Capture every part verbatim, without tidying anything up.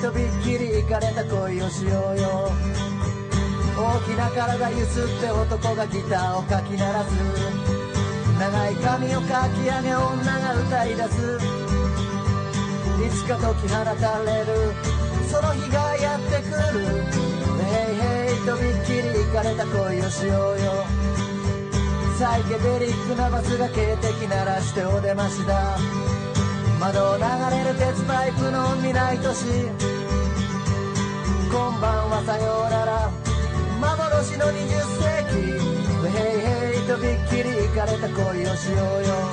とびっきりイカれた恋をしようよ。大きな体ゆすって男がギターをかき鳴らす。長い髪をかき上げ女が歌い出す。いつか解き放たれるその日がやってくる。ヘイヘイとびっきりイカれた恋をしようよ。サイケデリックなバスが警笛鳴らしてお出ましだ。窓を流れる鉄パイプの未来都市。こんばんはさようなら幻のにじゅっせいき。ヘイヘイとびっきりイカれた恋をしようよ。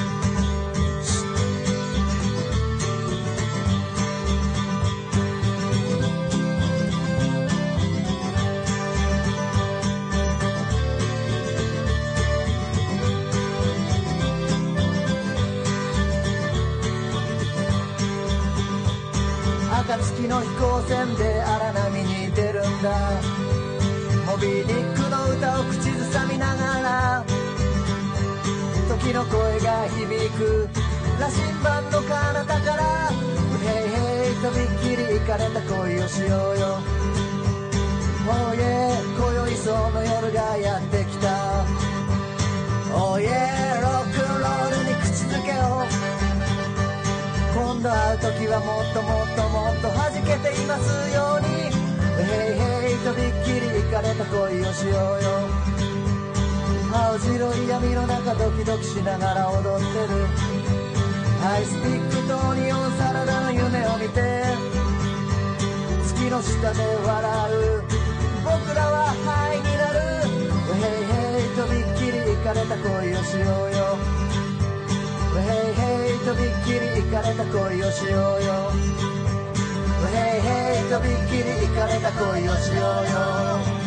暁の飛行船で荒波に出るんだ。モビーディックの歌を口ずさみながら時の声が響く羅針盤の彼方から。ヘイヘイとびっきりイカれた恋をしようよ。おいえ今宵その夜がやってきた。おいえロックンロールに口づけを。今度会う時はもっともっともっと弾けていますように。ヘイヘイとびっきりイカれた恋をしようよ。青白い闇の中ドキドキしながら踊ってる。アイスピックとニオンサラダの夢を見て月の下で笑う僕らはハイになる。ヘイヘイとびっきりイカれた恋をしようよ。ヘイヘイとびっきりイカれた恋をしようよ。ヘイヘイとびっきりイカれた恋をしようよ。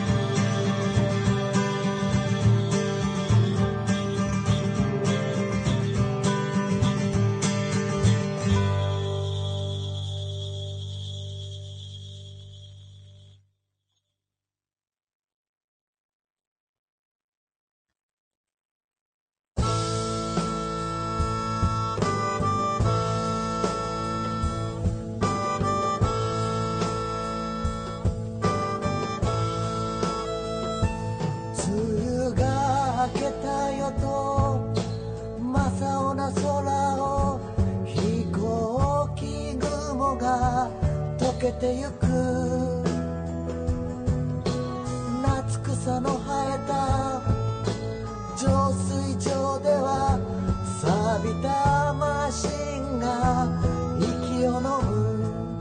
溶けてゆく夏草の生えた浄水場では錆びたマシンが息を飲む。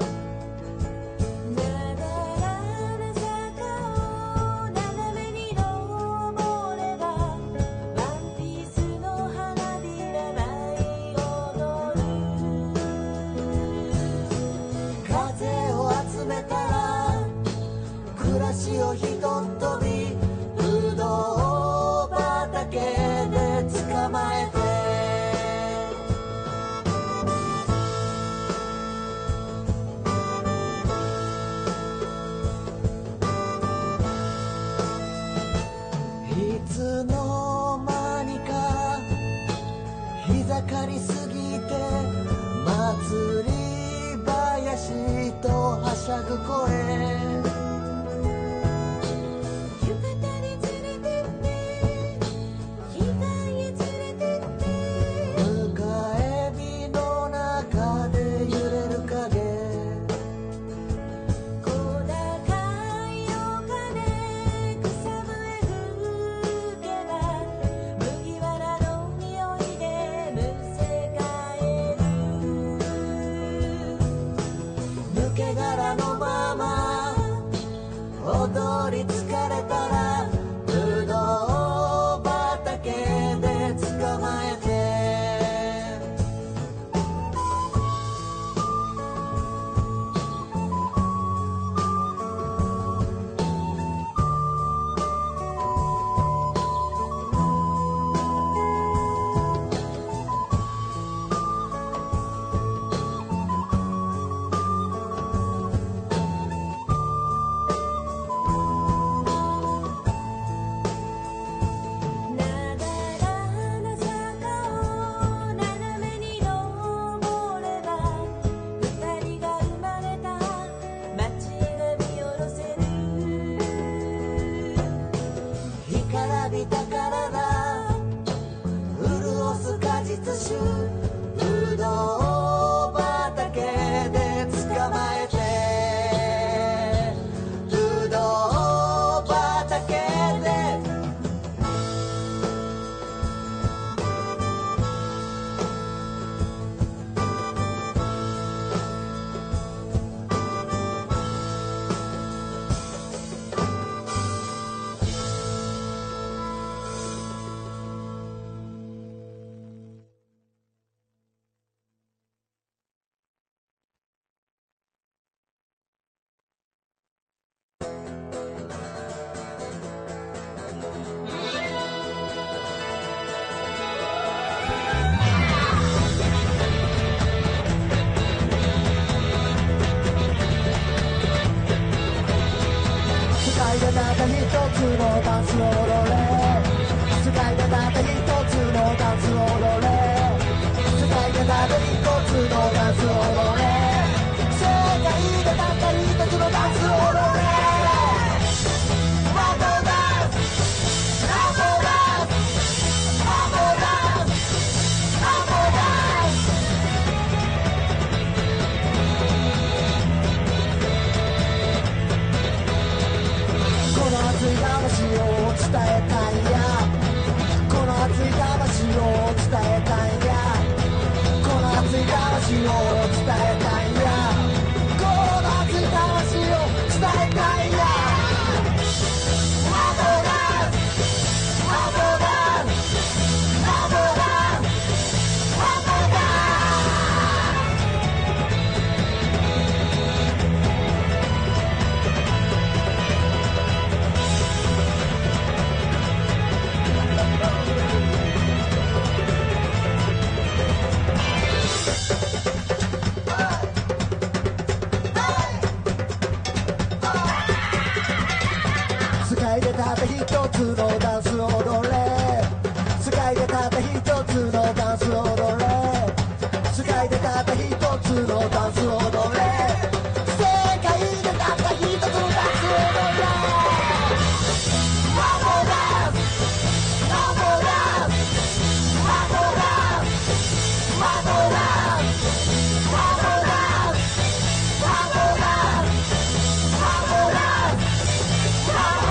をひとっ飛びぶどう畑で捕まえていつの間にか膝刈りすぎて祭り林とはしゃぐ声。抜け殻のままたった一つのダンスを踊れ世界でたった一つのダンスを踊れ世界でたった一つのダンスを踊れ世界でたった一つのダンスを踊れ魂を伝えたいやこの熱い魂を伝えたいやこの熱い魂を伝えたいやこの熱い魂を伝えたいやラボダンラボダンラボダンラボダン世界でたった一つのダンスを踊れ世界でたった一つのダンスを踊れ世界でたった一つのダンスを踊れ世界でたった一つのダンスを踊れラボダンスラボダンスラボダンスラボダンスラボダンスラボダンスラボダンスラボ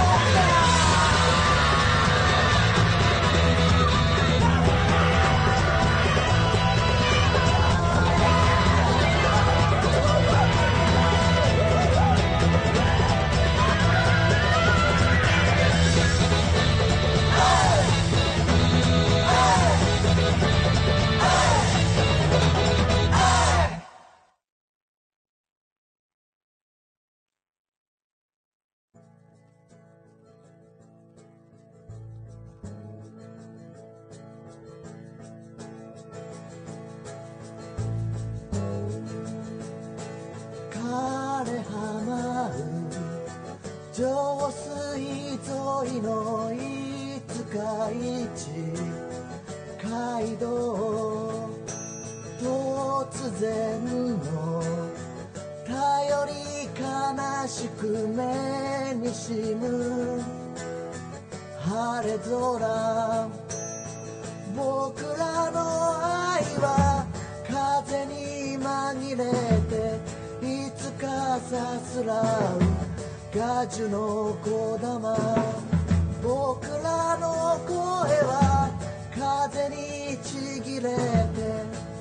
上水沿いの五日市街道突然の頼り悲しく目にしむ晴れ空僕らの愛は風に紛れていつかさすらうガジュの小玉僕らの声は風にちぎれて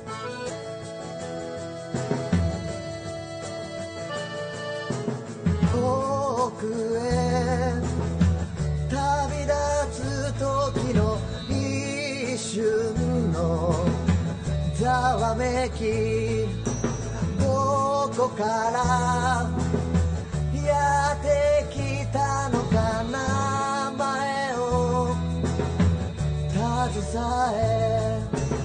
遠くへ旅立つ時の一瞬のざわめきどこからやってきたのかな前を携え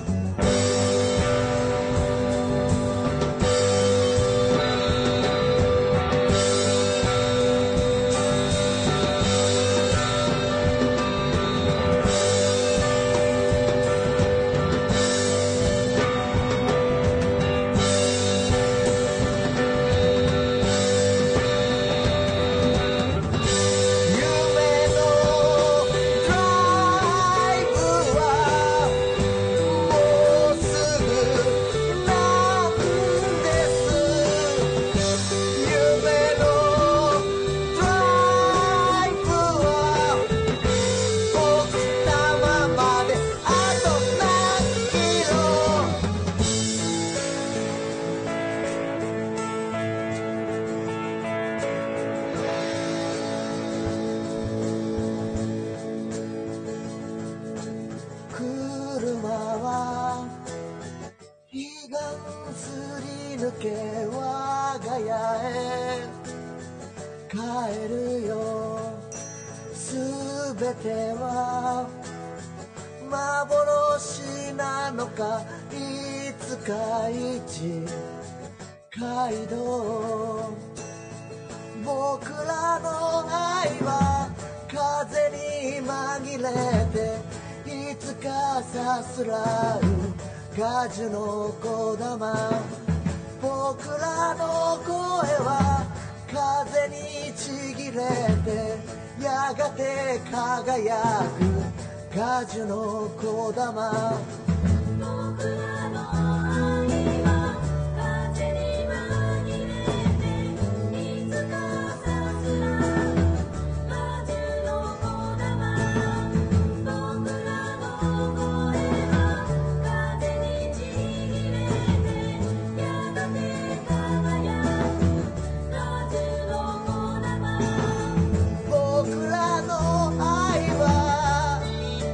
け我が家へ帰るよすべては幻なのかいつか一街道僕らの愛はさすらう果樹の小玉、僕らの声は風にちぎれてやがて輝く果樹の小玉、僕らの愛は風に紛れていつかさすらう果樹の小玉、僕らの声は風にちぎれてやがて輝く果樹の小玉、僕らの愛は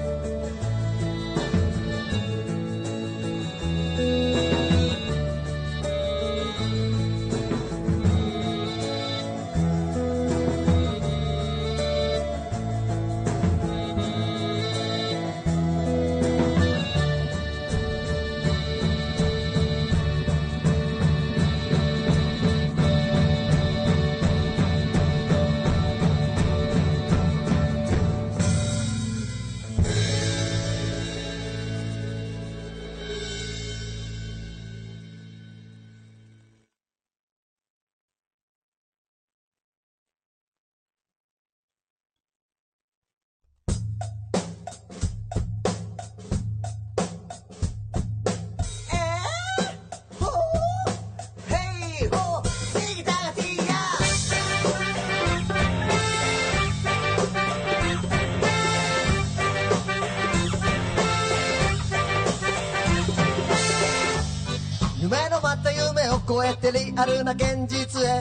夢のまた夢を超えてリアルな現実へ、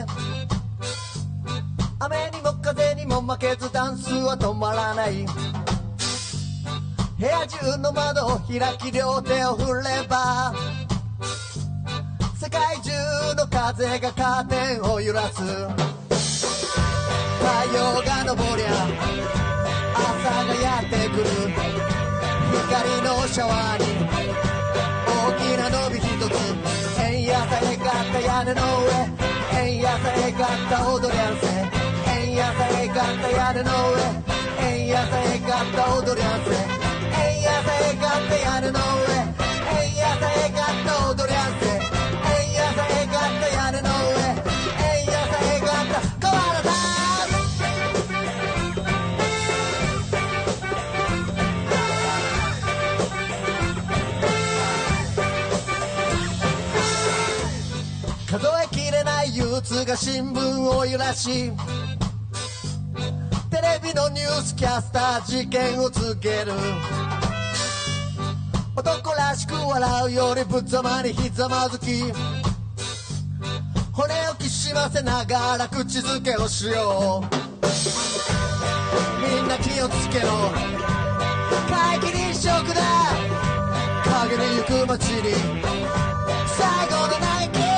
雨にも風にも負けずダンスは止まらない、部屋中の窓を開き両手を振れば世界中の風がカーテンを揺らす、太陽が昇りゃ朝がやってくる、光のシャワーに大きな伸び一つ、円やさえがった屋根の上、円やさえがった踊りゃんせ、円やさえがった屋根の上、円やさえがった踊りゃんせ、円やさえがった屋根の上、円やさえがった踊りゃんせ、円やさえがった屋根の上、円やさえがった河原さん、数えきれない憂鬱が新聞を揺らし、テレビのニュースキャスター事件を告げる、男らしく笑うよりぶざまにひざまずき、骨をきしませながら口づけをしよう、みんな気をつけろ皆既日食だ、影に行く街に最後のナイキ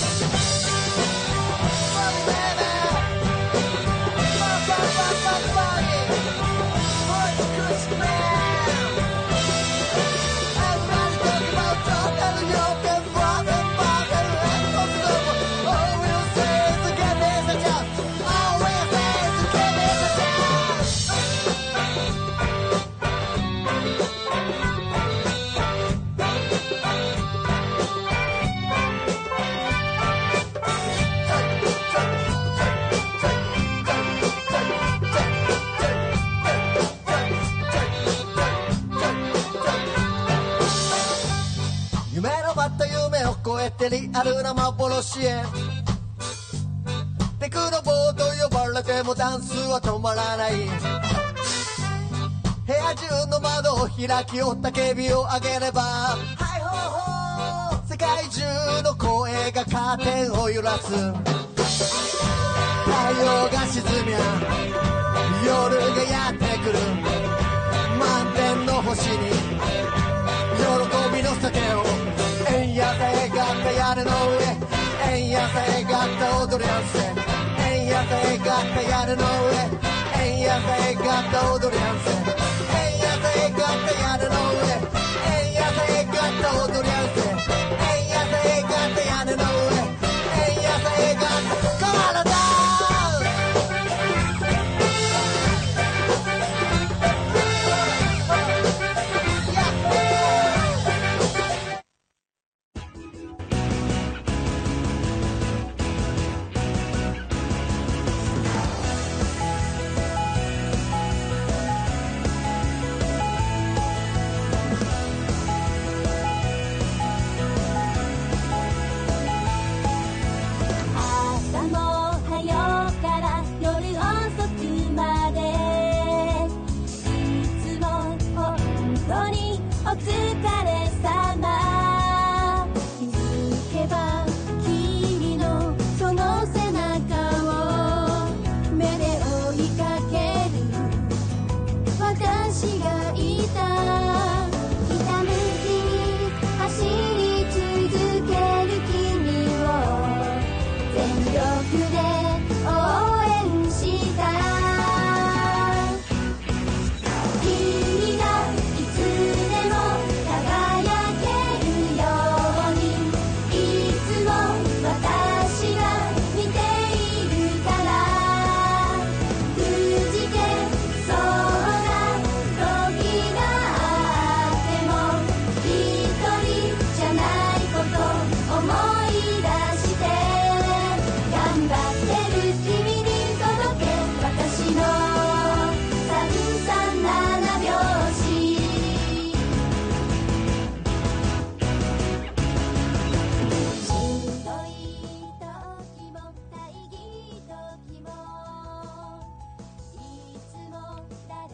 超えてリアルな幻へ、テクノボーと呼ばれてもダンスは止まらない、部屋中の窓を開きおたけびを上げれば、はいほうほう世界中の声がカーテンを揺らす、太陽が沈みゃ夜がやってくる、満天の星に喜びの酒を、円やさえがった屋根の上、円やさえがった踊りゃんせ、円やさえがった屋根の上、円やさえがった踊りゃんせ、円やさえがった屋根の上、円やさえがった踊りゃんせ、円やさえがった屋根の上、円やさえがった河原だやっ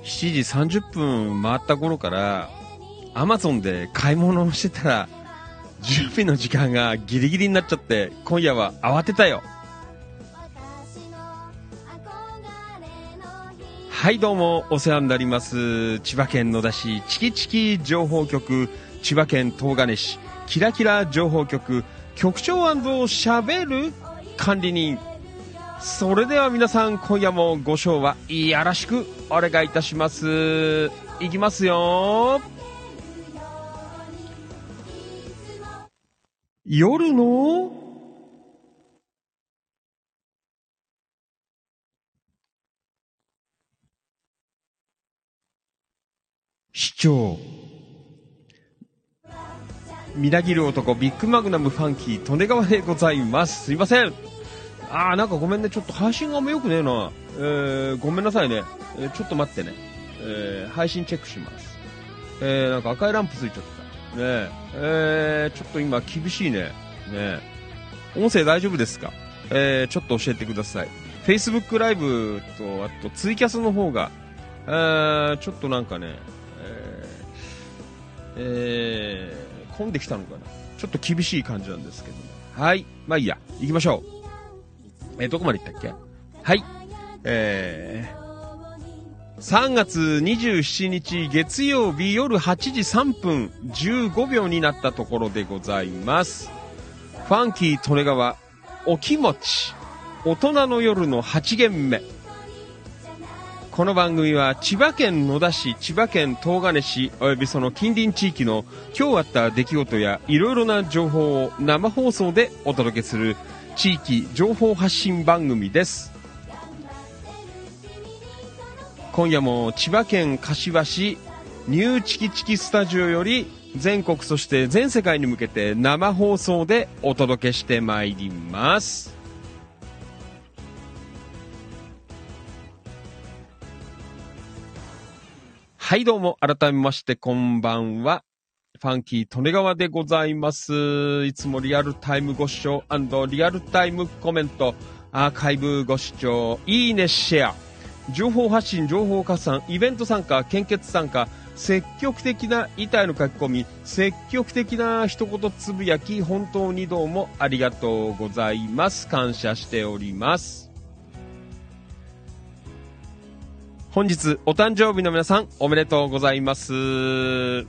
しちじさんじゅっぷん回った頃からアマゾンで買い物をしてたら準備の時間がギリギリになっちゃって今夜は慌てたよ。はいどうもお世話になります。千葉県野田市チキチキ情報局、千葉県東金市キラキラ情報局局長&しゃべる管理人。それでは皆さん今夜もご唱和よろしくお願いいたします。いきますよ。夜の市長。みなぎる男ビッグマグナムファンキー利根川でございます。すいません。あーなんかごめんね、ちょっと配信があんま良くねえな。えー、ごめんなさいね、えー、ちょっと待ってね、えー、配信チェックします。えー、なんか赤いランプついちゃったねえ。えー、ちょっと今厳しいね。ね音声大丈夫ですか？えー、ちょっと教えてください。Facebook ライブとあとツイキャスの方が、えー、ちょっとなんかね、えーえー、混んできたのかな。ちょっと厳しい感じなんですけどね。はい、まあいいや、行きましょう。えー、どこまで行ったっけ？はい。えー、さんがつにじゅうしちにち月曜日夜はちじさんぷんじゅうごびょうになったところでございます。ファンキー利根川お気持ち大人の夜のはち限目。この番組は千葉県野田市、千葉県東金市およびその近隣地域の今日あった出来事やいろいろな情報を生放送でお届けする地域情報発信番組です。今夜も千葉県柏市ニューチキチキスタジオより全国そして全世界に向けて生放送でお届けしてまいります。はいどうも改めましてこんばんは。ファンキー利根川でございます。いつもリアルタイムご視聴&リアルタイムコメント、アーカイブご視聴、いいねシェア、情報発信、情報加算、イベント参加、献血参加、積極的な板への書き込み、積極的な一言つぶやき、本当にどうもありがとうございます。感謝しております。本日お誕生日の皆さんおめでとうございます。はい、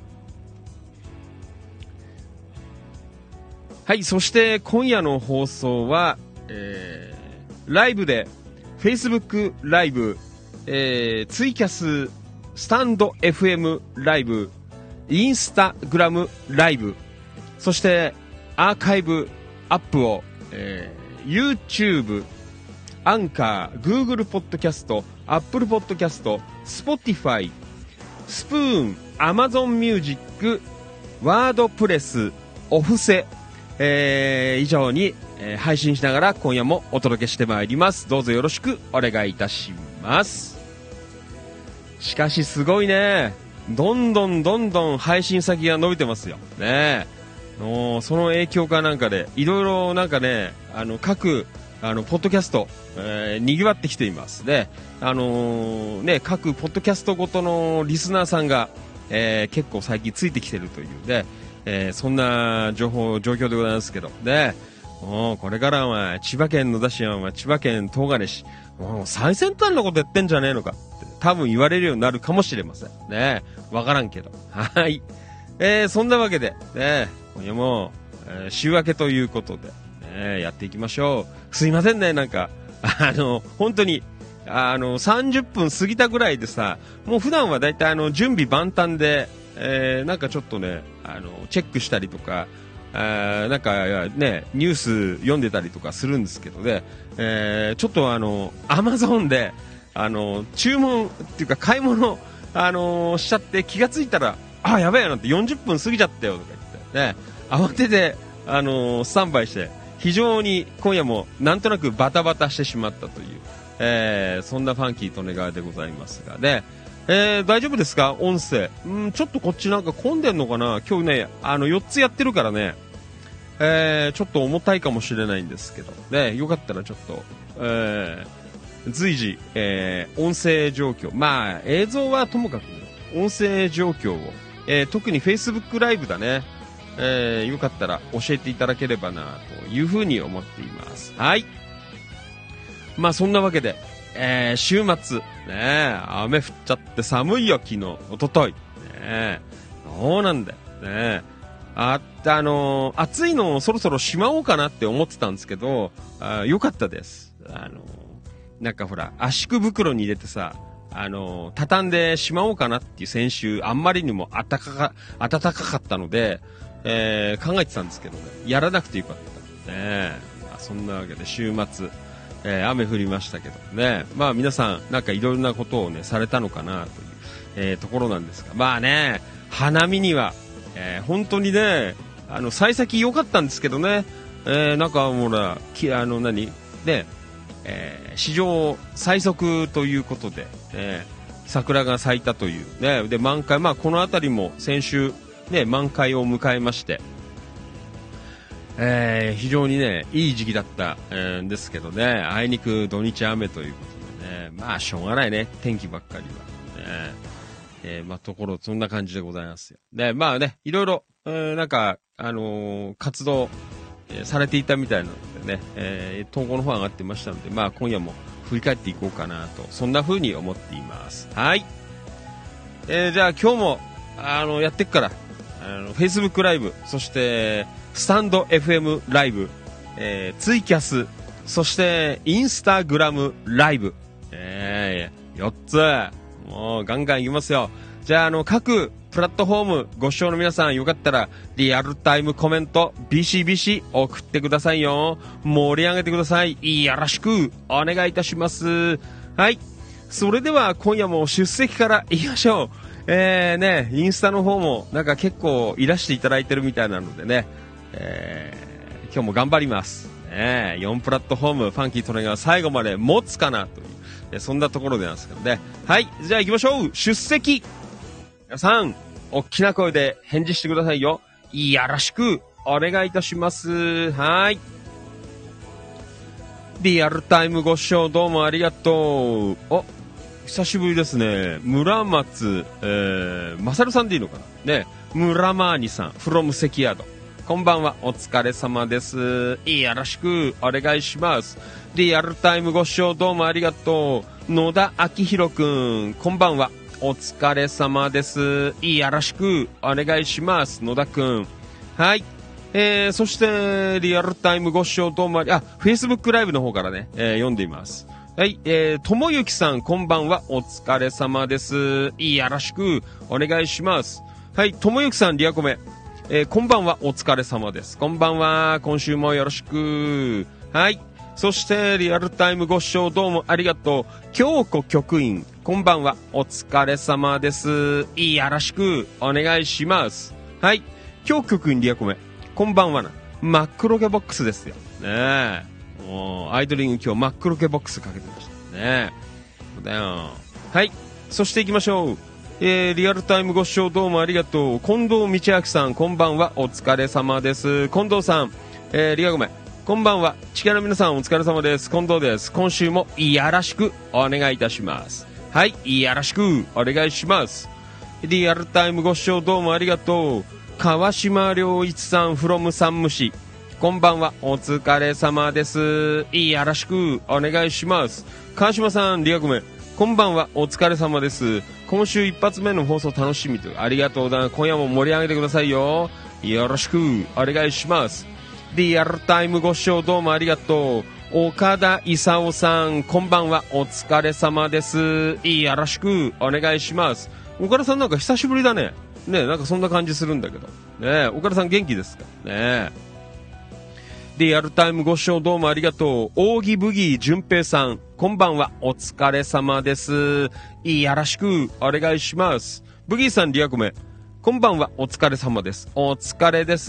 そして今夜の放送は、えー、ライブで Facebook ライブ、えー、ツイキャス、スタンド エフエム ライブ、インスタグラムライブ、そしてアーカイブアップを、えー、YouTube、アンカー、Google ポッドキャスト、Apple ポッドキャスト、Spotify、スプーン、Amazon Music、ワードプレス、オフセ、えー、以上に、えー、配信しながら今夜もお届けしてまいります。どうぞよろしくお願いいたします。しかしすごいね。どんどんどんどん配信先が伸びてますよ。ねえ。のその影響かなんかでいろいろなんかね、あの各あのポッドキャスト、えー、賑わってきていますね。あのー、ね各ポッドキャストごとのリスナーさんが、えー、結構最近ついてきてるというね、えー、そんな情報状況でございますけどね。もうこれからは千葉県野田市は千葉県東金市、もう最先端のことやってんじゃねえのかって多分言われるようになるかもしれませんね。わからんけど、はい、えー、そんなわけでね、今夜も、えー、週明けということで、ね、やっていきましょう。すいませんね、なんかあの本当にあのさんじゅっぷん過ぎたぐらいでさ、もう普段はだいたいあの準備万端で、えー、なんかちょっとねあのチェックしたりとか、あなんかねニュース読んでたりとかするんですけどね、えー、ちょっとあのアマゾンであの注文っていうか買い物あのしちゃって気がついたらあやばいよなんてよんじゅっぷん過ぎちゃったよとか言ってね、慌ててあのスタンバイして非常に今夜もなんとなくバタバタしてしまったという、えー、そんなファンキー利根川でございますがね、えー、大丈夫ですか音声。んちょっとこっちなんか混んでんのかな。今日ねあのよっつやってるからね、えー、ちょっと重たいかもしれないんですけどね、よかったらちょっと、えー、 随時、えー、音声状況、まあ、映像はともかく、音声状況を、えー、特に Facebook ライブだね、えー、よかったら教えていただければな、というふうに思っています。はい。まあ、そんなわけで、えー、週末、ね、雨降っちゃって寒いよ、昨日、おととい。ね、そうなんだよ。ね、あ、あのー、暑いのをそろそろしまおうかなって思ってたんですけど、あ、よかったです。あのー、なんかほら、圧縮袋に入れてさ、あのー、畳んでしまおうかなっていう先週、あんまりにも暖かか、暖かかったので、えー、考えてたんですけどね、やらなくてよかった。ね、まあ、そんなわけで週末、えー、雨降りましたけどね、まあ皆さん、なんかいろいろなことをね、されたのかなという、えー、ところなんですが、まあね、花見には、えー、本当にね、あの、幸先良かったんですけどね、えー、なんかほら、き、あの何、ね、えー、史上最速ということで、えー、桜が咲いたという、ね、で、満開、まあこのあたりも先週、ね、満開を迎えまして、えー、非常にね、いい時期だった、えー、んですけどね、あいにく土日雨ということでね、まあしょうがないね、天気ばっかりは。ね、えー、まあところ、そんな感じでございますよ。で、まあね、いろいろ、えー、なんか、あのー、活動、えー、されていたみたいなのでね、えー、投稿の方上がってましたので、まあ今夜も振り返っていこうかなと、そんな風に思っています。はい。えー、じゃあ今日も、あの、やってっから、あの、Facebook ライブ、そして、スタンド エフエム ライブ、えー、ツイキャス、そしてインスタグラムライブ、えー、よっつ、もうガンガンいきますよ。じゃあ、あの、各プラットフォームご視聴の皆さん、よかったらリアルタイムコメントビシビシ送ってくださいよ。盛り上げてください。よろしくお願いいたします。はい、それでは今夜も出席からいきましょう。えーね、インスタの方もなんか結構いらしていただいてるみたいなのでね、えー、今日も頑張ります、ね、よんプラットフォームファンキートレが最後まで持つかなという、えそんなところでなんですけどね。はい、じゃあ行きましょう。出席皆さん大きな声で返事してくださいよ。よろしくお願いいたします。はい、リアルタイムご視聴どうもありがとう。お、久しぶりですね。村松、えー、まさるさんでいいのかなね。村マーニさん from 関宿、こんばんは、お疲れ様です。よろしくお願いします。リアルタイムご視聴どうもありがとう。野田明宏くん、こんばんは、お疲れ様です。よろしくお願いします。野田くん。はい。えー、そして、リアルタイムご視聴どうもあり、あ、Facebook ライブの方からね、えー、読んでいます。はい、えー、ともゆきさん、こんばんは、お疲れ様です。よろしくお願いします。はい、ともゆきさん、リアコメ。えー、こんばんは、お疲れ様です。こんばんは、今週もよろしく。はい。そして、リアルタイムご視聴どうもありがとう。京子局員、こんばんは、お疲れ様です。よろしくお願いします。はい。京子局員、リアコメ。こんばんはな。真っ黒毛ボックスですよ。ねえ。もう、アイドリング今日真っ黒毛ボックスかけてましたね。そうだよ。はい。そして行きましょう。えー、リアルタイムご視聴どうもありがとう。近藤道明さん、こんばんは。お疲れ様です。近藤さん、えー、リアごめん。こんばんは。地球の皆さん、お疲れ様です。近藤です。今週もよろしくお願いいたします。はい。よろしくお願いします。リアルタイムご視聴どうもありがとう。川島良一さん from 山武市、こんばんは、お疲れ様です。よろしくお願いします。川島さん、リアコメ、こんばんは、お疲れ様です。今週一発目の放送楽しみと、ありがとうございます。今夜も盛り上げてくださいよ。よろしくお願いします。リアルタイムご視聴どうもありがとう。岡田勲さん、こんばんは、お疲れ様です。よろしくお願いします。岡田さんなんか久しぶりだね。ねえ、なんかそんな感じするんだけど。ねえ、岡田さん元気ですかねえ。リアルタイムご視聴どうもありがとう。扇ブギー淳平さん、こんばんは、お疲れ様です。よろしくお願いします。ブギーさん、リアコメ、こんばんは、お疲れ様です。お疲れです。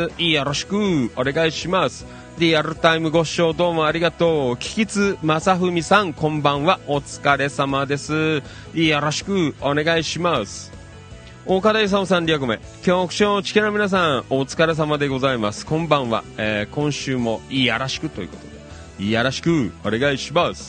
よろしくお願いします。リアルタイムご視聴どうもありがとう。キキツ正文さん、こんばんは、お疲れ様です。よろしくお願いします。岡田勲さん、リアコメ、局長、チケの皆さん、お疲れ様でございます。こんばんは。えー、今週もよろしくということで、よろしくお願いします。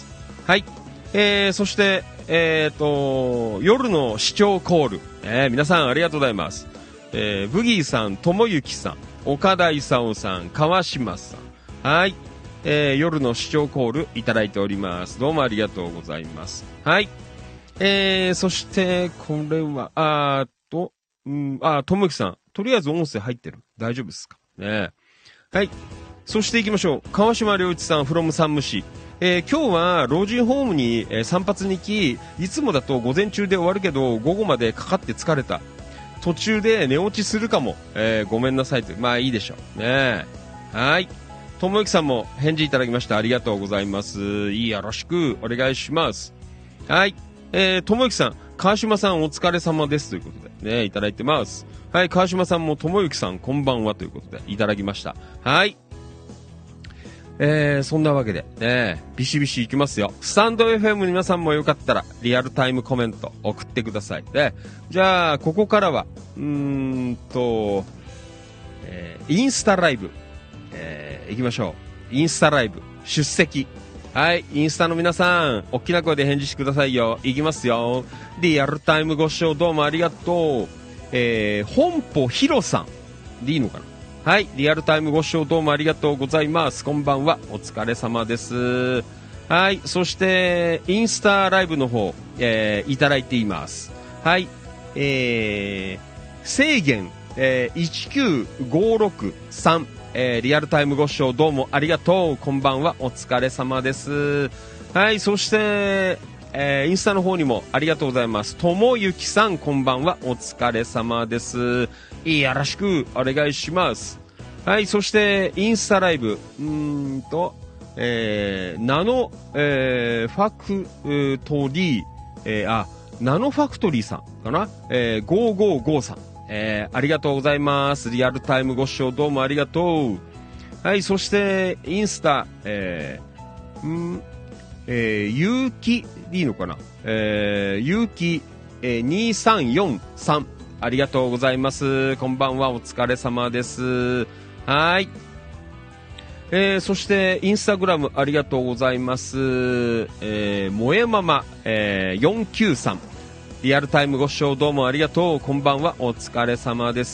はい。えー、そして、えーと、夜の視聴コール。えー、皆さんありがとうございます。えー、ブギーさん、ともゆきさん、岡田勲さん、川島さん。はい。えー、夜の視聴コールいただいております。どうもありがとうございます。はい。えー、そして、これは、あーと、うん、あ、ともゆきさん、とりあえず音声入ってる。大丈夫ですかね。はい。そして行きましょう。川島良一さん、from 山武市。えー、今日は老人ホームに、えー、散髪に行き、いつもだと午前中で終わるけど、午後までかかって疲れた。途中で寝落ちするかも。えー、ごめんなさいと。まあいいでしょう。ねはい。ともゆきさんも返事いただきました。ありがとうございます。よろしくお願いします。はい。えー、ともゆきさん、川島さんお疲れ様です。ということでね、いただいてます。はい、川島さんもともゆきさんこんばんはということでいただきました。はい。えー、そんなわけで、ね、ビシビシいきますよ。スタンド エフエム の皆さんもよかったら、リアルタイムコメント送ってください。で、じゃあ、ここからは、うーんと、えー、インスタライブ、えー、行きましょう。インスタライブ、出席。はい、インスタの皆さん、大きな声で返事してくださいよ。行きますよ。リアルタイムご視聴どうもありがとう。えー、本舗ひろさん。でいいのかなはい。リアルタイムご視聴どうもありがとうございます。こんばんは。お疲れ様です。はい。そして、インスタライブの方、えー、いただいています。はい。えー、制限、えー、いちきゅうごろくさん、えー、リアルタイムご視聴どうもありがとう。こんばんは。お疲れ様です。はい。そして、えー、インスタの方にもありがとうございます。ともゆきさん、こんばんは。お疲れ様です。よろしくお願いします。はい、そして、インスタライブ、うーんと、えー、ナノ、えー、ファクトリー、えー、あ、ナノファクトリーさんかなえー、ごーごーごーさん。えー、ありがとうございます。リアルタイムご視聴どうもありがとう。はい、そして、インスタ、えー、んえー、ゆうきでいいのかなえー、ゆうき、えー、にさんよんさん。ありがとうございます。こんばんは。お疲れ様です。はい。えー、そして、インスタグラムありがとうございます。えー、萌えママ、えー、よんきゅうさん。リアルタイムご視聴どうもありがとう。こんばんは。お疲れ様です。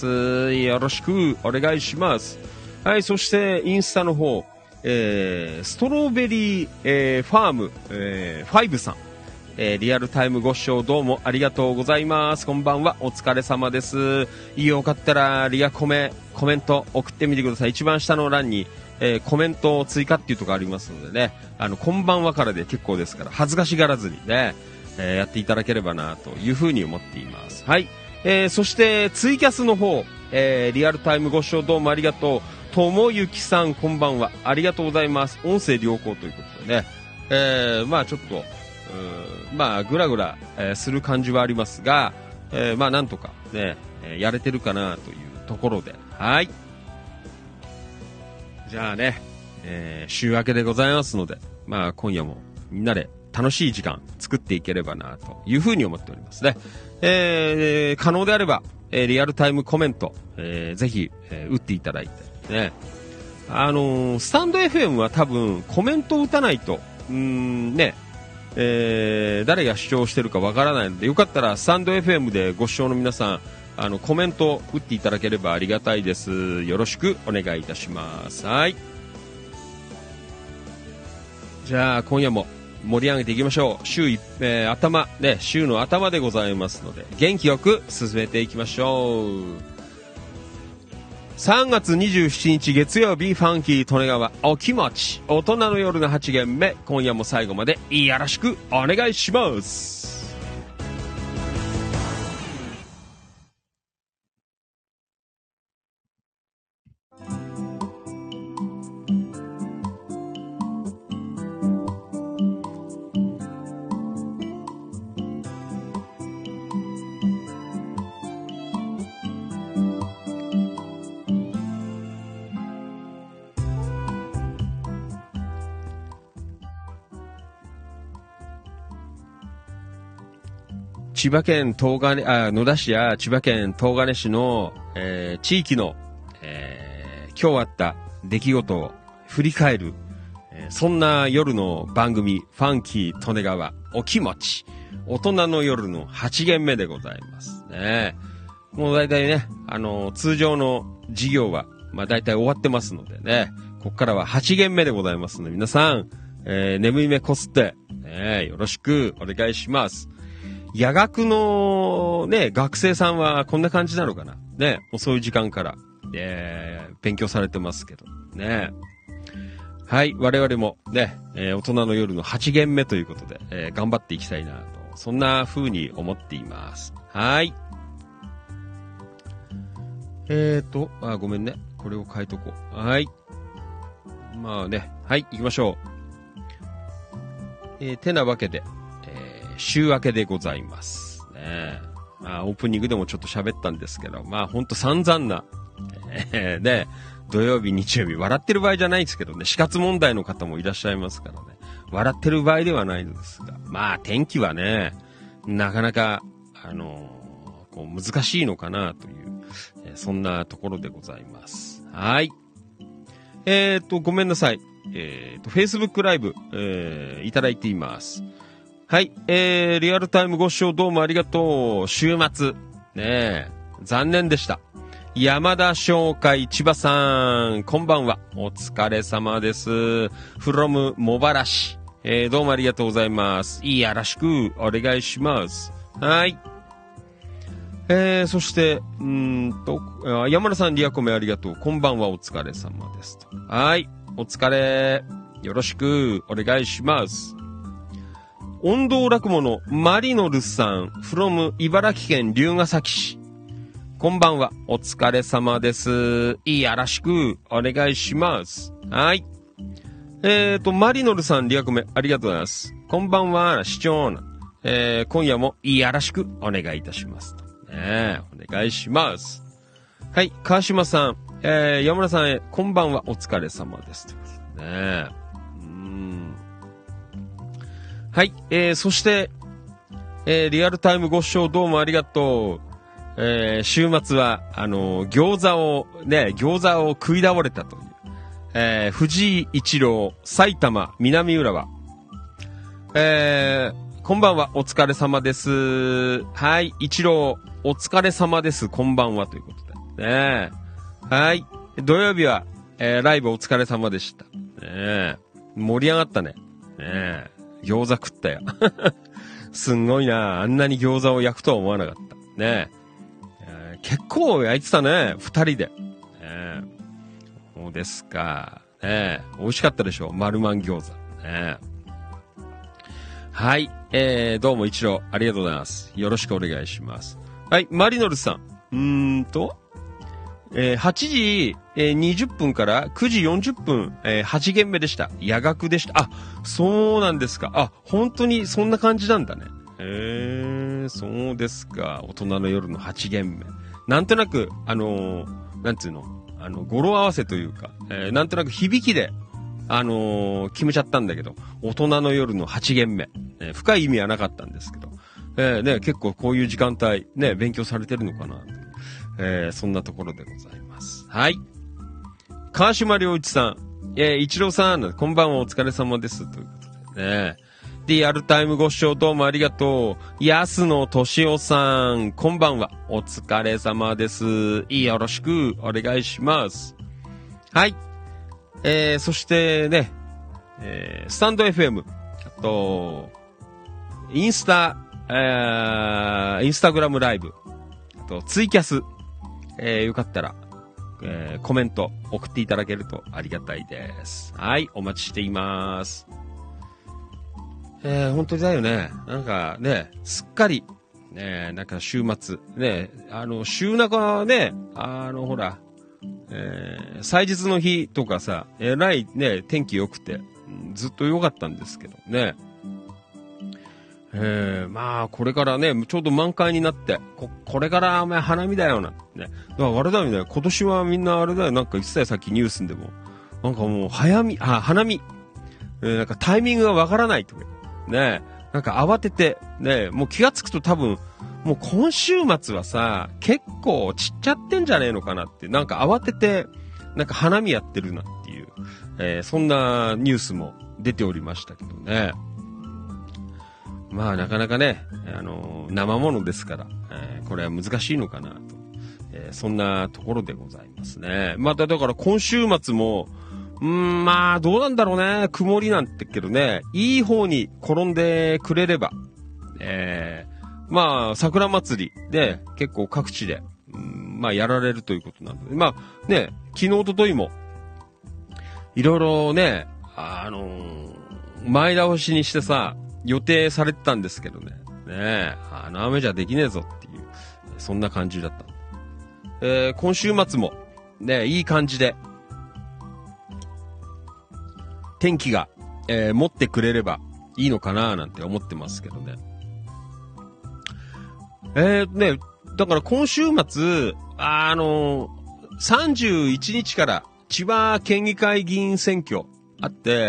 よろしくお願いします。はい。そして、インスタの方、えー、ストロベリー、えー、ファーム、えー、ファイブさん。えー、リアルタイムご視聴どうもありがとうございます。こんばんは。お疲れ様です。よかったら、リアコメ、コメント送ってみてください。一番下の欄に、えー、コメントを追加っていうところありますのでね、あの、こんばんはからで結構ですから、恥ずかしがらずにね、えー、やっていただければな、というふうに思っています。はい。えー、そして、ツイキャスの方、えー、リアルタイムご視聴どうもありがとう。ともゆきさん、こんばんは。ありがとうございます。音声良好ということでね、えー、まあちょっと、まあぐらぐら、えー、する感じはありますが、えー、まあなんとかね、えー、やれてるかなというところで、はい。じゃあね、えー、週明けでございますので、まあ今夜もみんなで楽しい時間作っていければなというふうに思っておりますね。えー、可能であれば、えー、リアルタイムコメント、えー、ぜひ、えー、打っていただいてね。あのー、スタンド エフエム は多分コメントを打たないと、うーんね。えー、誰が視聴してるかわからないので、よかったらスタンド エフエム でご視聴の皆さん、あのコメント打っていただければありがたいです。よろしくお願いいたします。はい。じゃあ今夜も盛り上げていきましょう。週一、えー、頭ね、週の頭でございますので、元気よく進めていきましょう。さんがつにじゅうしちにち月曜日、ファンキー利根川お気持ち大人の夜のはち限目、今夜も最後までよろしくお願いします。千葉県東金あ野田市や千葉県東金市の、えー、地域の、えー、今日あった出来事を振り返る、ええー、そんな夜の番組、ファンキー利根川お気持ち、大人の夜のはち限目でございますね。もう大体ね、あのー、通常の授業は、まあ大体終わってますのでね、こっからははち限目でございますので、皆さん、えー、眠い目こすって、ね、よろしくお願いします。夜学のね、学生さんはこんな感じなのかなね、遅い時間から、えー、勉強されてますけど、ね。はい、我々もね、えー、大人の夜のはち限目ということで、えー、頑張っていきたいなと、そんな風に思っています。はい。えーと、あ、ごめんね。これを変えとこう。はい。まあね、はい、行きましょう。えー、てなわけで、えー、週明けでございますね。まあ、オープニングでもちょっと喋ったんですけど、まあ、ほんと散々な、えー、ね、土曜日、日曜日、笑ってる場合じゃないですけどね、死活問題の方もいらっしゃいますからね、笑ってる場合ではないのですが、まあ、天気はね、なかなか、あのー、こう難しいのかなという、えー、そんなところでございます。はい。えーと、ごめんなさい。えーと、Facebook ライブ、えー、いただいています。はい。えー、リアルタイムご視聴どうもありがとう。週末。ねえ、残念でした。山田商会千葉さん、こんばんは。お疲れ様です。from 茂原市。えー、どうもありがとうございます。いやらしくお願いします。はい。えー、そして、うーんと、山田さんリアコメありがとう。こんばんは、お疲れ様ですと。はい。お疲れ。よろしくお願いします。音頭落語のマリノルさん from 茨城県龍ケ崎市。こんばんは。お疲れ様です。いやらしくお願いします。はい。えーと、マリノルさんリアコメありがとうございます。こんばんは、市長な。えー、今夜もいやらしくお願いいたします。ね、お願いします。はい、川島さん、えー、山田さんへ、こんばんは、お疲れ様です。ね、うーん。はい、えー、そして、えー、リアルタイムご視聴どうもありがとう。えー、週末は、あのー、餃子を、ね、餃子を食い倒れたという。えー、藤井一郎、埼玉南浦和。えー、こんばんは、お疲れ様です。はい、一郎、お疲れ様です。こんばんはということで。ねえ。はい。土曜日は、えー、ライブお疲れ様でした。ねえ。盛り上がったね。ねえ。餃子食ったよ。すんごいな。あんなに餃子を焼くとは思わなかった。ねえ。えー、結構焼いてたね。二人で。ねえ。そうですか。ねえ。美味しかったでしょ。丸満餃子。ねえ。はい。えー、どうも一郎、ありがとうございます。よろしくお願いします。はい、マリノルさん。うーんと、えー、はちじにじゅっぷんからくじよんじゅっぷん、えー、はち限目でした。夜学でした。あ、そうなんですか。あ、本当にそんな感じなんだね。へー、そうですか。大人の夜のはち限目。なんとなく、あのー、なんつうの、あの、語呂合わせというか、えー、なんとなく響きで、あのー、決めちゃったんだけど、大人の夜のはち限目。えー、深い意味はなかったんですけど、えー、ね、結構こういう時間帯、ね、勉強されてるのかな、えー、そんなところでございます。はい。川島良一さん、えー、一郎さん、こんばんはお疲れ様です。ということでね。リアルタイムご視聴どうもありがとう。安野俊夫さん、こんばんは。お疲れ様です。よろしくお願いします。はい。えー、そしてね、えー、スタンド エフエム、あと、インスタ、えー、インスタグラムライブ、あとツイキャス、えー、よかったら、えー、コメント送っていただけるとありがたいです。はい、お待ちしています。えー、本当にだよね。なんかね、すっかり、ね、なんか週末、ね、あの、週中はね、あの、ほら、えー、祭日の日とかさ、えらいね、天気良くて、ずっと良かったんですけどね。えー、まあ、これからね、ちょうど満開になって、こ、これからお前花見だよな、ね。だからあれだよね、今年はみんなあれだよ、なんか一切さっきニュースでも、なんかもう早見、あ、花見、えー、なんかタイミングがわからないとか、ね、なんか慌てて、ね、もう気がつくと多分、もう今週末はさ、結構散っちゃってんじゃねえのかなって、なんか慌てて、なんか花見やってるなっていう、 えー、そんなニュースも出ておりましたけどね。まあなかなかね、あのー、生ものですから、えー、これは難しいのかなと、えー、そんなところでございますね。まただから今週末も、うーん、まあどうなんだろうね、曇りなんてけどね、いい方に転んでくれれば、えー、まあ桜祭りで結構各地で、うん、まあやられるということなので、まあね、昨日おとといも、いろいろね、あのー、前倒しにしてさ、予定されてたんですけどね。ねえ、あの雨じゃできねえぞっていう、そんな感じだった。えー、今週末も、ね、いい感じで、天気が、えー、持ってくれればいいのかななんて思ってますけどね。えー、ね、だから今週末、あのー、さんじゅういちにちから千葉県議会議員選挙あって、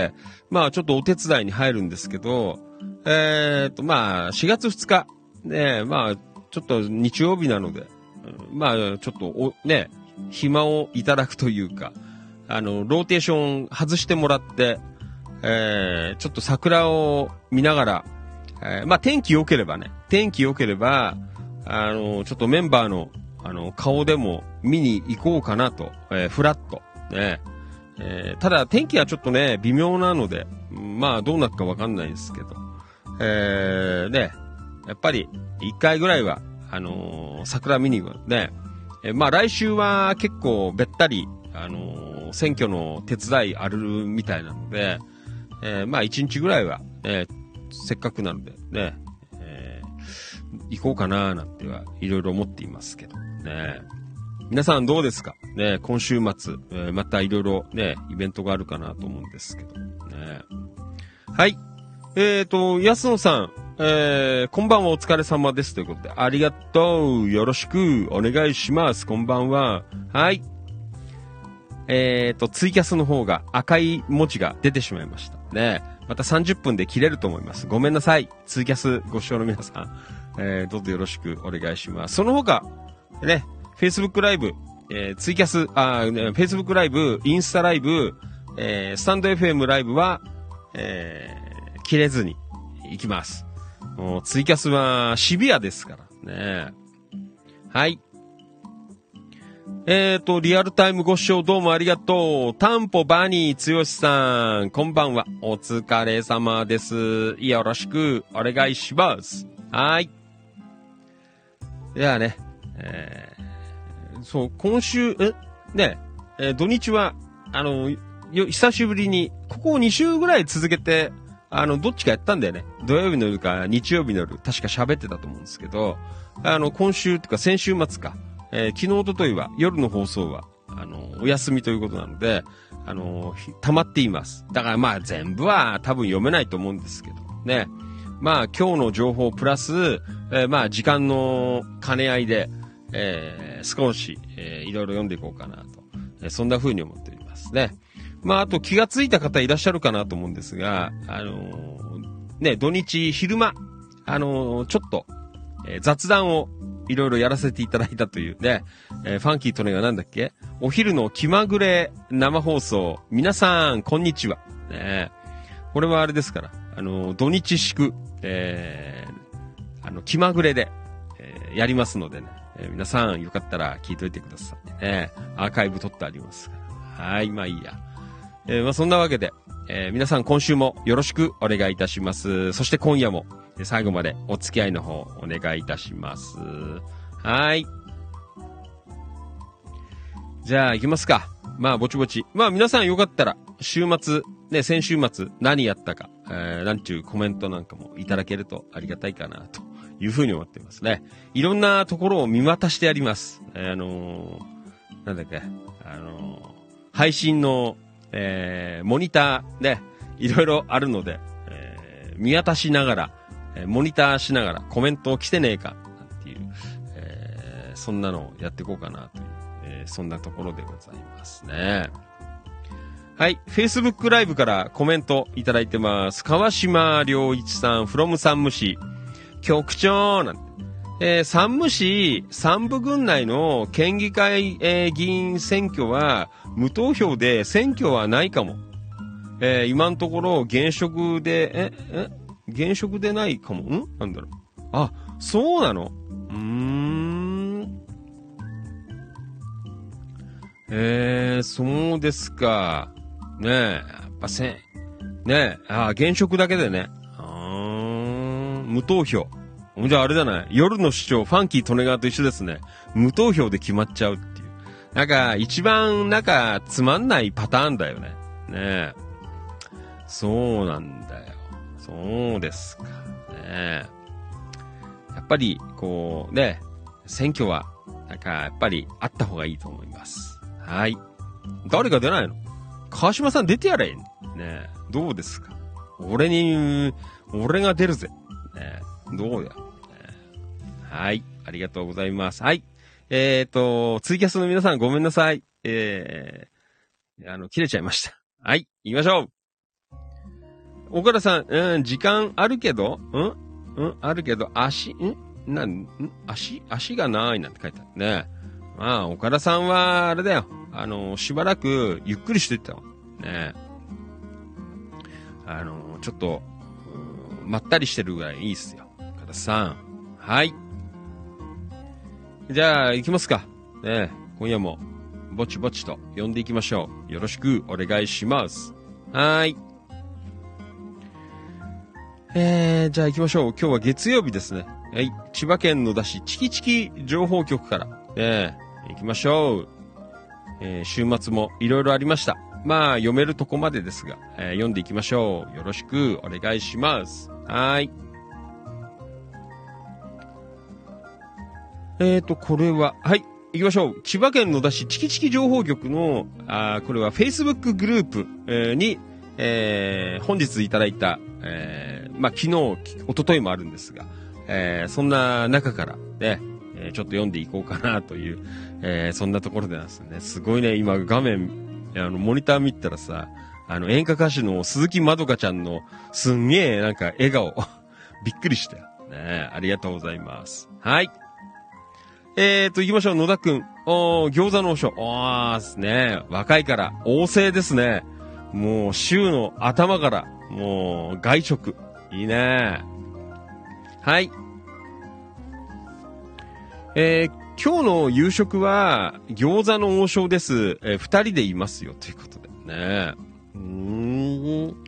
まあちょっとお手伝いに入るんですけど、えーと、まあ、しがつふつか、ね、まあ、ちょっと日曜日なので、まあ、ちょっとお、ね、暇をいただくというか、あの、ローテーション外してもらって、えー、ちょっと桜を見ながら、えー、まあ、天気良ければね、天気良ければ、あの、ちょっとメンバーの、あの、顔でも見に行こうかなと、えー、フラッと、ね、えー、ただ天気はちょっとね、微妙なので、まあ、どうなるかわかんないですけど、えー、ね、やっぱり一回ぐらいは、あのー、桜見に行くね。えー、まあ来週は結構べったり、あのー、選挙の手伝いあるみたいなので、えー、まあ一日ぐらいは、ね、せっかくなのでね、えー、行こうかななんてはいろいろ思っていますけどね。皆さんどうですかね、今週末、えー、またいろいろね、イベントがあるかなと思うんですけどね。はい。えーと、安野さん、えー、こんばんはお疲れ様ですということで、ありがとう。よろしくお願いします。こんばんは。はい。えーと、ツイキャスの方が赤い文字が出てしまいましたね。またさんじゅっぷんで切れると思います。ごめんなさい。ツイキャスご視聴の皆さん、えー、どうぞよろしくお願いします。その他、ね、Facebook ライブ、えー、ツイキャス、あ、ね、Facebook ライブ、インスタライブ、えー、スタンド エフエム ライブは、えー、切れずに行きます。もうツイキャスはシビアですからね。はい。えーと、リアルタイムご視聴どうもありがとう。タンポバニーつよしさん、こんばんは。お疲れ様です。よろしくお願いします。はい。ではね、えー、そう、今週、え、ね、えー、土日は、あの、よ、久しぶりに、ここに週ぐらい続けて、あの、どっちかやったんだよね。土曜日の夜か日曜日の夜、確か喋ってたと思うんですけど、あの、今週とか先週末か、えー、昨日おとといは夜の放送は、あの、お休みということなので、あの、溜まっています。だからまあ全部は多分読めないと思うんですけど、ね。まあ今日の情報プラス、えー、まあ時間の兼ね合いで、えー、少し、えー、いろいろ読んでいこうかなと、えー、そんな風に思っておりますね。まあ、あと気がついた方いらっしゃるかなと思うんですが、あのー、ね、土日昼間、あのー、ちょっと、えー、雑談をいろいろやらせていただいたというね、えー、ファンキーとねがなんだっけ？お昼の気まぐれ生放送、皆さん、こんにちは。ね、これはあれですから、あのー、土日祝、えー、あの、気まぐれで、えー、やりますのでね、えー、皆さんよかったら聞いといてくださいね。アーカイブ撮ってありますから。はい、まあいいや。えー、まあそんなわけで、えー、皆さん今週もよろしくお願いいたします。そして今夜も最後までお付き合いの方お願いいたします。はい。じゃあ行きますか。まあぼちぼち。まあ皆さんよかったら週末、ね、先週末何やったか、えー、なんちゅうコメントなんかもいただけるとありがたいかなというふうに思っていますね。いろんなところを見渡してやります。えー、あのー、なんだっけ、あのー、配信のえー、モニターね、いろいろあるので、えー、見渡しながら、えー、モニターしながらコメントを来てねえか、なんていう、えー、そんなのをやっていこうかなという、えー、そんなところでございますね。はい、Facebook ライブからコメントいただいてます。川島良一さん、from 山武市、局長、なんて。えー、山武市三部郡内の県議会、えー、議員選挙は無投票で選挙はないかも。 えー、今のところ現職で、え、え、現職でないかも、んなんだろう。あ、そうなの？うーん。えー、そうですか。ねえ、やっぱせ、ねえ、あ、現職だけでね。あー、無投票。じゃああれじゃない。夜の市長、ファンキー・利根川と一緒ですね。無投票で決まっちゃうっていう。なんか、一番、なんか、つまんないパターンだよね。ねえ。そうなんだよ。そうですか。ねえ。やっぱり、こう、ね、選挙は、なんか、やっぱり、あった方がいいと思います。はい。誰が出ないの？川島さん出てやれ。ねえ。どうですか？俺に、俺が出るぜ。ねえ。どうだよ。はい。ありがとうございます。はい。えっと、ツイキャスの皆さんごめんなさい。えー、あの、切れちゃいました。はい。行きましょう。岡田さん、うん、時間あるけど、うんうん、あるけど、足、んなん、ん足足がないなんて書いてあるね。まあ、岡田さんは、あれだよ。あの、しばらく、ゆっくりしていったわ。ねあの、ちょっと、まったりしてるぐらいいいっすよ。岡田さん。はい。じゃあ、行きますか。ね今夜も、ぼちぼちと呼んでいきましょう。よろしくお願いします。はーい。えー、じゃあ行きましょう。今日は月曜日ですね。はい。千葉県野田市チキチキ情報局から、ね行きましょう。えー、週末もいろいろありました。まあ、読めるとこまでですが、えー、読んでいきましょう。よろしくお願いします。はーい。えーと、これは、はい、行きましょう。千葉県野田市チキチキ情報局の、あこれは Facebook グループ、えー、に、えー、本日いただいた、えー、まあ、昨日、一昨日もあるんですが、えー、そんな中からね、えー、ちょっと読んでいこうかなという、えー、そんなところでなんですね。すごいね、今画面、あの、モニター見たらさ、あの、演歌歌手の鈴木まどかちゃんのすんげえなんか笑顔、びっくりしたよ。ね、ありがとうございます。はい。えーと、行きましょう、野田くん。おー、餃子の王将。おー、ですね。若いから、旺盛ですね。もう、週の頭から、もう、外食。いいね。はい。えー、今日の夕食は、餃子の王将です。えー、二人でいますよ、ということで。ねうーん。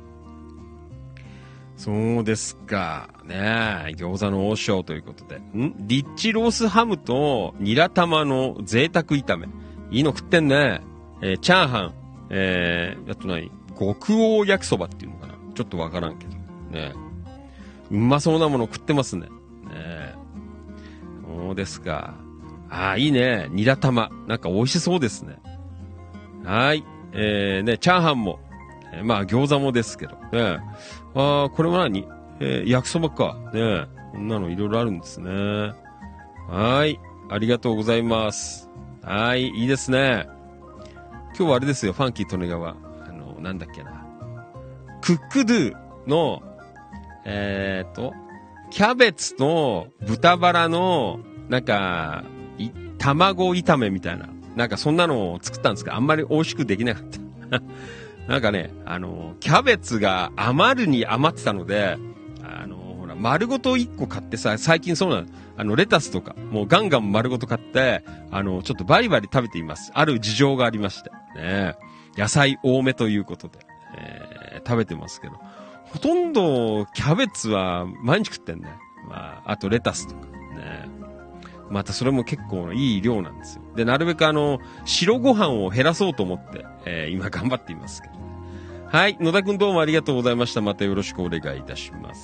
そうですか。ねえ、餃子の王将ということで。んリッチロースハムとニラ玉の贅沢炒め。いいの食ってんね。えー、チャーハン。えー、あと何極王焼きそばっていうのかなちょっとわからんけど。ねうまそうなもの食ってますね。ねえ。そうですか。ああ、いいね。ニラ玉。なんか美味しそうですね。はい。えー、ね、チャーハンも。えー、まあ、餃子もですけど。ねああ、これは何えー、焼きそばか。ねこんなのいろいろあるんですね。はい。ありがとうございます。はい。いいですね。今日はあれですよ。ファンキー利根川。あの、なんだっけな。クックドゥの、えーと、キャベツと豚バラの、なんか、い、卵炒めみたいな。なんかそんなのを作ったんですけど、あんまり美味しくできなかった。なんかね、あの、キャベツが余るに余ってたので、あの、ほら、丸ごといっこ買ってさ、最近そうなの、あの、レタスとか、もうガンガン丸ごと買って、あの、ちょっとバリバリ食べています。ある事情がありまして、ね。野菜多めということで、えー、食べてますけど、ほとんどキャベツは毎日食ってんね。まあ、あとレタスとか、ね。またそれも結構いい量なんですよ。で、なるべくあの、白ご飯を減らそうと思って、えー、今頑張っていますけど。はい。野田くんどうもありがとうございました。またよろしくお願いいたします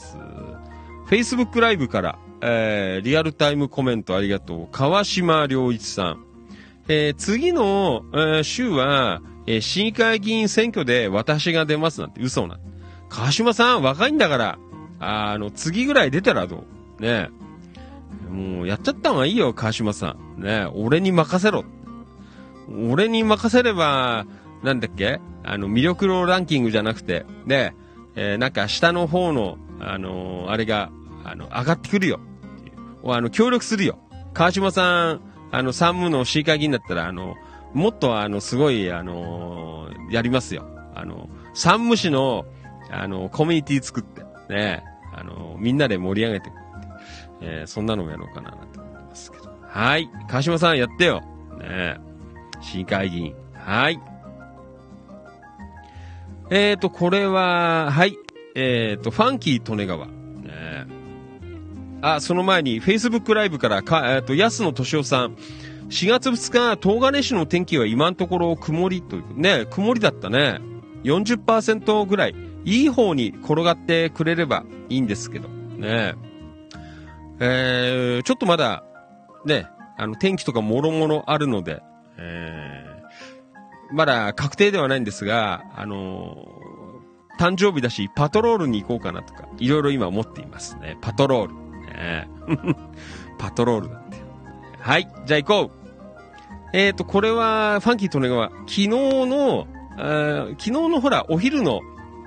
。Facebook ライブから、えー、リアルタイムコメントありがとう。川島良一さん。えー、次の、えー、週は、えー、市議会議員選挙で私が出ますなんて嘘なんて。川島さん若いんだから、あ, あの、次ぐらい出たらどうねもうやっちゃった方がいいよ、川島さん。ね俺に任せろ。俺に任せれば、なんだっけあの、魅力度ランキングじゃなくて、で、えー、なんか下の方の、あのー、あれが、あの、上がってくるよ。あの、協力するよ。川島さん、あの、山武の市議会議員だったら、あの、もっとあの、すごい、あのー、やりますよ。あの、 山武市の、あの、コミュニティ作って、ね、あの、みんなで盛り上げていくっていう、えー、そんなのもやろうかなと思ってますけど。はい。川島さんやってよ。ね、市議会議員。はい。えーと、これは、はい。えーと、ファンキー利根川。ね、あ、その前に、Facebook ライブからか、えーと、安野敏夫さん。しがつふつか、東金市の天気は今のところ曇りという。ね、曇りだったね。よんじゅっパーセント ぐらい。いい方に転がってくれればいいんですけど。ね。えー、ちょっとまだ、ね、あの、天気とかもろもろあるので、えー、まだ確定ではないんですが、あのー、誕生日だし、パトロールに行こうかなとか、いろいろ今思っていますね。パトロール。ね、パトロールだって。はい、じゃあ行こう。えーと、これは、ファンキー利根川。昨日の、あ昨日のほら、お昼の、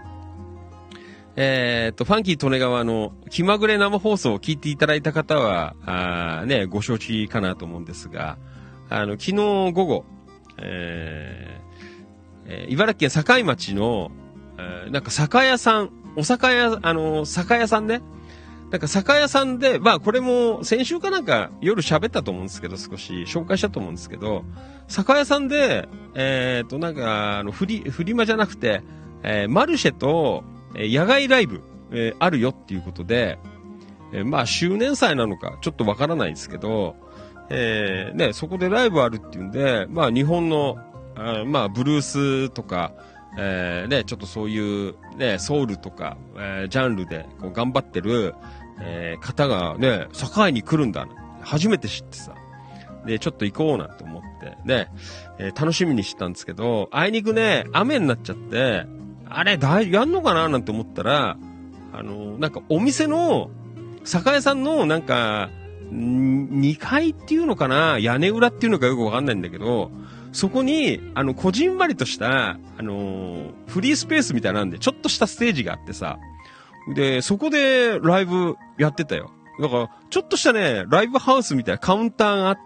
えーと、ファンキー利根川の気まぐれ生放送を聞いていただいた方は、あね、ご承知かなと思うんですが、あの、昨日午後、えーえー、茨城県境町の、えー、なんか酒屋さん、お酒屋、あの、酒屋さんね、なんか酒屋さんで、まあこれも先週かなんか夜喋ったと思うんですけど、少し紹介したと思うんですけど、酒屋さんで、えーと、なんか、あの、フリ、フリマじゃなくて、えー、マルシェと、えー、野外ライブ、えー、あるよっていうことで、えー、まあ周年祭なのかちょっとわからないですけど、えー、ね、そこでライブあるっていうんで、まあ日本の、あまあブルースとか、えー、ね、ちょっとそういう、ね、ソウルとか、えー、ジャンルでこう頑張ってる、えー、方がね、堺に来るんだ。初めて知ってさ。で、ちょっと行こうなんて思って、ね、えー、楽しみにしてたんですけど、あいにくね、雨になっちゃって、あれ、だい、やんのかななんて思ったら、あの、なんかお店の、酒屋さんの、なんか、にかいっていうのかな、屋根裏っていうのかよくわかんないんだけど、そこに、あの、こじんまりとした、あのー、フリースペースみたいなんで、ちょっとしたステージがあってさ、で、そこでライブやってたよ。だから、ちょっとしたね、ライブハウスみたいなカウンターがあって、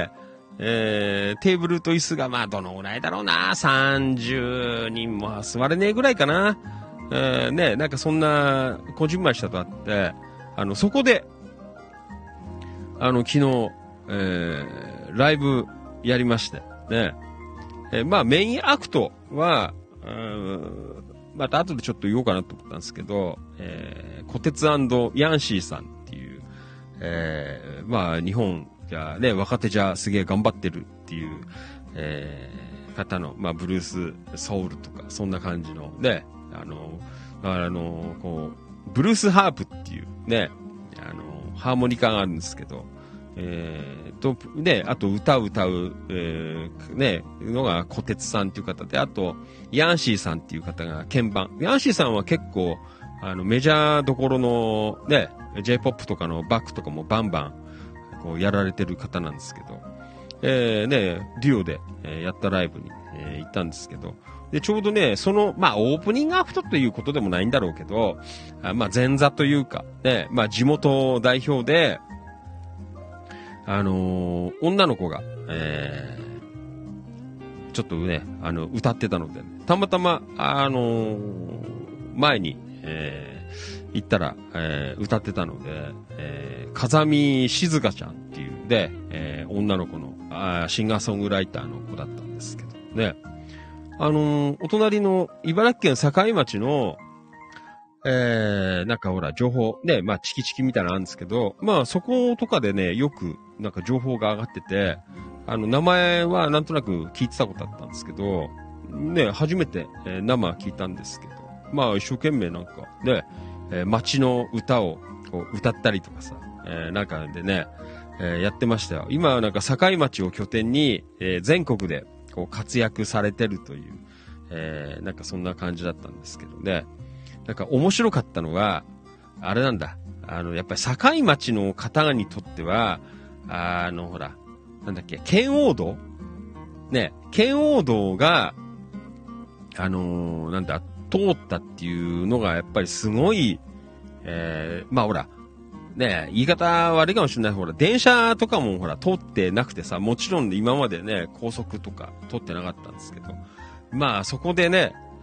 えー、テーブルと椅子が、まあ、どのぐらいだろうな、さんじゅうにんも座れねえぐらいかな。えー、ね、なんかそんな、こじんまりしたとあって、あの、そこで、あの、昨日、えー、ライブやりまして、ね。えー、まあ、メインアクトは、うーん、また後でちょっと言おうかなと思ったんですけど、えー、コテツ&ヤンシーさんっていう、えー、まあ、日本じゃね、若手じゃすげえ頑張ってるっていう、えー、方の、まあ、ブルース、ソウルとか、そんな感じの、ね、あの、あの、こう、ブルースハープっていうね、あの、ハーモニカがあるんですけど、えー、と、ね、あと歌を歌う、えー、ね、のが小鉄さんっていう方で、あと、ヤンシーさんっていう方が鍵盤。ヤンシーさんは結構、あの、メジャーどころの、ね、J-ポップ とかのバックとかもバンバン、こう、やられてる方なんですけど、えー、ね、デュオで、えー、やったライブに、えー、行ったんですけど、で、ちょうどね、その、まあ、オープニングアクトということでもないんだろうけど、あまあ、前座というか、ね、まあ、地元代表で、あのー、女の子が、えー、ちょっとね、あの、歌ってたので、たまたま、あのー、前に、えー、行ったら、えー、歌ってたので、えー、風見静香ちゃんっていうで、えー、女の子のあ、シンガーソングライターの子だったんですけど、ね。あのー、お隣の茨城県境町の、えー、なんかほら、情報、ね、まあ、チキチキみたいなのあるんですけど、まあ、そことかでね、よく、なんか情報が上がってて、あの、名前はなんとなく聞いてたことあったんですけど、ね、初めて、えー、生聞いたんですけど、まあ、一生懸命なんか、ね、えー、街の歌を、こう、歌ったりとかさ、えー、なんかでね、えー、やってましたよ。今はなんか境町を拠点に、えー、全国で、こう、活躍されてるという、えー、なんかそんな感じだったんですけどね。なんか面白かったのは、あれなんだ。あの、やっぱり境町の方にとっては、あの、ほら、なんだっけ、圏央道ね、圏央道が、あのー、なんだ、通ったっていうのがやっぱりすごい、えー、まあほら、ね、言い方悪いかもしれない。ほら、電車とかもほら、通ってなくてさ、もちろん今までね、高速とか通ってなかったんですけど、まあそこでね、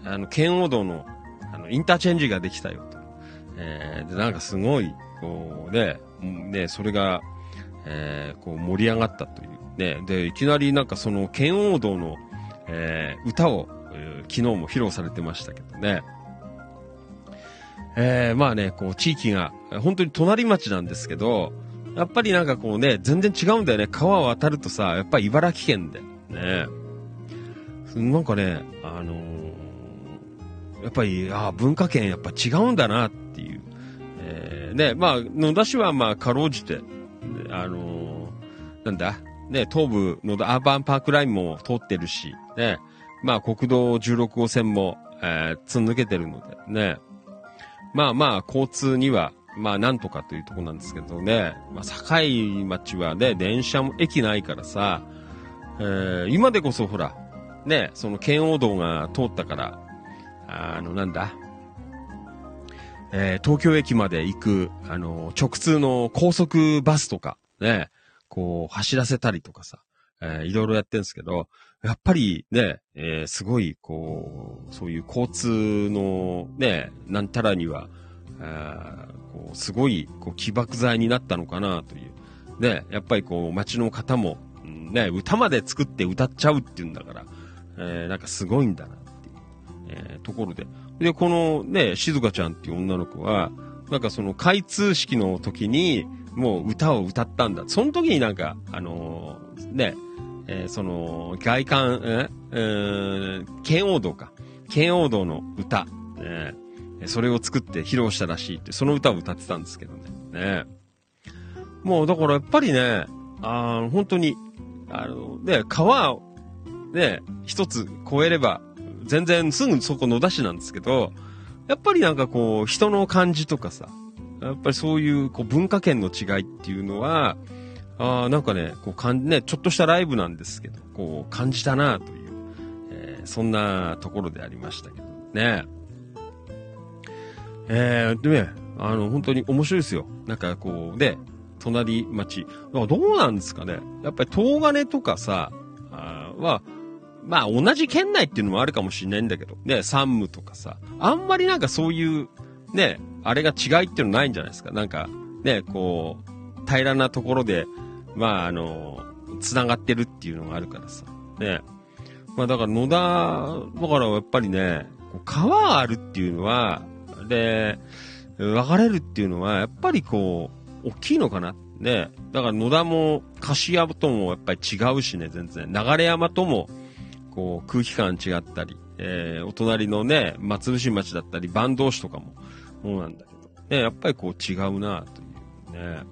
あの、圏央道の、あの、インターチェンジができたよと。えー、で、なんかすごい、こう、ね、ね、それが、えー、こう盛り上がったという。ね、で、いきなりなんかその、圏央道の、えー、歌を、えー、昨日も披露されてましたけどね。えー、まあね、こう、地域が、本当に隣町なんですけど、やっぱりなんかこうね、全然違うんだよね。川を渡るとさ、やっぱり茨城県で。ね。なんかね、あのー、やっぱり、ああ、文化圏やっぱ違うんだなっていう。えー、ね、まあ、野田市はまあ、かろうじて、あのー、なんだ、ね、東部のアーバンパークラインも通ってるし、ね、まあ、国道じゅうろくごうせんも、えー、突抜けてるので、ね。まあまあ、交通には、まあ、なんとかというところなんですけどね。まあ、境町はね、電車も駅ないからさ、えー、今でこそほら、ね、その圏央道が通ったから、あの、なんだ、えー、東京駅まで行く、あの、直通の高速バスとか、ね、こう、走らせたりとかさ、えー、いろいろやってるんですけど、やっぱりね、えー、すごい、こう、そういう交通のね、なんたらには、あこうすごい、こう、起爆剤になったのかなという。ね、やっぱりこう、街の方も、うん、ね、歌まで作って歌っちゃうっていうんだから、えー、なんかすごいんだなっていう、えー、ところで。で、このね、静香ちゃんっていう女の子は、なんかその開通式の時に、もう歌を歌ったんだ。その時になんか、あのー、ね、えー、その、外観、ええー、圏央道か。圏央道の歌、えー、それを作って披露したらしいって、その歌を歌ってたんですけどね。ね。もうだからやっぱりね、あ本当に、あの、ね、川を、ね、一つ越えれば、全然すぐそこ野田市なんですけど、やっぱりなんかこう、人の感じとかさ、やっぱりそういうこう文化圏の違いっていうのは、あなんかね、こうかん、ね、ちょっとしたライブなんですけど、こう感じたなという、えー、そんなところでありましたけどね。えー、でね、あの、本当に面白いですよ。なんかこう、で、隣町。どうなんですかね。やっぱり東金とかさ、あは、まあ同じ県内っていうのもあるかもしれないんだけど、ね、山武とかさ、あんまりなんかそういう、ね、あれが違いっていうのないんじゃないですか。なんか、ね、こう、平らなところで、まああの、繋がってるっていうのがあるからさ、ね。まあだから野田、だからやっぱりね、川があるっていうのは、で、分かれるっていうのは、やっぱりこう、大きいのかな。ね。だから野田も、柏山ともやっぱり違うしね、全然。流山とも、こう、空気感違ったり、えー、お隣のね、松伏町だったり、坂東市とかも、そうなんだけど、ね、やっぱりこう違うなというね。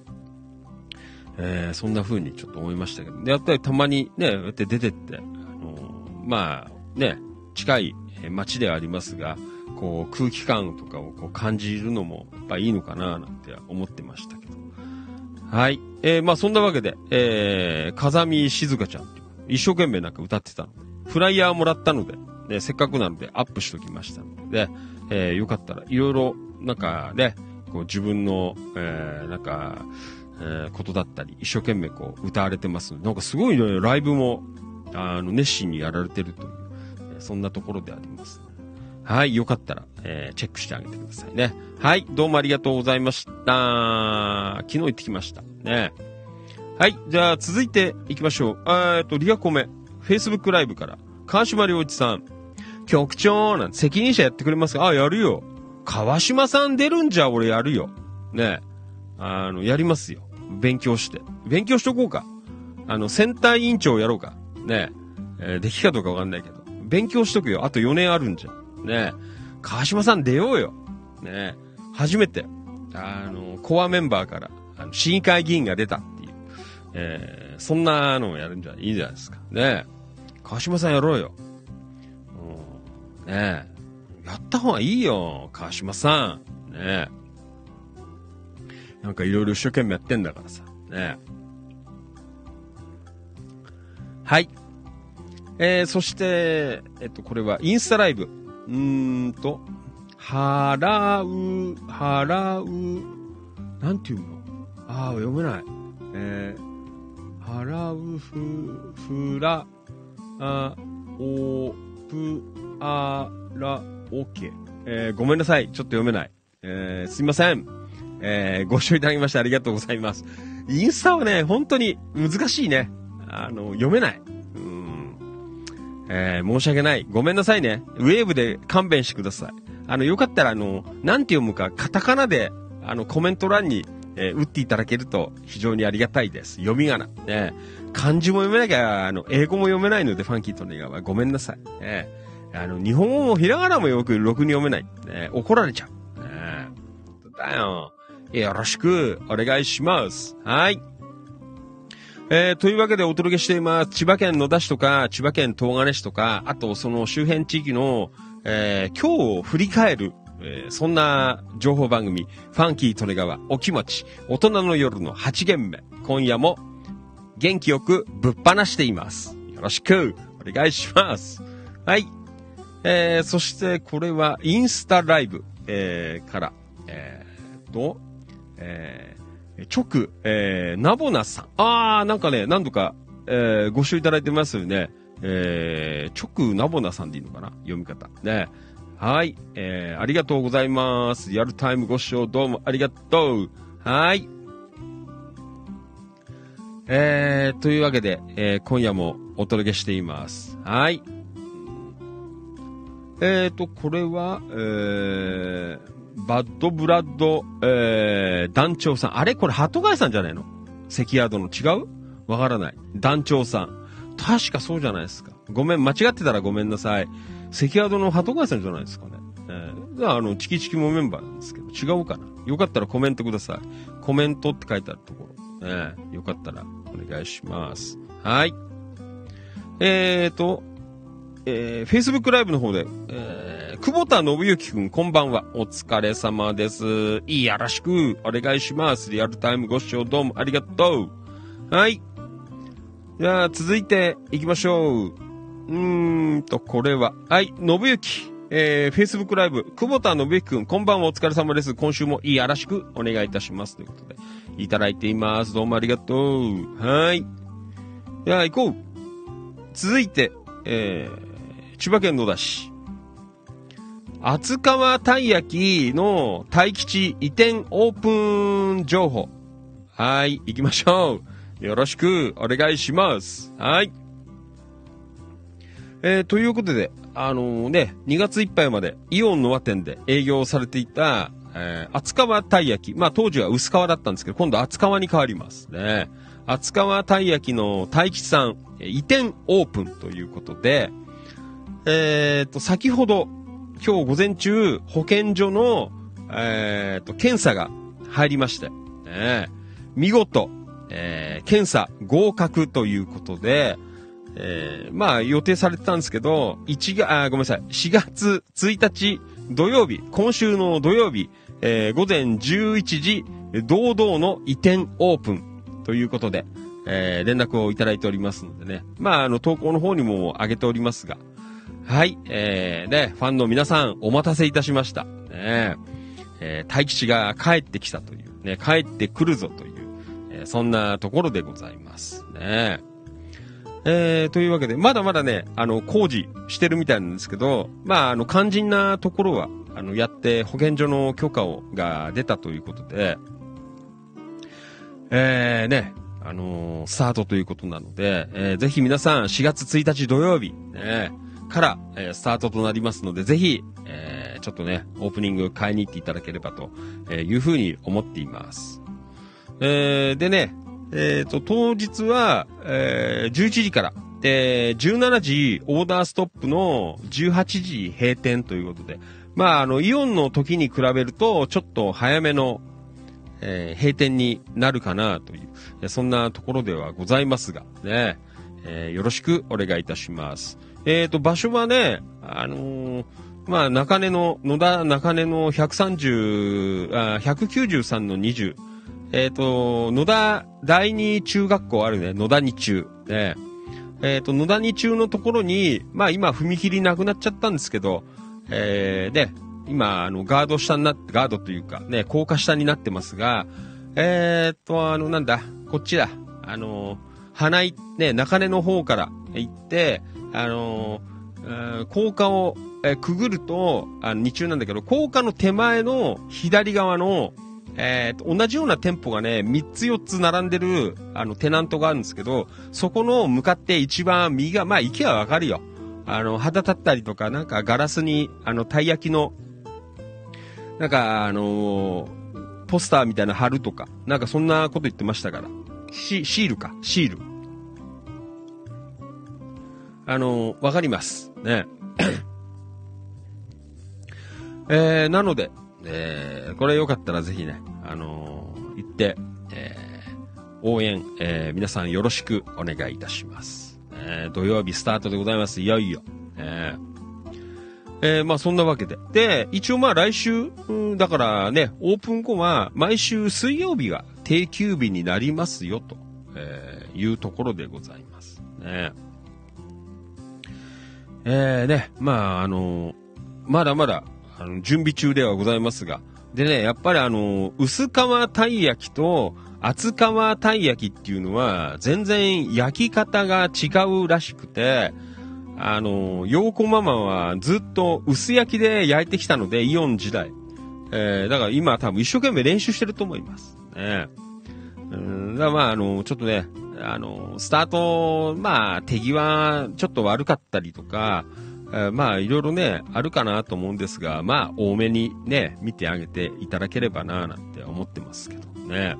えー、そんな風にちょっと思いましたけど。で、やっぱりたまにね、やって出てって、あのー、まあ、ね、近い町ではありますが、こう、空気感とかをこう感じるのも、やっぱいいのかななんて思ってましたけど。はい。えー、まあそんなわけで、えー、風見静香ちゃん、一生懸命なんか歌ってたので、フライヤーもらったので、ね、せっかくなのでアップしときましたので、えー、よかったらいろいろ、なんかね、こう自分の、えー、なんか、えー、ことだったり、一生懸命こう歌われてますので、なんかすごいね、ライブも、あの、熱心にやられてるという、えー、そんなところであります、ね。はい、よかったら、えー、チェックしてあげてくださいね。はい、どうもありがとうございました。昨日行ってきました。ね。はい、じゃあ続いて行きましょう。えっと、リアコメ、Facebook ライブから、川島良一さん、局長なんて責任者やってくれますか？あ、やるよ。川島さん出るんじゃ俺やるよ。ね。あの、やりますよ。勉強して。勉強しとこうか。あの、センター委員長やろうか。ね。えー、できかどうかわかんないけど。勉強しとくよ。あとよねんあるんじゃん。ね。川島さん出ようよ。ね。初めて、あの、コアメンバーから、あの、市議会議員が出たっていう、えー、そんなのをやるんじゃいいじゃないですか。ね。川島さんやろうよ。うん、ね。やった方がいいよ。川島さん。ね。なんかいろいろ一生懸命やってんだからさ。ね。はい。えー、そして、えっと、これはインスタライブ。うーんと、払う、払う、なんていうの？ああ、読めない。えー、払う、ふ、ふら、あ、お、ぷ、あ、 ラオケ。えー、ごめんなさい。ちょっと読めない。えー、すいません。えー、ご視聴いただきましてありがとうございます。インスタはね、本当に難しいね。あの、読めない。うん。えー、申し訳ない。ごめんなさいね。ウェーブで勘弁してください。あの、よかったら、あの、なんて読むか、カタカナで、あの、コメント欄に、えー、打っていただけると非常にありがたいです。読み仮名。ね、漢字も読めなきゃ、あの、英語も読めないので、ファンキーとの映画はごめんなさい。ね、あの、日本語もひらがなもよくろくに読めない。ね、怒られちゃう。ね、だよ。よろしくお願いします。はい。えー、というわけでお届けしています。千葉県野田市とか、千葉県東金市とか、あとその周辺地域の、えー、今日を振り返る、えー、そんな情報番組、ファンキー利根川お気持ち、大人の夜のはち限目。今夜も元気よくぶっ放しています。よろしくお願いします。はい。えー、そしてこれはインスタライブ、えー、から、えー、と、えー、直、えー、ナボナさん。あー、なんかね、何度か、えー、ご視聴いただいてますよね。えー、直ナボナさんでいいのかな読み方。ね。はい。えー、ありがとうございます。リアルタイムご視聴どうもありがとう。はい。えー、というわけで、えー、今夜もお届けしています。はい。えーと、これは、えー、バッドブラッド、えー、団長さん。あれこれ、鳩貝さんじゃないの？関宿の違う？わからない。団長さん。確かそうじゃないですか。ごめん、間違ってたらごめんなさい。関宿の鳩貝さんじゃないですかね。えー、あの、チキチキもメンバーなんですけど、違うかな。よかったらコメントください。コメントって書いてあるところ。えー、よかったらお願いします。はい。えーと、えー、Facebook ライブの方で、えー、久保田信之くん、こんばんは。お疲れ様です。いやらしくお願いします。リアルタイムご視聴どうもありがとう。はい。じゃあ、続いて行きましょう。うーんと、これは、はい、信之、えー、Facebook ライブ、久保田信之くん、こんばんは。お疲れ様です。今週もいやらしくお願いいたします。ということで、いただいています。どうもありがとう。はい。じゃあ、行こう。続いて、えー、千葉県野田市。厚川たい焼きの大吉移転オープン情報。はい、行きましょう。よろしくお願いします。はい。えー、ということで、あのー、ね、にがついっぱいまでイオンの和店で営業されていた、えー、厚川たい焼き。まあ当時は薄皮だったんですけど、今度厚皮に変わりますね。厚川たい焼きの大吉さん、移転オープンということで、えっと、先ほど、今日午前中、保健所の、えっと、検査が入りまして、ね、見事、えー、検査合格ということで、えー、まあ予定されてたんですけど、1が、あ、ごめんなさい、しがつついたち土曜日、今週の土曜日、えー、午前じゅういちじ、堂々の移転オープンということで、えー、連絡をいただいておりますのでね、まああの投稿の方にも上げておりますが、はい、えー、ね、ファンの皆さん、お待たせいたしました。ね、えー、大吉が帰ってきたという、ね、帰ってくるぞという、えー、そんなところでございますね。えー、というわけで、まだまだね、あの、工事してるみたいなんですけど、まあ、あの、肝心なところは、あの、やって、保健所の許可を、が出たということで、えー、ね、あのー、スタートということなので、えー、ぜひ皆さん、しがつついたち土曜日、ね、から、えー、スタートとなりますので、ぜひ、えー、ちょっとね、オープニング買いに行っていただければというふうに思っています。えー、でね、えっと、当日は、えー、じゅういちじから、で、じゅうしちじオーダーストップのじゅうはちじ閉店ということで、まあ、あの、イオンの時に比べると、ちょっと早めの、えー、閉店になるかなという、そんなところではございますが、ね、えー、よろしくお願いいたします。えっと、場所はね、あのー、まあ、中根の、野田中根のひゃくさんじゅう、あ、ひゃくきゅうじゅうさんのにじゅう、えっと、野田第二中学校あるね、野田二中。ね、えっと、野田二中のところに、まあ今踏切なくなっちゃったんですけど、えー、で、今、あの、ガード下になって、ガードというか、ね、高架下になってますが、えっと、あの、なんだ、こっちだ、あの、花井、ね、中根の方から行って、あの、 えー、高架を、えー、くぐると、あの、日中なんだけど、高架の手前の左側の、えーと、同じような店舗がね、みっつよっつ並んでる、あの、テナントがあるんですけど、そこの向かって一番右が、まあ、行けばわかるよ。あの、旗立ったりとか、なんかガラスに、あの、たい焼きの、なんか、あのー、ポスターみたいな貼るとか、なんかそんなこと言ってましたから。シ、シールか、シール。あのー、わかります。ね。えー、なので、えー、これよかったらぜひね、あのー、行って、えー、応援、えー、皆さんよろしくお願いいたします。えー、土曜日スタートでございます。いよいよ。えーえー、まあそんなわけで。で、一応まあ来週、うん、だからね、オープン後は毎週水曜日が定休日になりますよ、と、えー、いうところでございますね。えー、ね、まああのー、まだまだ、あの、準備中ではございますが。でね、やっぱりあの、薄皮たい焼きと厚皮たい焼きっていうのは、全然焼き方が違うらしくて、あの、陽子ママはずっと薄焼きで焼いてきたので、イオン時代。えー、だから今多分一生懸命練習してると思います。ね。うん、だからまああの、ちょっとね、あの、スタート、まあ手際ちょっと悪かったりとか、えー、まあいろいろね、あるかなと思うんですが、まあ多めにね、見てあげていただければな、なんて思ってますけどね。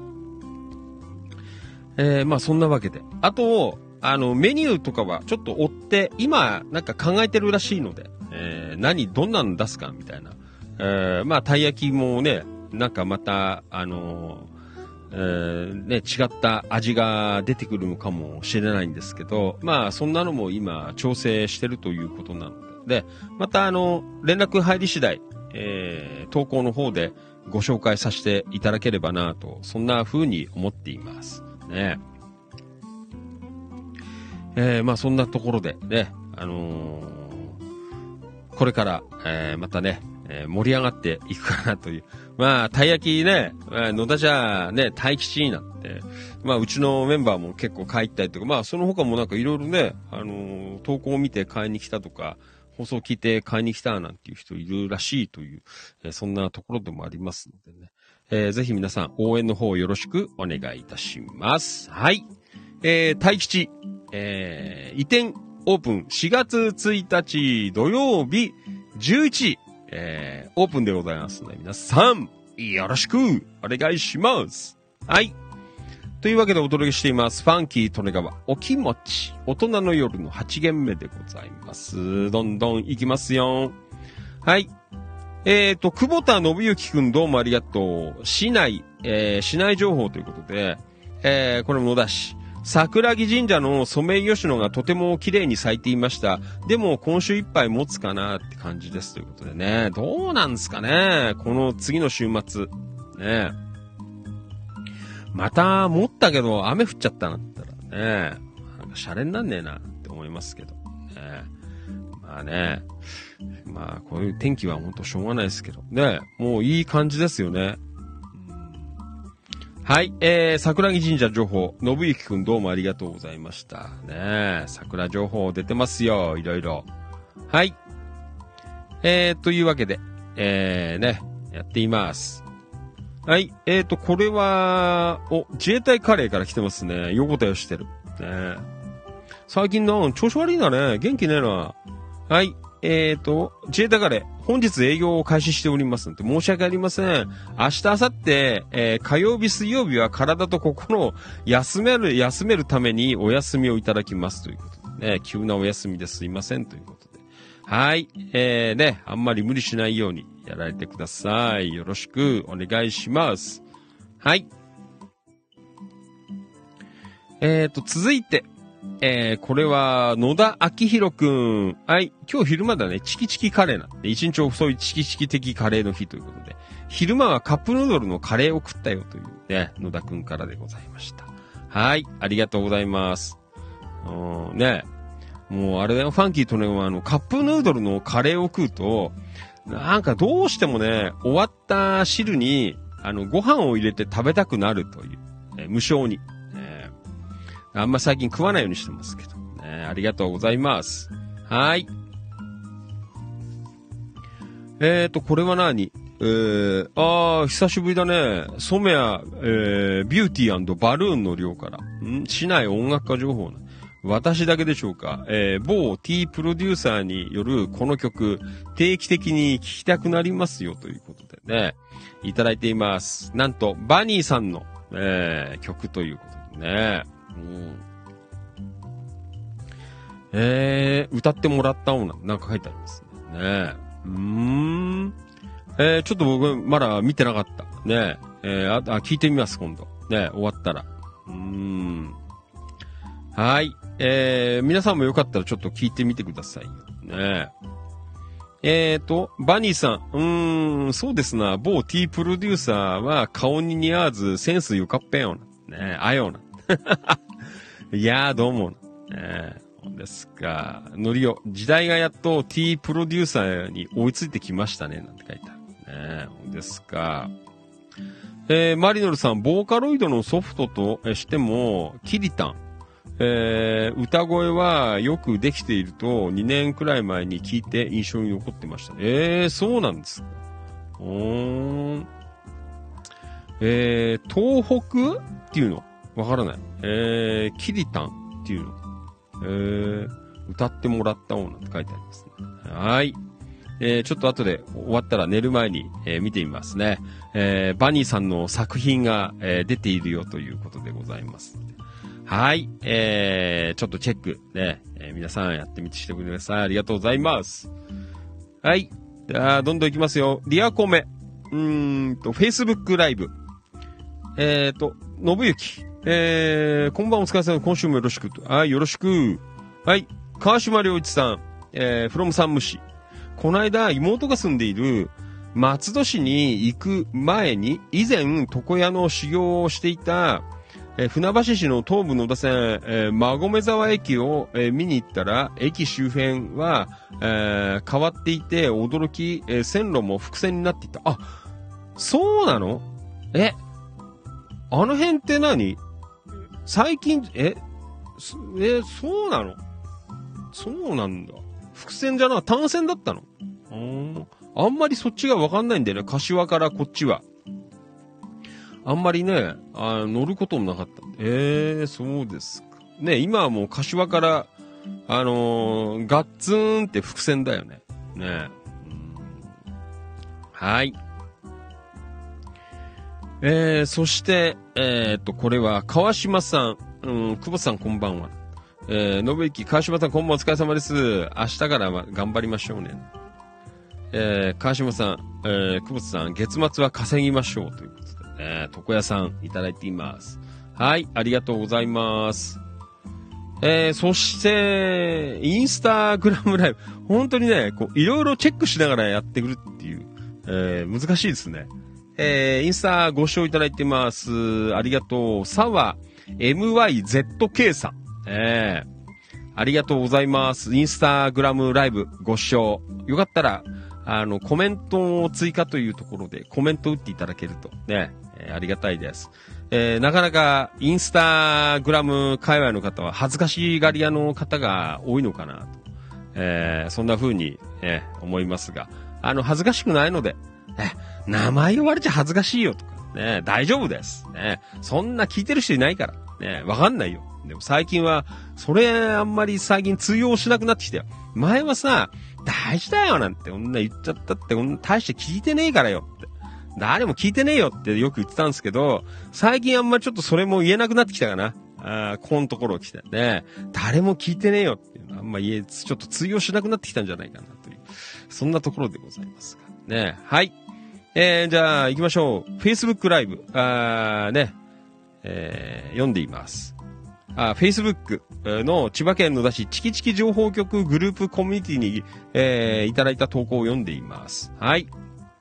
えー、まあそんなわけで。あと、あの、メニューとかはちょっと追って、今なんか考えてるらしいので、えー、何、どんなの出すかみたいな。えー、まあたい焼きもね、なんかまた、あのー、えー、ね、違った味が出てくるのかもしれないんですけど、まあそんなのも今調整してるということなので、で、またあの、連絡入り次第、えー、投稿の方でご紹介させていただければなと、そんな風に思っていますね。えー、まあそんなところでね、あのー、これから、えー、またね、えー、盛り上がっていくかなという。まあ、たい焼きね、野田じゃね、大吉になって、まあ、うちのメンバーも結構買いたいとか、まあ、その他もなんかいろいろね、あのー、投稿を見て買いに来たとか、放送を聞いて買いに来たなんていう人いるらしいという、えー、そんなところでもありますのでね。えー、ぜひ皆さん応援の方よろしくお願いいたします。はい。えー、大吉、えー、移転オープンしがつついたち土曜日じゅういちじ、えー、オープンでございますので、皆さん、よろしくお願いします。はい。というわけでお届けしています。ファンキー利根川お気持ち。大人の夜のはち限目でございます。どんどん行きますよ。はい。えーと、久保田信之くんどうもありがとう。市内、えー、市内情報ということで、えー、これも野田市。桜木神社のソメイヨシノがとても綺麗に咲いていました。でも今週いっぱい持つかなって感じですということでね。どうなんですかね。この次の週末。ね。また持ったけど雨降っちゃったなったらね。なんかシャレになんねえなって思いますけど。ね。まあね。まあこういう天気はほんとしょうがないですけど。ね。もういい感じですよね。はい。えー、桜木神社情報、信之くんどうもありがとうございました。ねえ、桜情報出てますよ、いろいろ。はい。えー、というわけで、えー、ね、やっています。はい。えーと、これは、お、自衛隊カレーから来てますね。横田よしてる。ね最近の調子悪いんだね。元気ねえな。はい。えーと、自衛隊カレー、本日営業を開始しておりますので、申し訳ありません。明日、明後日、えー、火曜日、水曜日は体と心を休める、休めるためにお休みをいただきますということでね、急なお休みですいませんということで。はい。えー、ね、あんまり無理しないようにやられてください。よろしくお願いします。はい。えーと、続いて、えー、これは、野田明宏くん。はい。今日昼間だね、チキチキカレーなんで、一日遅いチキチキ的カレーの日ということで、昼間はカップヌードルのカレーを食ったよというね、野田くんからでございました。はい。ありがとうございます。うんね。もうあれだよ、ファンキーとね、あの、カップヌードルのカレーを食うと、なんかどうしてもね、終わった汁に、あの、ご飯を入れて食べたくなるという、えー、無性に。あんま最近食わないようにしてますけど、ね。ありがとうございます。 はい。えーと、これは何？えー、あー、久しぶりだね。染谷、えー、ビューティー&バルーンの寮から。ん市内音楽家情報な。私だけでしょうか。えー、某 T プロデューサーによるこの曲、定期的に聴きたくなりますよということでね、いただいています。なんと、バニーさんの、えー、曲ということでね。うん、えー、歌ってもらったものなんか書いてありますね。うーん。えー、ちょっと僕、まだ見てなかった。ねえー、あ、あ、聞いてみます、今度。ね終わったら。うーん。はい。えー、皆さんもよかったらちょっと聞いてみてくださいよ。ねえーと、バニーさん。うーん、そうですな。某 T プロデューサーは顔に似合わずセンスよかっぺんよな。ねえ、あよな。いやー、どうもな。ねえ。ですか。ノリオ、時代がやっと T プロデューサーに追いついてきましたね、なんて書いてある。ねえ、ですか。えー、マリノルさん、ボーカロイドのソフトとしても、キリタン。えー、歌声はよくできているとにねんくらい前に聞いて印象に残ってました。えー、そうなんですか。うーん。えー、東北っていうのわからない。えー、キリタンっていうの。えー、歌ってもらったものって書いてありますね。はい。えー、ちょっと後で終わったら寝る前に、えー、見てみますね。えー、バニーさんの作品が、えー、出ているよということでございます。はい。えー、ちょっとチェックね、えー、皆さんやってみてしてください。ありがとうございます。はい。じゃあ、どんどんいきますよ。リアコメ。うーんと、Facebook ライブ。えーと、信行。えー、こんばんお疲れ様。今週もよろしく。はい、よろしく。はい。川島良一さん。えー、from 山武市。この間、妹が住んでいる松戸市に行く前に、以前、床屋の修行をしていた、えー、船橋市の東武野田線、えー、馬込沢駅を、えー、見に行ったら、駅周辺は、えー、変わっていて、驚き、えー、線路も複線になっていた。あ、そうなの？え、あの辺って何？最近、え、え、そうなの？そうなんだ。複線じゃな、単線だったの？うーん。あんまりそっちがわかんないんだよね。柏からこっちは。あんまりね、あ乗ることもなかった。えー、そうですか。ね、今はもう柏から、あのー、ガッツーンって伏線だよね。ね。はい。えー、そして、えー、っと、これは、川島さん。うん、久保さんこんばんは。えー、信行、川島さんこんばんお疲れ様です。明日から頑張りましょうね。えー、川島さん、えー、久保さん、月末は稼ぎましょうということで。えー、床屋さんいただいています。はい、ありがとうございます。えー、そして、インスタグラムライブ。本当にね、こう、いろいろチェックしながらやってくるっていう、えー、難しいですね。えー、インスタご視聴いただいてます。ありがとう。さわ、エムワイゼットケー さん。えー、ありがとうございます。インスタグラムライブご視聴。よかったら、あの、コメントを追加というところでコメント打っていただけるとね、えー、ありがたいです。えー、なかなかインスタグラム界隈の方は恥ずかしがり屋の方が多いのかなと、えー、そんな風に、えー、思いますが、あの、恥ずかしくないので、え、名前言われちゃ恥ずかしいよとか、ね、大丈夫です。ね、そんな聞いてる人いないから、ね、わかんないよ。でも最近は、それあんまり最近通用しなくなってきたよ。前はさ、大事だよなんて女言っちゃったって、大して聞いてねえからよって。誰も聞いてねえよってよく言ってたんですけど、最近あんまりちょっとそれも言えなくなってきたかな。あここのところ来てね。誰も聞いてねえよっていうのはあんま言え、ちょっと通用しなくなってきたんじゃないかなという。そんなところでございますが。ね。はい。えー、じゃあ行きましょう。Facebook ライブ。あーね。えー、読んでいます。あ、Facebook の千葉県野田市チキチキ情報局グループコミュニティに、えー、いただいた投稿を読んでいます。はい。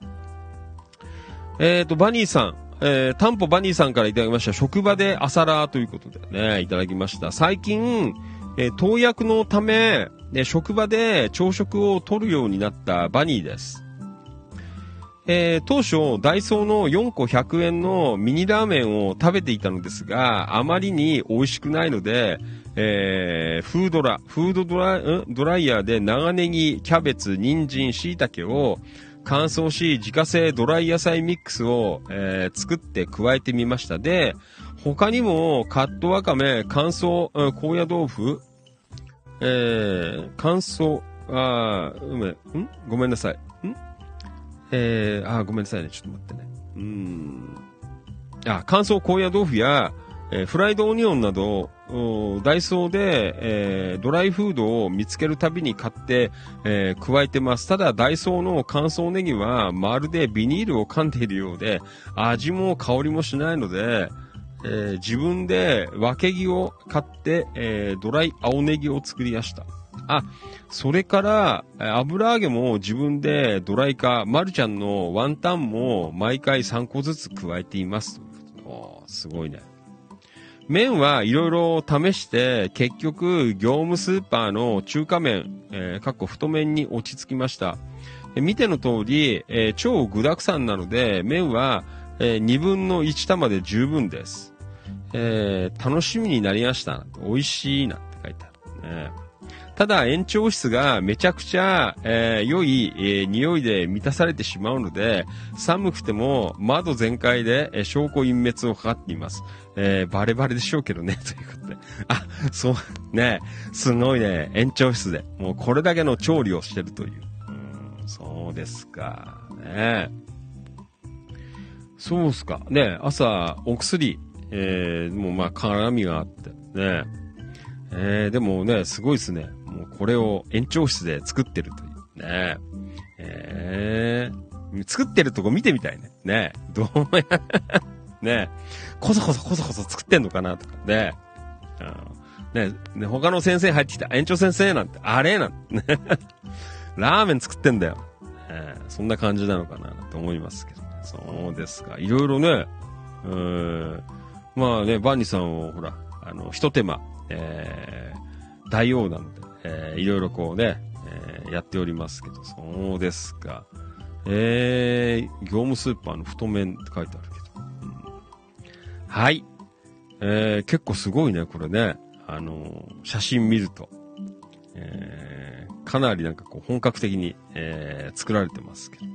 えっと、バニーさん、えー、タンポバニーさんからいただきました。職場で朝ラーということでね、いただきました。最近、えー、投薬のため、ね、職場で朝食を取るようになったバニーです。 えー、当初、ダイソーのよんこひゃくえんのミニラーメンを食べていたのですが、あまりに美味しくないので、えー、フードラ、フードドライ、んドライヤーで長ネギ、キャベツ、人参、椎茸を乾燥し、自家製ドライ野菜ミックスを、えー、作って加えてみました。で、他にもカットワカメ、乾燥、うん、高野豆腐、えー、乾燥、あー、うめ、んごめんなさい。んえー、あー、ごめんなさいね。ちょっと待ってね。うーん。あ、乾燥高野豆腐や、えー、フライドオニオンなど、ダイソーで、えー、ドライフードを見つけるたびに買って、えー、加えてます。ただダイソーの乾燥ネギはまるでビニールを噛んでいるようで、味も香りもしないので、えー、自分で分け木を買って、えー、ドライ青ネギを作りました。あ、それから、油揚げも自分でドライ化、マルちゃんのワンタンも毎回さんこずつ加えています。おー、すごいね。麺はいろいろ試して、結局、業務スーパーの中華麺、えー、かっこ太麺に落ち着きました。え見ての通り、えー、超具沢山なので、麺は、えー、にぶんのいち玉で十分です。えー、楽しみになりました。美味しいなって書いてある。ね、ただ、延長室がめちゃくちゃ、えー、良い、えー、匂いで満たされてしまうので、寒くても窓全開で、えー、証拠隠滅をかかっています。えー、バレバレでしょうけどね、ということで。あ、そう、ね、すごいね、延長室で。もうこれだけの調理をしてるという。うん、そうですか。ね。そうっすか。ね、朝、お薬、えー、もうまあ、絡みがあって、ね。えー、でもね、すごいですね。もうこれを延長室で作ってるというね。えー、作ってるとこ見てみたいね。ね。どうや、ね。こそこそこそこそ作ってんのかなとかね。うん、ね、ね、他の先生入ってきた園長先生なんて、あれなんてね。ラーメン作ってんだよ。えー、そんな感じなのかなと思いますけどね。そうですか。いろいろね、うーん、まあね、バンニさんをほら、あの、一手間、えー、大王なので、えー、いろいろこうね、えー、やっておりますけど、そうですか。えー、業務スーパーの太麺って書いてあるけど。うん、はい。えー、結構すごいね、これね。あのー、写真見ると。えー、かなりなんかこう本格的に、えー、作られてますけどね。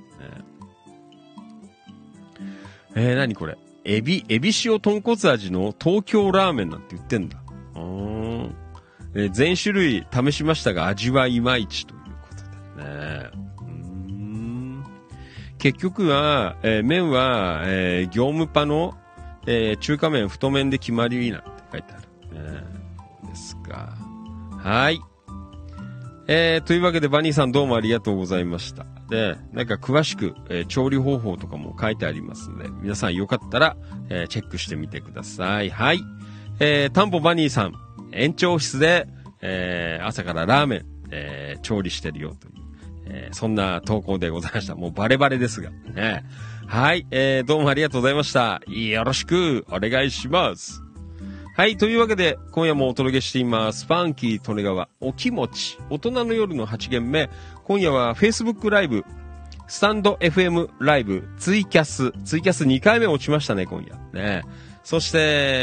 えー、何これ。エビ、エビ塩豚骨味の東京ラーメンなんて言ってんだ。うーん、えー、全種類試しましたが味はいまいちということでね。うーん、結局は、えー、麺は、えー、業務パの、えー、中華麺太麺で決まりなんて書いてある。ね、ですか。はい。えー、というわけでバニーさんどうもありがとうございました。で、なんか詳しく、えー、調理方法とかも書いてありますので、皆さんよかったら、えー、チェックしてみてください。はい。えー、タンポバニーさん、延長室で、えー、朝からラーメン、えー、調理してるよという、えー、そんな投稿でございました。もうバレバレですが。ね。はい。えー、どうもありがとうございました。よろしくお願いします。はい。というわけで、今夜もお届けしています。ファンキー利根川お気持ち。大人の夜のはち限目。今夜は Facebook ライブ、スタンド エフエム ライブ、ツイキャス。ツイキャスにかいめ落ちましたね、今夜。ね。そして、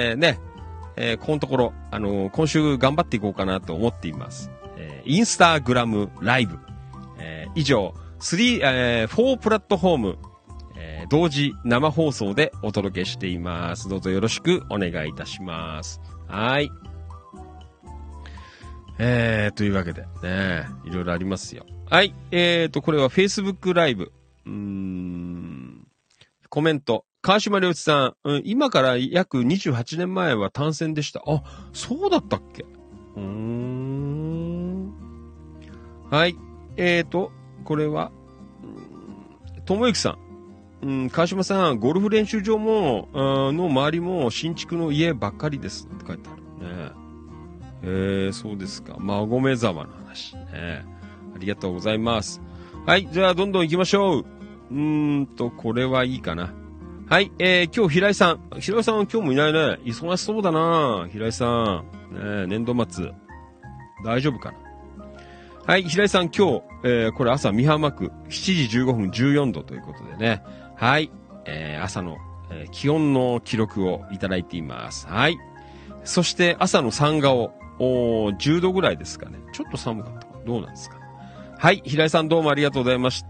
ね、えー、このところ、あのー、今週頑張っていこうかなと思っています。えー、インスタグラムライブ。えー、以上、さん、えー、よんプラットフォーム、同時生放送でお届けしています。どうぞよろしくお願いいたします。はい。えー、というわけでね、いろいろありますよ。はい。えーと、これは Facebook ライブ。うーん。コメント。川島良一さん、うん、今から約にじゅうはちねんまえは単線でした。あ、そうだったっけ？うーん。はい。えーと、これは、ともゆきさん。うん、川島さん、ゴルフ練習場も、の周りも新築の家ばっかりですって書いてあるね。えー、そうですか。馬込沢の話ね。ありがとうございます。はい、じゃあどんどん行きましょう。うーんと、これはいいかな。はい、えー、今日平井さん。平井さん今日もいないね。忙しそうだな平井さん。ね、年度末。大丈夫かな。 はい、平井さん今日、えー、これ朝美浜区しちじじゅうごふんじゅうよんどということでね。はい、えー、朝の、えー、気温の記録をいただいています。はい。そして朝の三顔、おじゅうどぐらいですかね。ちょっと寒かったかな。どうなんですか。はい、平井さんどうもありがとうございました。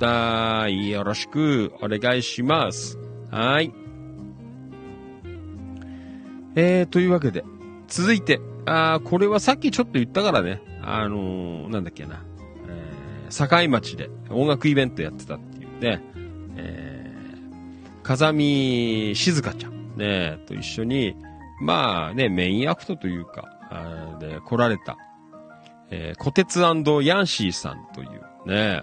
よろしくお願いします。はい。えー、というわけで、続いて、あー、これはさっきちょっと言ったからね、あのー、なんだっけな、えー、境町で音楽イベントやってたっていうね、えー、風見静香ちゃんね、と一緒に、まあね、メインアクトというか、あで来られた、えー、小鉄&ヤンシーさんというね、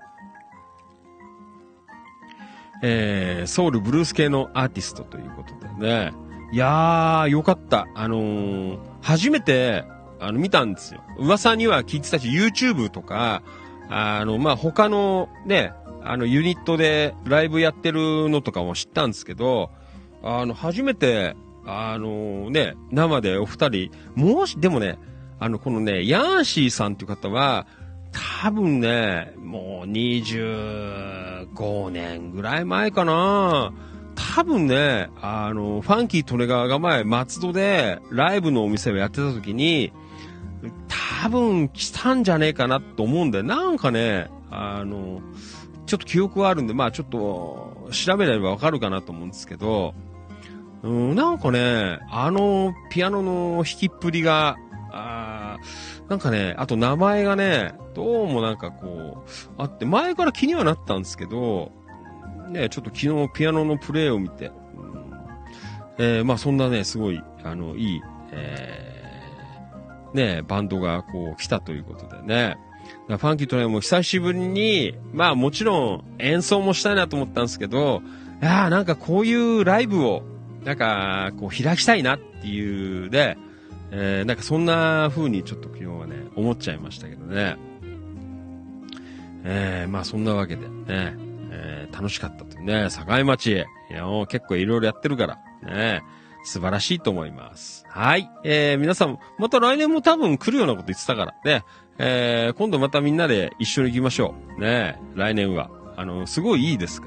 えー、ソウルブルース系のアーティストということでね、いやー、よかった。あのー、初めて、あの、見たんですよ。噂には聞いてたし、YouTube とか、あの、まあ、他のね、あの、ユニットでライブやってるのとかも知ったんですけど、あの、初めて、あのね、生でお二人、もし、でもね、あの、このね、ヤンシーさんっていう方は、多分ね、もうにじゅうごねんぐらい前かな。多分ね、あの、ファンキー・トネガーが前、松戸でライブのお店をやってた時に、多分来たんじゃねえかなと思うんで、なんかね、あの、ちょっと記憶はあるんで、まあちょっと調べればわかるかなと思うんですけど、うん、なんかね、あのピアノの弾きっぷりが、あなんかね、あと名前がね、どうもなんかこう、あって、前から気にはなったんですけど、ね、ちょっと昨日ピアノのプレイを見て、うんえー、まあそんなね、すごい、あの、いい、えー、ね、バンドがこう来たということでね。ファンキーとね、もう久しぶりに、まあもちろん演奏もしたいなと思ったんですけど、いやーなんかこういうライブを、なんかこう開きたいなっていうで、えー、なんかそんな風にちょっと昨日はね、思っちゃいましたけどね。えー、まあそんなわけでね、えー、楽しかったとね、境町、いやもう結構いろいろやってるから、ね、素晴らしいと思います。はい。えー、皆さん、また来年も多分来るようなこと言ってたから、ね、えー、今度またみんなで一緒に行きましょう。ね、来年は。あの、すごいいいですから。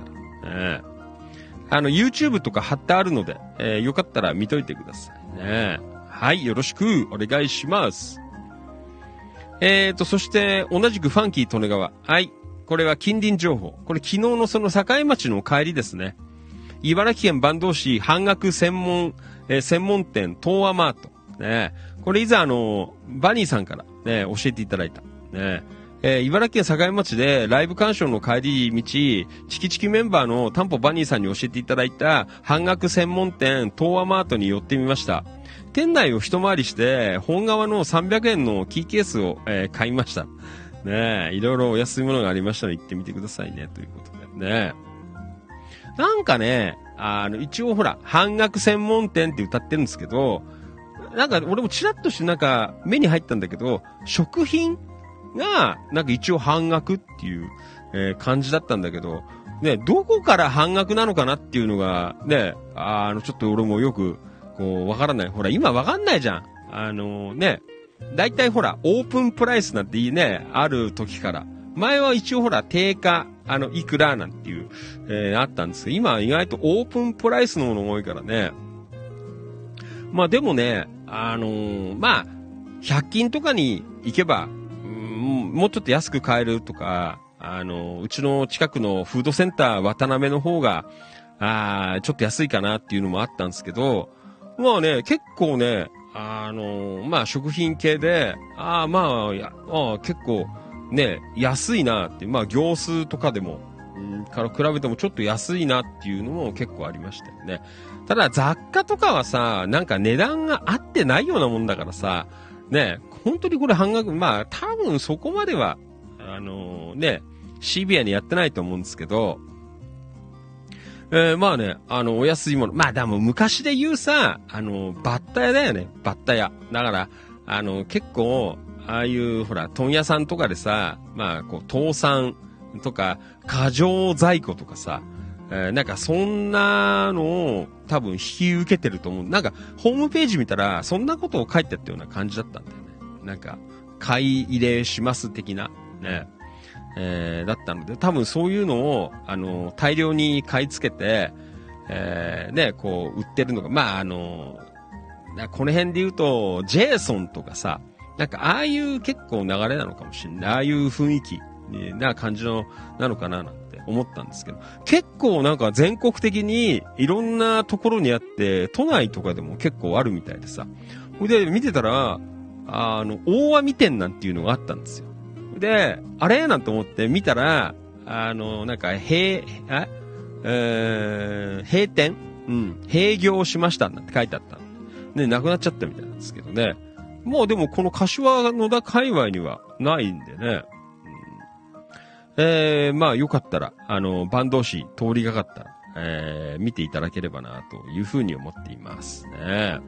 ね、あの、YouTube とか貼ってあるので、えー、よかったら見といてくださいね。はい、よろしくお願いします。えーと、そして、同じくファンキー利根川。はい。これは近隣情報。これ昨日のその境町の帰りですね。茨城県坂東市半額専門、えー、専門店東和マート。ね。これ以前あの、バニーさんからね、教えていただいた。ね。えー、茨城県境町でライブ鑑賞の帰り道、チキチキメンバーのタンポバニーさんに教えていただいた半額専門店東和マートに寄ってみました。店内を一回りして、本革のさんびゃくえんのキーケースを、えー、買いました。ねえ、いろいろお安いものがありましたので行ってみてくださいね、ということでね。なんかね、あの、一応ほら、半額専門店って歌ってるんですけど、なんか俺もチラッとしてなんか目に入ったんだけど、食品が、なんか一応半額っていう、えー、感じだったんだけど、ね、どこから半額なのかなっていうのが、ね、あの、ちょっと俺もよく、こう、わからない。ほら、今わかんないじゃん。あのね、だいたいほら、オープンプライスなんていいね、ある時から。前は一応ほら、定価、あの、いくらなんていう、えー、あったんですけど、今は意外とオープンプライスのものが多いからね。まあでもね、あのー、まあ、ひゃく均とかに行けば、うん、もうちょっと安く買えるとか、あのー、うちの近くのフードセンター渡辺の方が、あー、ちょっと安いかなっていうのもあったんですけど、まあね、結構ね、あのー、まあ食品系で、ああ、まあ、やあ結構ね、安いなって、まあ業数とかでも、うん、から比べてもちょっと安いなっていうのも結構ありましたよね。ただ雑貨とかはさ、なんか値段が合ってないようなもんだからさ、ね、本当にこれ半額、まあ多分そこまでは、あのー、ね、シビアにやってないと思うんですけど、えー、まあね、あの、お安いもの。まあでも昔で言うさ、あの、バッタ屋だよね。バッタ屋。だから、あの、結構、ああいう、ほら、問屋さんとかでさ、まあ、こう、倒産とか、過剰在庫とかさ、えー、なんかそんなのを多分引き受けてると思う。なんか、ホームページ見たら、そんなことを書いてあったような感じだったんだよね。なんか、買い入れします的な。 ね。えー、だったので、多分そういうのを、あの、大量に買い付けて、えー、ね、こう、売ってるのが、まあ、あの、この辺で言うと、ジェイソンとかさ、なんか、ああいう結構流れなのかもしれない。ああいう雰囲気な感じの、なのかななんて思ったんですけど、結構なんか全国的にいろんなところにあって、都内とかでも結構あるみたいでさ。で、見てたら、あの、大網店なんていうのがあったんですよ。で、あれなんて思って見たら、あの、なんか、閉、あえー、閉店うん。閉業しましたなんて書いてあった。ね、なくなっちゃったみたいなんですけどね。もうでもこの柏野田界隈にはないんでね。うん、えー、まあよかったら、あの、坂東市通りがかったら、えー、見ていただければなというふうに思っていますね。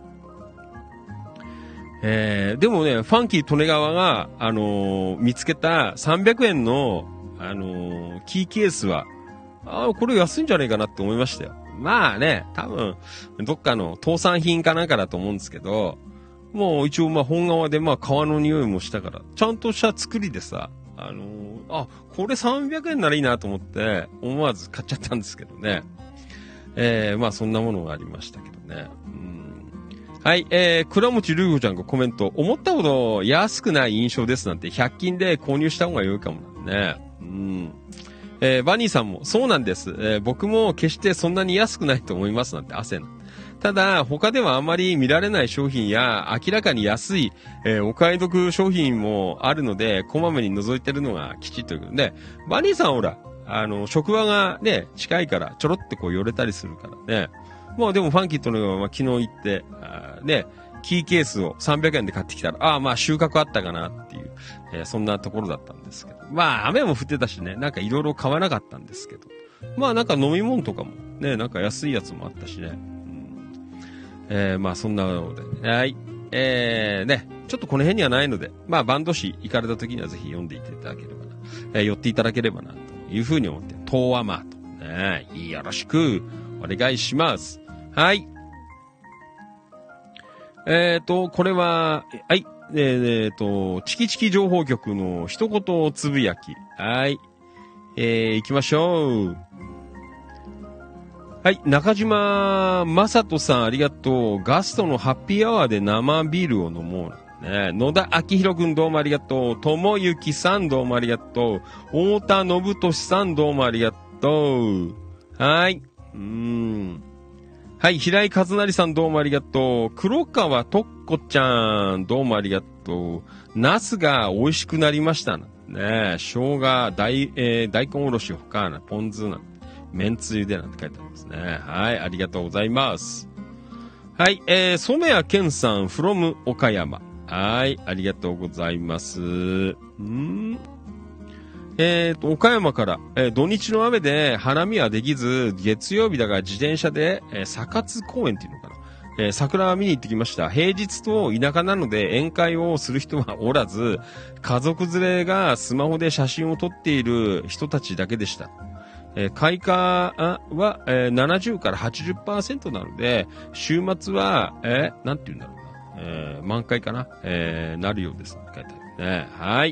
えー、でもね、ファンキー利根川が、あのー、見つけたさんびゃくえんの、あのー、キーケースは、ああ、これ安いんじゃねえかなって思いましたよ。まあね、多分、どっかの倒産品かなんかだと思うんですけど、もう一応まあ本革でまあ革の匂いもしたから、ちゃんとした作りでさ、あのー、あ、これさんびゃくえんならいいなと思って、思わず買っちゃったんですけどね。えー、まあそんなものがありましたけどね。はい、えー、倉持ルーゴちゃんがコメント、思ったほど安くない印象ですなんてひゃく均で購入した方が良いかもね。うん。えー、バニーさんも、そうなんです。えー、僕も決してそんなに安くないと思いますなんて汗な。ただ、他ではあまり見られない商品や、明らかに安い、えー、お買い得商品もあるので、こまめに覗いてるのが吉ということで、バニーさんほら、あの、職場がね、近いから、ちょろってこう寄れたりするからね。まあでもファンキーとのは、まあ、昨日行って、あね、キーケースをさんびゃくえんで買ってきたら、ああまあ収穫あったかなっていう、えー、そんなところだったんですけど。まあ雨も降ってたしね、なんかいろいろ買わなかったんですけど。まあなんか飲み物とかもね、なんか安いやつもあったしね。うん、えー、まあそんなので、はい。えー、ね、ちょっとこの辺にはないので、まあバンド誌行かれた時にはぜひ読んでいただければな、えー、寄っていただければな、というふうに思って、東亜マート、ね、よろしくお願いします。はい。えっ、ー、と、これは、はい。えっ、ー、と、チキチキ情報局の一言つぶやき。はい。えー、行きましょう。はい。中島正人さんありがとう。ガストのハッピーアワーで生ビールを飲もう。ね、野田明宏くんどうもありがとう。ともゆきさんどうもありがとう。太田信俊さんどうもありがとう。はい。うーん。はい、平井和成さんどうもありがとう。黒川とっこちゃんどうもありがとう。ナスが美味しくなりましたね。生姜、大、えー、大根おろしほかな、ポン酢なんて、めんつゆでなんて書いてありますね。はい、ありがとうございます。はい、えー、染谷健さん from 岡山。はい、ありがとうございます。んえっと、岡山から、えー、土日の雨で花見はできず、月曜日だが自転車で、えー、サツ公園っていうのかな。えー、桜見に行ってきました。平日と田舎なので宴会をする人はおらず、家族連れがスマホで写真を撮っている人たちだけでした。えー、開花は、えー、ななじゅうからはちじゅっパーセント なので、週末は、えー、なんて言うんだろうな。えー、満開かな。えー、なるようです。書いてあるね。はい。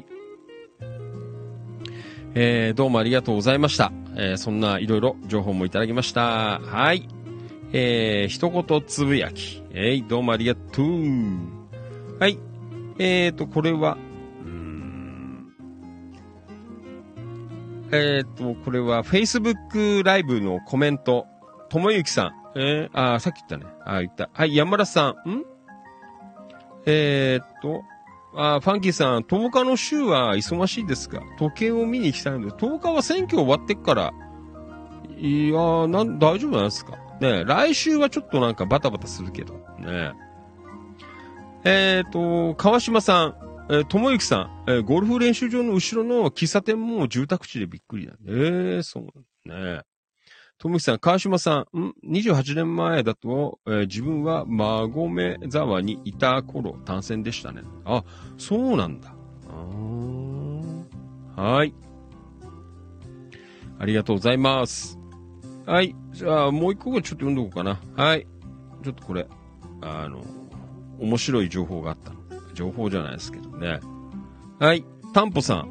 えー、どうもありがとうございました。えー、そんないろいろ情報もいただきました。はい。えー、一言つぶやき。えー、どうもありがとう。はい。えーと、これは、うーん。えーと、これは Facebook ライブのコメント。ともゆきさん。えー、あ、さっき言ったね。あ、言った。はい、山田さん。んえーと、あ、ファンキーさん、とおかの週は忙しいですか？時計を見に行きたいので、とおかは選挙終わってっから、いやー、なん、大丈夫なんですかね。来週はちょっとなんかバタバタするけど、ね。えーと、川島さん、えー、ともゆきさん、えー、ゴルフ練習場の後ろの喫茶店も住宅地でびっくりだね。えー、そうね。ともゆきさん、川島さん、ん ?にじゅうはちねんまえだと、えー、自分は馬込沢にいた頃単線でしたね。あ、そうなんだ。あはい。ありがとうございます。はい。じゃあ、もう一個ちょっと読んどこうかな。はい。ちょっとこれ、あの、面白い情報があったの。情報じゃないですけどね。はい。タンポさん。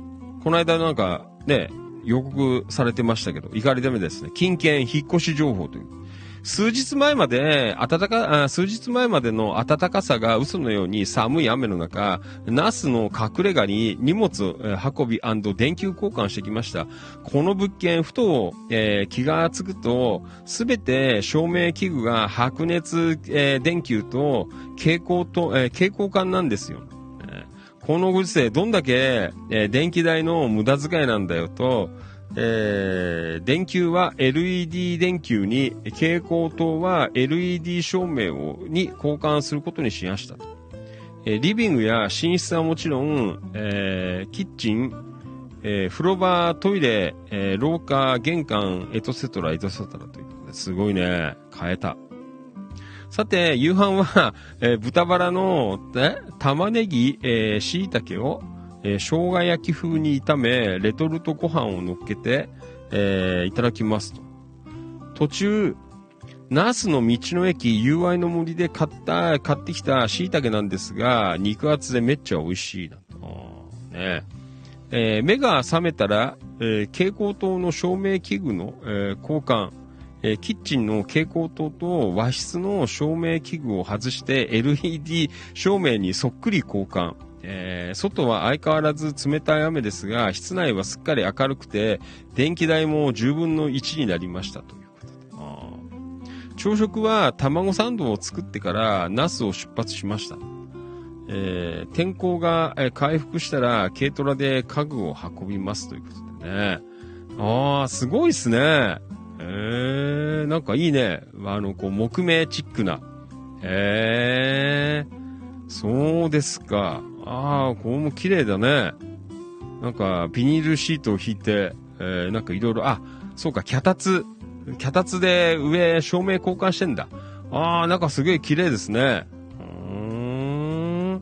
この間なんか、ね、予告されてましたけど、怒りダメですね。近県引っ越し情報という。数日前まで、暖か、数日前までの暖かさが嘘のように寒い雨の中、ナスの隠れ家に荷物運び&電球交換してきました。この物件、ふと、えー、気がつくと、すべて照明器具が白熱、えー、電球と蛍光と、えー、蛍光管なんですよ。えー、このご時世、どんだけ、えー、電気代の無駄遣いなんだよと、えー、電球は エルイーディー 電球に、蛍光灯は エルイーディー 照明をに交換することにしましたと。えー、リビングや寝室はもちろん、えー、キッチン、えー、風呂場、トイレ、えー、廊下、玄関、エトセトラ、エトセトラということで、すごいね。変えた。さて、夕飯は、えー、豚バラの、え玉ねぎ、えー、椎茸を、えー、生姜焼き風に炒め、レトルトご飯を乗っけて、えー、いただきますと。途中、那須の道の駅友愛の森で買った、買ってきた椎茸なんですが、肉厚でめっちゃ美味しいなと。ねえー、目が覚めたら、えー、蛍光灯の照明器具の、えー、交換、えー、キッチンの蛍光灯と和室の照明器具を外して エルイーディー 照明にそっくり交換。えー、外は相変わらず冷たい雨ですが、室内はすっかり明るくて、電気代もじゅうぶんのいちになりましたということで。あ朝食は卵サンドを作ってからナスを出発しました。えー、天候が回復したら軽トラで家具を運びますということでね。ああ、すごいっすね。えー、なんかいいね。あの、こう、木目チックな。えー、そうですか。ああ、これも綺麗だね。なんか、ビニールシートを引いて、えー、なんかいろいろ、あ、そうか、脚立。脚立で上、照明交換してんだ。ああ、なんかすげえ綺麗ですね。うーん。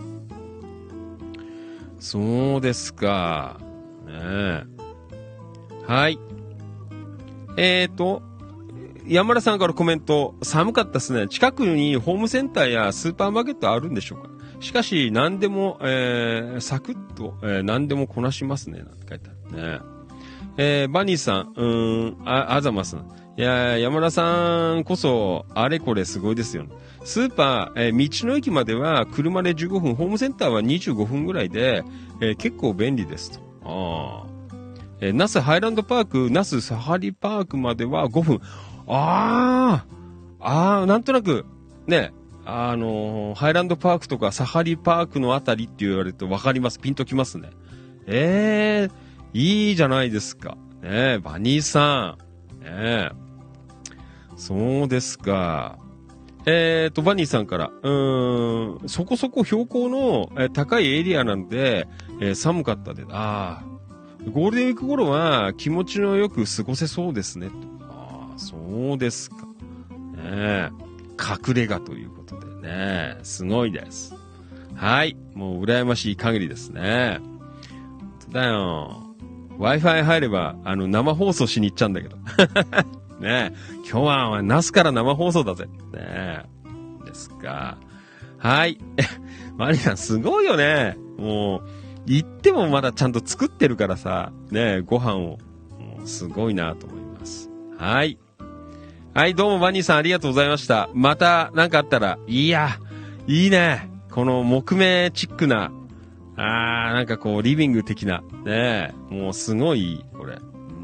そうですか。ねえ。はい。えーと、山田さんからコメント、寒かったですね。近くにホームセンターやスーパーマーケットあるんでしょうか。しかし、何でも、えー、サクッと、えー、何でもこなしますね。なんて書いてあるね。えー、バニーさん、うーん、あ、あざまさん。いや、山田さんこそ、あれこれすごいですよね。スーパー、えー、道の駅までは車でじゅうごふん、ホームセンターはにじゅうごふんぐらいで、えー、結構便利ですと。あえー、ナスハイランドパーク、ナスサハリパークまではごふん。ああ、ああ、なんとなく、ね、あのー、ハイランドパークとかサハリパークのあたりって言われるとわかります。ピンときますね。ええー、いいじゃないですか。ねえ、バニーさん。ねえ。そうですか。えーと、バニーさんから、うーん、そこそこ標高の、えー、高いエリアなので、えー、寒かったで、ああ、ゴールデンウィーク頃は気持ちのよく過ごせそうですね。ああ、そうですか。ねえ。隠れ家ということでね。すごいです。はい。もう羨ましい限りですね。だよ。Wi-Fi 入れば、あの、生放送しに行っちゃうんだけど。ねえ。今日は、ナスから生放送だぜ。ねえ。ですか。はい。マリアン、すごいよね。もう、行ってもまだちゃんと作ってるからさ、ねえ、ご飯を。もうすごいなと思います。はい。はい、どうもバニーさんありがとうございました。また何かあったら、いや、いいね。この木目チックな、あー、なんかこう、リビング的な、ねえ、もうすごい、これ。うん。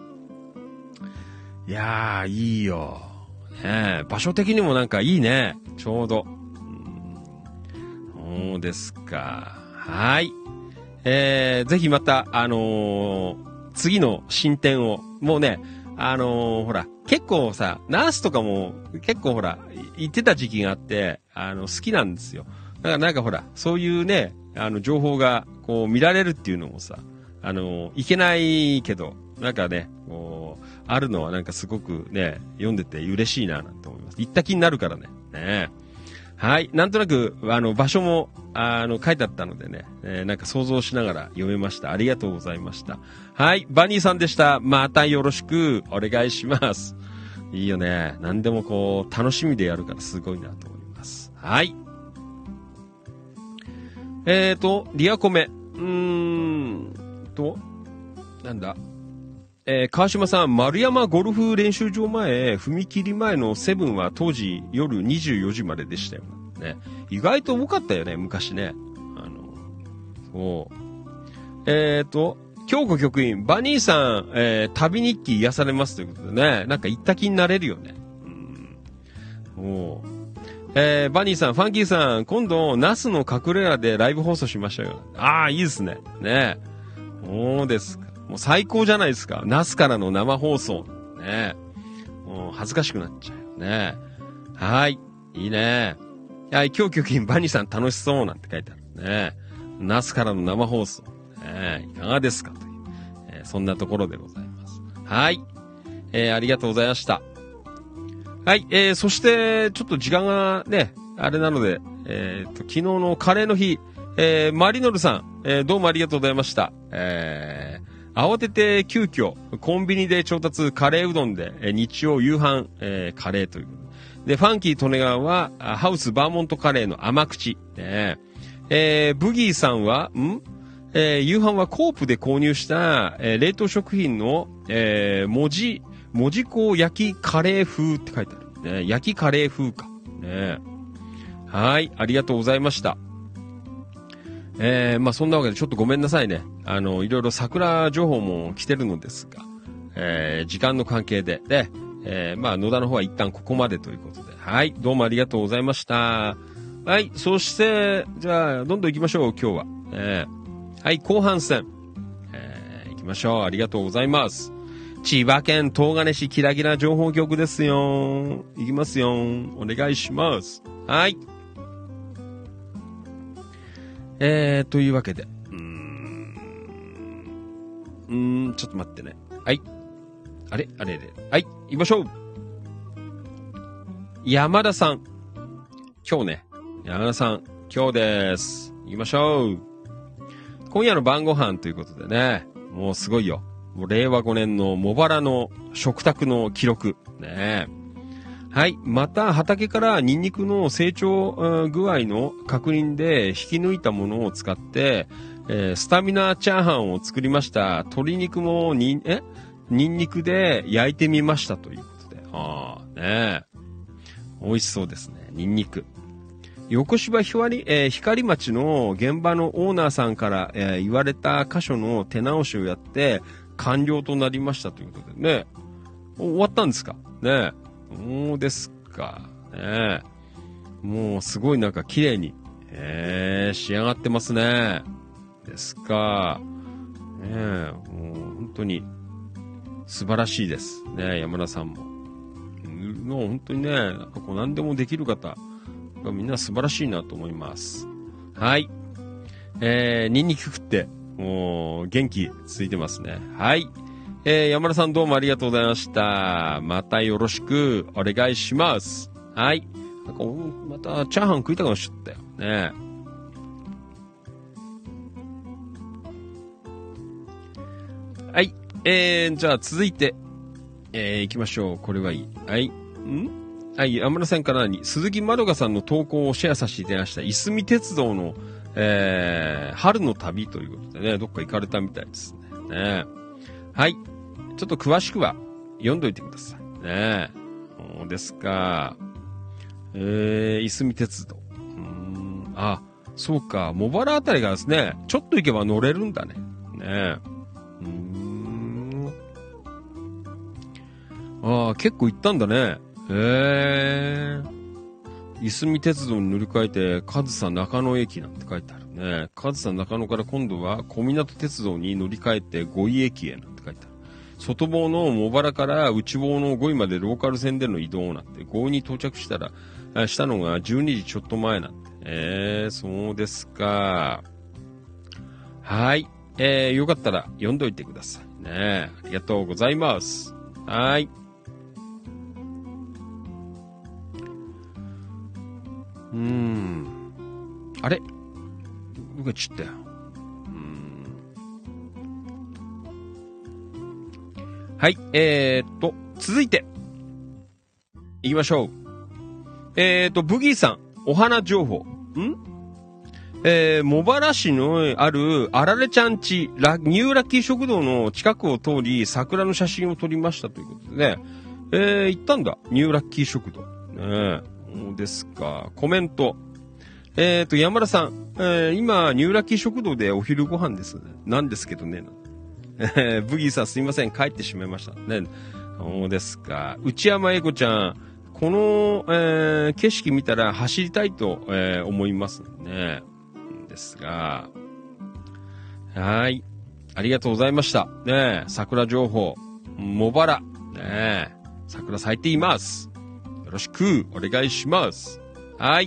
いやー、いいよ。ねえ、場所的にもなんかいいね。ちょうど。うん、そうですか。はい。えー、ぜひまた、あのー、次の進展を、もうね、あのー、ほら、結構さ、ナースとかも結構ほら、言ってた時期があって、あの、好きなんですよ。だからなんかほら、そういうね、あの、情報がこう見られるっていうのもさ、あの、いけないけど、なんかね、こう、あるのはなんかすごくね、読んでて嬉しいななんて思います。行った気になるからね。ねはい。なんとなく、あの、場所も、あの、書いてあったのでね、えー、なんか想像しながら読めました。ありがとうございました。はい。バニーさんでした。またよろしくお願いします。いいよね。何でもこう、楽しみでやるからすごいなと思います。はい。えーと、リアコメ。うーん。 と、なんだ。えー、川島さん、丸山ゴルフ練習場前、踏切前のセブンは当時夜にじゅうよじまででしたよね。意外と多かったよね、昔ね。あの、そう。えーと、京子局員、バニーさん、えー、旅日記癒されますということでね、なんか行った気になれるよね。うん。おえー、バニーさん、ファンキーさん、今度、ナスの隠れ家でライブ放送しましょうよ。ああ、いいですね。ねそうですか。もう最高じゃないですか。ナスからの生放送。ねもう恥ずかしくなっちゃうよね。はい。いいね。はい、今日局員、バニーさん楽しそうなんて書いてあるね。ナスからの生放送。ね、いかがですかという、えー、そんなところでございます。はい。えー、ありがとうございました。はい、えー、そして、ちょっと時間がね、あれなので、えーと、昨日のカレーの日、えー、マリノルさん、えー、どうもありがとうございました。えー、慌てて急遽、コンビニで調達カレーうどんで、えー、日曜夕飯、えー、カレーという。で、ファンキー利根川は、ハウスバーモントカレーの甘口。ね、えー、ブギーさんは、んえー、夕飯はコープで購入した、えー、冷凍食品の、えー、文字、文字工焼きカレー風って書いてある。ね、焼きカレー風か。ね、はい、ありがとうございました。えー、まあそんなわけでちょっとごめんなさいね。あの、いろいろ桜情報も来てるのですが、えー、時間の関係で、で、えー、まあ野田の方は一旦ここまでということで、はい、どうもありがとうございました。はい、そして、じゃあ、どんどん行きましょう、今日は。えー、はい、後半戦。えー、行きましょう。ありがとうございます。千葉県東金市キラキラ情報局ですよ。行きますよ。お願いします。はい。えー、というわけで。うーん。うーん、ちょっと待ってね。はい。あれあれで。はい、行きましょう。山田さん。今日ね。山田さん、今日です。行きましょう。今夜の晩ご飯ということでね。もうすごいよ。もう令和ごねんの茂原の食卓の記録。ね。はい。また畑からニンニクの成長具合の確認で引き抜いたものを使って、えー、スタミナチャーハンを作りました。鶏肉もに、えニンニクで焼いてみましたということで。ああ、ねえ。美味しそうですね。ニンニク。横芝光、えー、光町の現場のオーナーさんから、えー、言われた箇所の手直しをやって完了となりましたということでね。終わったんですかね。そうですか。ね。もうすごいなんか綺麗に、えー、仕上がってますね。ですか。ねえ、もう本当に素晴らしいです。ね、山田さんも。もう本当にね、なんかこう何でもできる方、みんな素晴らしいなと思います。はい。えー、ニンニク食って、もう元気ついてますね。はい。えー、山田さんどうもありがとうございました。またよろしくお願いします。はい。なんかまたチャーハン食いたくなっちゃったよ。ね。はい。えー、じゃあ続いて、えー、行きましょう。これはいい。はい。んはい、山田さんからに、鈴木まどかさんの投稿をシェアさせていただきました。いすみ鉄道の、えー、春の旅ということでね、どっか行かれたみたいですね。ねはい。ちょっと詳しくは読んどいてください。ねそうですか。えー、いすみ鉄道。うーん、あ、そうか。茂原あたりがですね、ちょっと行けば乗れるんだね。ねうーん。ああ、結構行ったんだね。へえ。いすみ鉄道に乗り換えて、上総中野駅なんて書いてあるね。上総中野から今度は小湊鉄道に乗り換えて五井駅へなんて書いてある。外房の茂原から内房の五井までローカル線での移動なんて、五井に到着したら、したのがじゅうにじちょっと前なんて。えー、そうですか。はい。えー、よかったら読んどいてくださいね。ありがとうございます。はい。うーん。あれどこかちったよ。うーん。はい。えーっと、続いて。行きましょう。えーっと、ブギーさん、お花情報。んえー、茂原市のあるあられちゃんち、ラニューラッキー食堂の近くを通り、桜の写真を撮りましたということでね。えー、行ったんだ。ニューラッキー食堂。ねそうですか。コメント。えーと、山田さん。えー、今、ニューラッキー食堂でお昼ご飯です。なんですけどね。えー、ブギーさんすいません。帰ってしまいました。ね。そうですか。内山英子ちゃん。この、えー、景色見たら走りたいと、えー、思いますね。ですが。はい。ありがとうございました。ね桜情報。茂原。ね桜咲いています。よろしくお願いします。はい。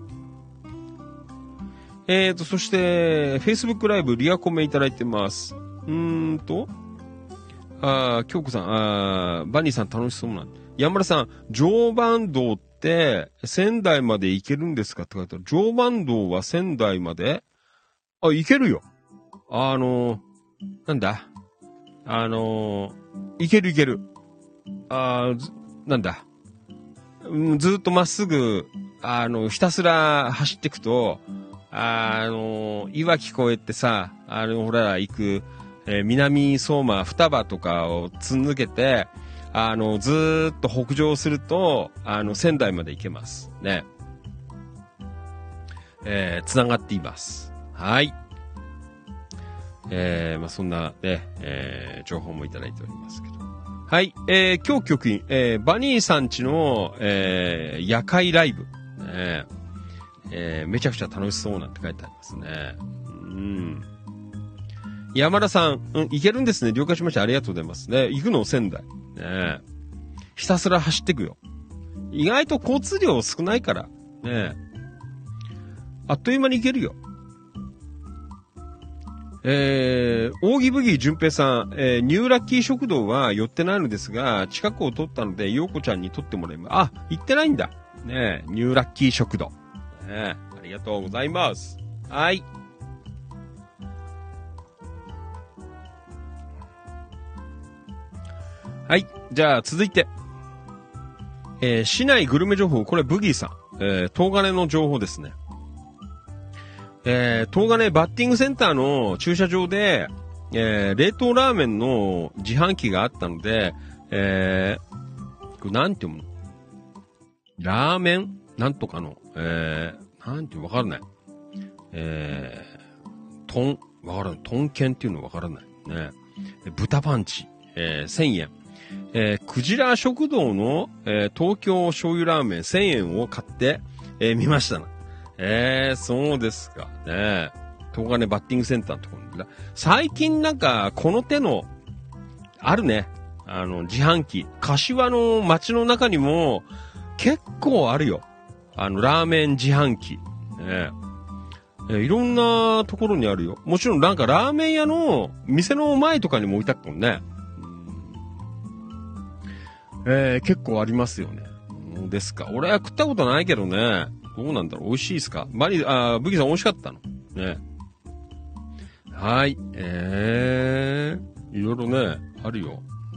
えーと、そして、Facebook ライブリアコメいただいてます。うーんと、あー、京子さん、あー、バニーさん楽しそうなん。山田さん、常磐道って仙台まで行けるんですかって書いてある。常磐道は仙台まであ、行けるよ。あのー、なんだあのー、行ける行ける。あー、なんだ。うん、ずっとまっすぐ、あの、ひたすら走っていくと、あの、いわき越えてさ、あの、ほら、行く、えー、南相馬、双葉とかをつん抜けて、あの、ずーっと北上すると、あの、仙台まで行けます。ね。えー、繋がっています。はい。えー、まあ、そんなね、えー、情報もいただいておりますけど。はい。えー、今日局員、えー、バニーさんちの、えー、夜会ライブ。ねえー、めちゃくちゃ楽しそうなんて書いてありますね。うん。山田さん、うん、行けるんですね。了解しました。ありがとうございますね。行くの仙台。ねひたすら走っていくよ。意外と交通量少ないから。ねあっという間に行けるよ。えー、大木ブギー淳平さん、えー、ニューラッキー食堂は寄ってないのですが、近くを取ったので、陽子ちゃんに取ってもらいます。あ、行ってないんだ。ねニューラッキー食堂。ねありがとうございます。はい。はい。じゃあ、続いて。えー、市内グルメ情報、これブギーさん。えー、東金の情報ですね。えー、東金バッティングセンターの駐車場で、えー、冷凍ラーメンの自販機があったので、えー、これなんて読むの？ラーメンなんとかの、えー、なんてわからない。えー、トン、わからない。トンケンっていうのわからない。ね。豚パンチ、えー、せんえん。えー、クジラ食堂の、えー、東京醤油ラーメンせんえんを買って、えー、見ましたな。えー、そうですか。ね東金バッティングセンターのところに。最近なんか、この手の、あるね。あの、自販機。柏の街の中にも、結構あるよ。あの、ラーメン自販機。ねえー、いろんなところにあるよ。もちろんなんかラーメン屋の店の前とかにも置いてあったもんね。えー、結構ありますよね。ですか。俺は食ったことないけどね。どうなんだろう。美味しいですか。マリ、あ、ブギさん美味しかったのね。はい。えー、いろいろね、あるよ。うん。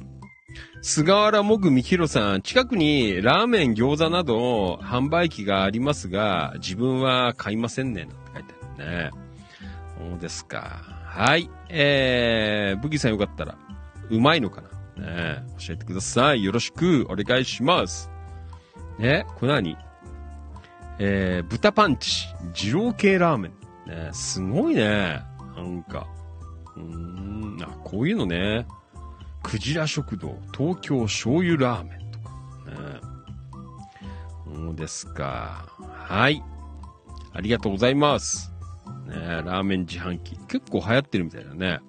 菅原もぐみひろさん、近くにラーメン餃子など販売機がありますが、自分は買いませんね。なんて書いてあるね。そうですか。はい。えー、ブギさんよかったら、うまいのかなね、教えてください。よろしくお願いします。ね、これ何えー、豚パンチ、二郎系ラーメン。ね、すごいね。なんか。うーん、あ、こういうのね。クジラ食堂、東京醤油ラーメンとか。ね、そうですか。はい。ありがとうございます。ね、ラーメン自販機。結構流行ってるみたいだね。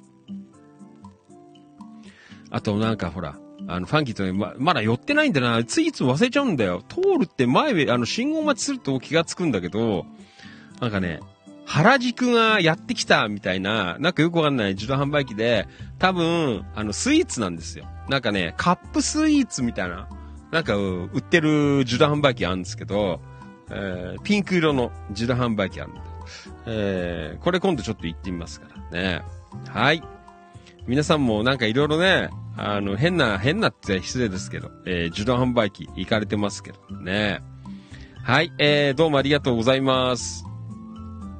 あとなんかほら、あの、ファンキーとね、ま、まだ寄ってないんだな。ついつい忘れちゃうんだよ。通るって前、あの、信号待ちすると気がつくんだけど、なんかね、原宿がやってきたみたいな、なんかよくわかんない自動販売機で、多分、あの、スイーツなんですよ。なんかね、カップスイーツみたいな、なんか、売ってる自動販売機あるんですけど、えー、ピンク色の自動販売機あるんで、えー、これ今度ちょっと行ってみますからね。はい。皆さんもなんかいろいろね、あの、変な、変なって失礼ですけど、えー、自動販売機行かれてますけどね。はい、えー、どうもありがとうございます。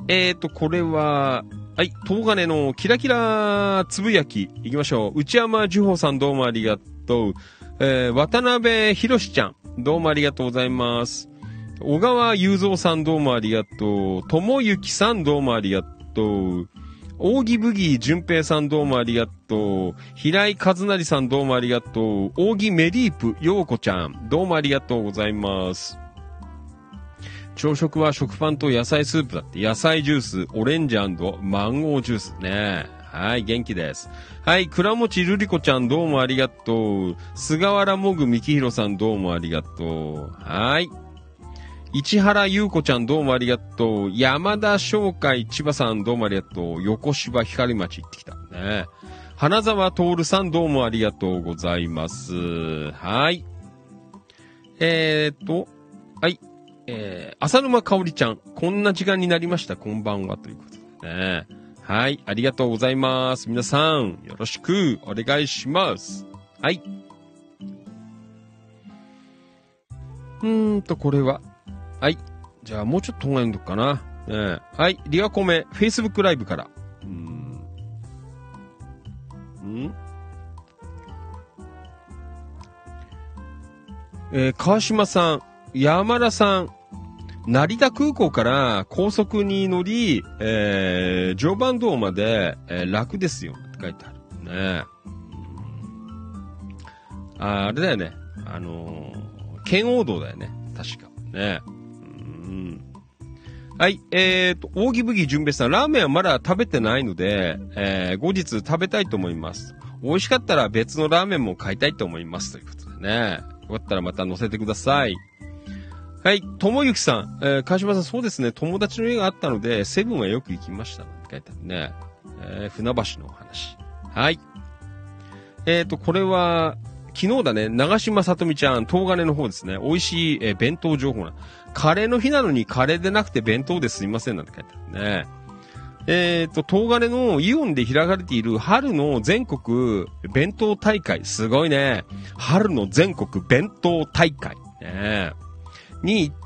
えーと、これは、はい、東金のキラキラつぶやき、いきましょう。内山樹穂さんどうもありがとう。えー、渡辺博ちゃん、どうもありがとうございます。小川雄三さんどうもありがとう。友幸さんどうもありがとう。扇ブギー淳平さんどうもありがとう。平井和成さんどうもありがとう。扇メリープ陽子ちゃんどうもありがとうございます。朝食は食パンと野菜スープだって。野菜ジュース、オレンジ&マンゴージュースね。はい、元気です。はい、倉持瑠璃子ちゃんどうもありがとう。菅原もぐみきひろさんどうもありがとう。はい。市原優子ちゃんどうもありがとう。山田商会千葉さんどうもありがとう。横芝光町行ってきた。ね。花沢徹さんどうもありがとうございます。はい。えーっと、はい。えー、浅沼香織ちゃん、こんな時間になりました。こんばんは。ということでね。はい。ありがとうございます。皆さん、よろしくお願いします。はい。うーんと、これは。はい。じゃあ、もうちょっと読んどくかな。ね、はい。リアコメ、Facebook ライブから。うーん。んえー、川島さん、山田さん、成田空港から高速に乗り、えー、常磐道まで、えー、楽ですよって書いてあるね。あ、あれだよね。あのー、圏央道だよね。確か。ね。うん。はい。えーと、扇ブギ純平さん、ラーメンはまだ食べてないので、えー、後日食べたいと思います。美味しかったら別のラーメンも買いたいと思います。ということでね。よかったらまた乗せてください。はい。ともゆきさん、えー、川島さん、そうですね。友達の家があったので、セブンはよく行きました。って書いてあるね。えー、船橋のお話。はい。えーと、これは、昨日だね。長島さとみちゃん、東金の方ですね。美味しい、えー、弁当情報な。カレーの日なのにカレーでなくて弁当ですいません。なんて書いてあるね。えーと、東金のイオンで開かれている春の全国弁当大会。すごいね。春の全国弁当大会。ね。に行って、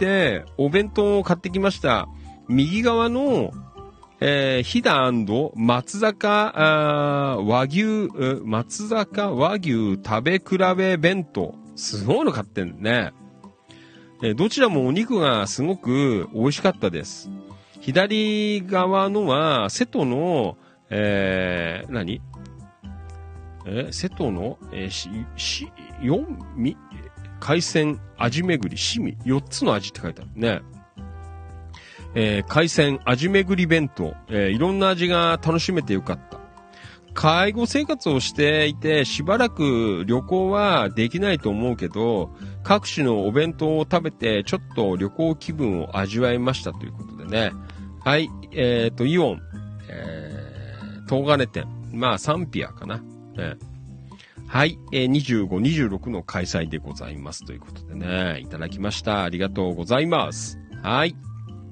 お弁当を買ってきました。右側の、えー、飛騨&松坂和牛、松坂和牛食べ比べ弁当。すごいの買ってんね。えー、どちらもお肉がすごく美味しかったです。左側のは、瀬戸の、えー、何えー、瀬戸の、えー、し、し、四味海鮮味巡り、しみ、よっつの味って書いてあるね。えー、海鮮味巡り弁当、えー、いろんな味が楽しめてよかった。介護生活をしていて、しばらく旅行はできないと思うけど、各種のお弁当を食べて、ちょっと旅行気分を味わいましたということでね。はい、えっと、イオン、えー、東金店、まあ、サンピアかな。ね、はい、えー、にじゅうご、にじゅうろくの開催でございますということでね、いただきました。ありがとうございます。はい。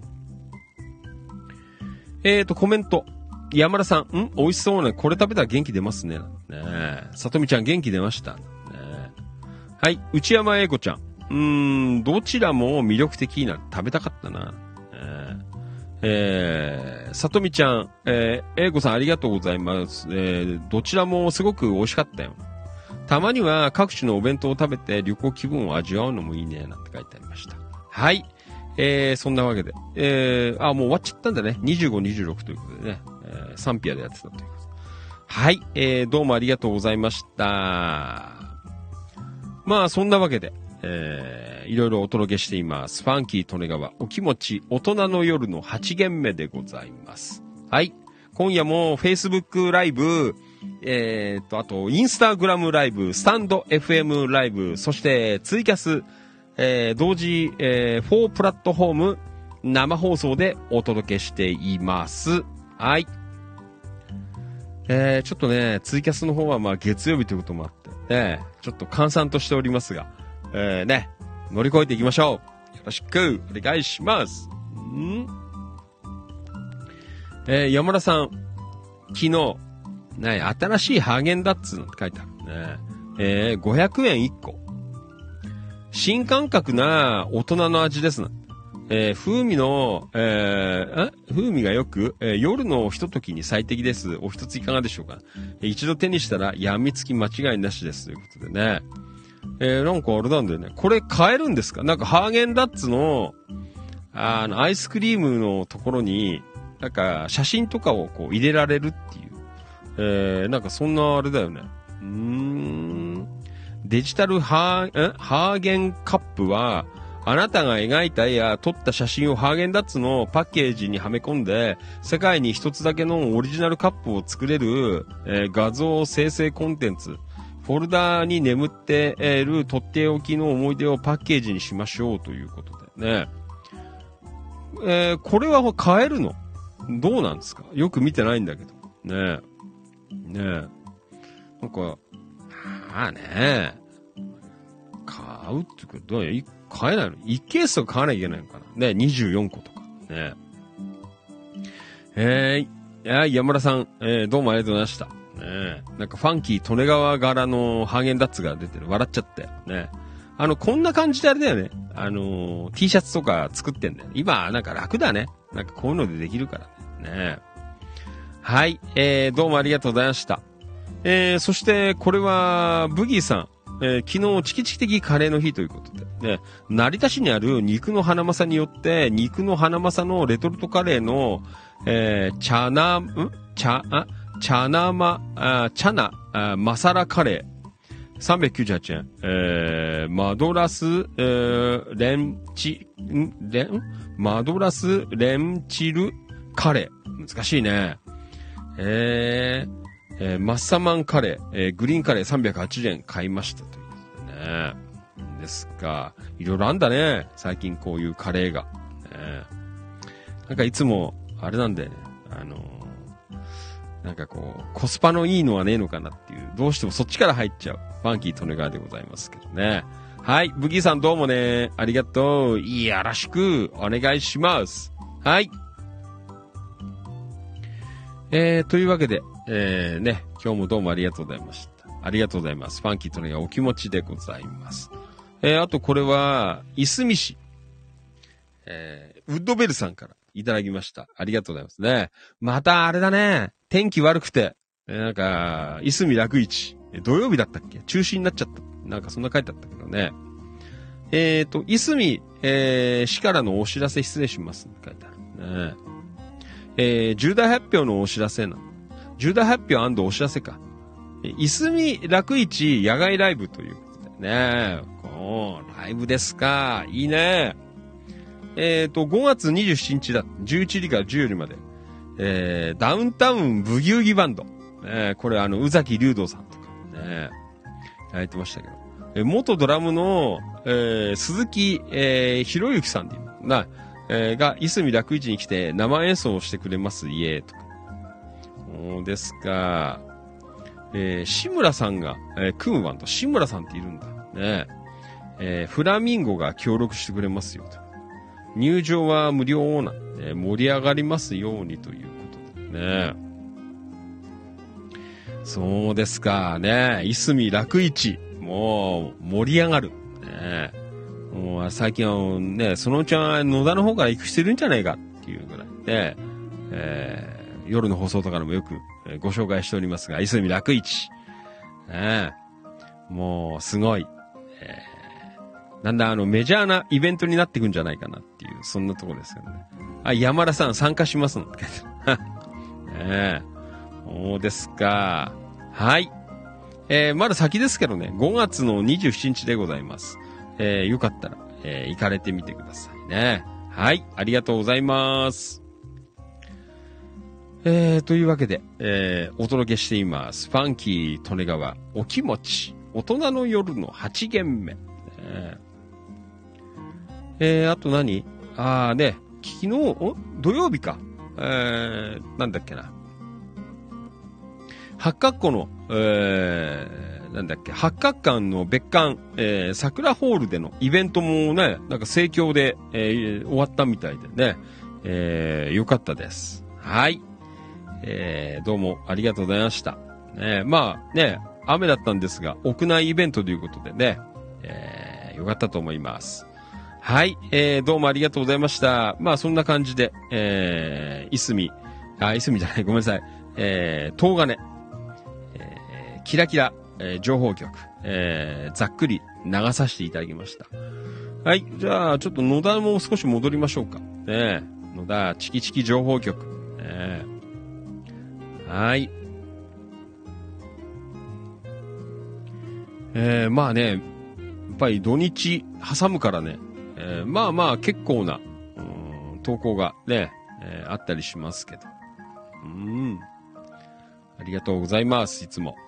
えーと、コメント。山田さん、ん美味しそうね。これ食べたら元気出ますね。ねさとみちゃん元気出ました。ねはい、内山英子ちゃん。うーん、どちらも魅力的な。食べたかったな。ねえー、さとみちゃん、えー、英子さんありがとうございます。えー、どちらもすごく美味しかったよ。たまには各種のお弁当を食べて旅行気分を味わうのもいいね。なんて書いてありました。はい。えー、そんなわけで。えー、あ、もう終わっちゃったんだね。にじゅうご、にじゅうろくということでね。えー、サンピアでやってたということで。はい。えー、どうもありがとうございました。まあ、そんなわけで、えー、いろいろお届けしています。ファンキー利根川、お気持ち、大人の夜のはち限目でございます。はい。今夜も Facebook ライブ、えーと、あと、インスタグラムライブ、スタンド エフエム ライブ、そしてツイキャス、えー、同時、えー、よんプラットフォーム生放送でお届けしています。はい。えー、ちょっとね、ツイキャスの方はまあ月曜日ということもあって、ね、ちょっと閑散としておりますが、えー、ね、乗り越えていきましょう。よろしくお願いします。んえー、山田さん、昨日、ね、新しいハーゲンダッツって書いてあるね。えー、ごひゃくえんいっこ。新感覚な大人の味ですな。 えー、風味の、えー、え風味がよく、えー、夜のひとときに最適です。お一ついかがでしょうか。えー、一度手にしたら、やみつき間違いなしです。ということでね。えー、なんかあれなんだよね。これ買えるんですか？なんかハーゲンダッツの、あの、アイスクリームのところに、なんか写真とかをこう入れられるっていう。えー、なんかそんなあれだよね。うーん。デジタルハー、えハーゲンカップは、あなたが描いた絵や撮った写真をハーゲンダッツのパッケージにはめ込んで、世界に一つだけのオリジナルカップを作れる、えー、画像生成コンテンツ。フォルダーに眠っているとっておきの思い出をパッケージにしましょうということでね。えー、これは買えるの？どうなんですか？よく見てないんだけど。ねえ。ねえ。なんか、まあね、買うってことは、買えないの？ いち ケースとか買わなきゃいけないのかなね、にじゅうよんことか。ねえー、いや、山田さん、えー、どうもありがとうございました。ね、なんかファンキー利根川柄のハーゲンダッツが出てる。笑っちゃったよ。ね。あの、こんな感じであれだよね。あのー、T シャツとか作ってんだよ。今、なんか楽だね。なんかこういうのでできるからね。ね。はい。えー、どうもありがとうございました。えー、そして、これは、ブギーさん。えー、昨日、チキチキ的カレーの日ということで。ね。成田市にある肉の花正によって、肉の花正のレトルトカレーの、えー、チャナ、んチャ、あチャナマ、あチャナ、あマサラカレー。さんびゃくきゅうじゅうはちえん。えー、マドラス、えー、レンチ、んレンマドラスレンチルカレー。難しいね。えー、えー、マッサマンカレー、えー、グリーンカレーさんびゃくはちじゅうえん買いましたということでね。ですか。いろいろあんだね。最近こういうカレーが。ね、なんかいつも、あれなんだよね。あのー、なんかこう、コスパのいいのはねえのかなっていう、どうしてもそっちから入っちゃう。ファンキー利根川でございますけどね。はい。ブギーさんどうもね。ありがとう。いやらしくお願いします。はい。えー、というわけで、えー、ね、今日もどうもありがとうございました。ありがとうございます。ファンキー利根川お気持ちでございます。えー、あとこれは、いすみ市。えー、ウッドベルさんからいただきました。ありがとうございますね。またあれだね。天気悪くて、えー、なんか、いすみ楽市。土曜日だったっけ？中止になっちゃった。なんかそんな書いてあったけどね。えーと、いすみ、えー、市からのお知らせ失礼します。書いてあるね。えー、重大発表のお知らせなの。重大発表&お知らせか。いすみ楽市野外ライブということでね。こう、ライブですか。いいね。えーと、ごがつにじゅうしちにちだ。じゅういちじからじゅうよじまで。えー、ダウンタウンブギウギバンド。えー、これあの、宇崎竜道さんとかね、やってましたけど。えー、元ドラムの、えー、鈴木、えー、ひろゆきさんでいうな、えー、が、いすみ楽市に来て生演奏をしてくれます、イエーとか。そうですか。えー、志村さんが、えー、組むバンド、志村さんっているんだ。ね。えー、フラミンゴが協力してくれますよと。入場は無料なんで、盛り上がりますようにということでね。そうですかね。いすみ楽市。もう、盛り上がる。ね。もう最近はね、そのうちは野田の方から行く人いるんじゃないかっていうぐらいで、えー、夜の放送とかでもよくご紹介しておりますが、いすみ楽市。ね。もう、すごい。えー、だんだんあのメジャーなイベントになっていくんじゃないかなっていう、そんなところですけどね。あ、山田さん参加しますのねえ。そうですか。はい。えー、まだ先ですけどね、ごがつのにじゅうしちにちでございます。えー、よかったら、えー、行かれてみてくださいね。はい。ありがとうございます。えー、というわけで、えー、お届けしています。ファンキー利根川お気持ち大人の夜のはちげんめ。えー、えー、あと何あーね、昨日、お土曜日か。えー、なんだっけな。八角湖の、えー、なんだっけ、八角館の別館、えー、桜ホールでのイベントもね、なんか盛況で、えー、終わったみたいでね、えー、よかったです。はい。えー、どうもありがとうございました。ね、まあね、雨だったんですが、屋内イベントということでね、えー、よかったと思います。 はい、えー、どうもありがとうございました。まあそんな感じで、えー、いすみ、あ、いすみじゃない、ごめんなさい。えー、東金、えー、キラキラ、えー、情報局、えー、ざっくり流させていただきました。はい、じゃあちょっと野田も少し戻りましょうか。ね、野田チキチキ情報局。ね、はい。えー、まあね、やっぱり土日挟むからね、えー、まあまあ結構な、うん、投稿がね、えー、あったりしますけど。うん。ありがとうございます、いつも。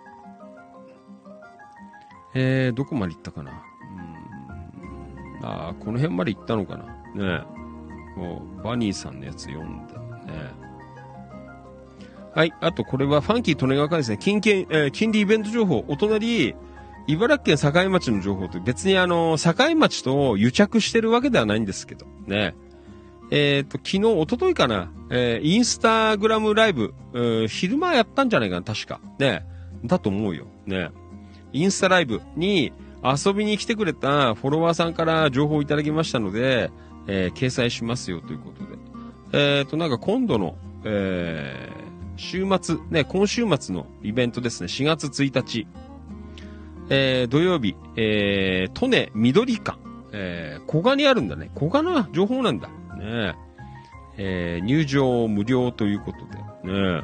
えー、どこまで行ったかな。うん。ああ、この辺まで行ったのかな。ね。もう、バニーさんのやつ読んで、ね。はい。あと、これはファンキー利根川からですね。金券、えー、金利イベント情報。お隣、茨城県境町の情報と別にあの、境町と癒着してるわけではないんですけど、ね。えっと、昨日、一昨日かな、えー、インスタグラムライブ、えー、昼間やったんじゃないかな、確か。ね。だと思うよ。ね。インスタライブに遊びに来てくれたフォロワーさんから情報をいただきましたので、えー、掲載しますよということで。えっと、なんか今度の、えー、週末、ね、今週末のイベントですね、しがつついたち。えー、土曜日、えー、利根緑館、えー、小賀にあるんだね。小賀の情報なんだ。ねえー、入場無料ということで、ね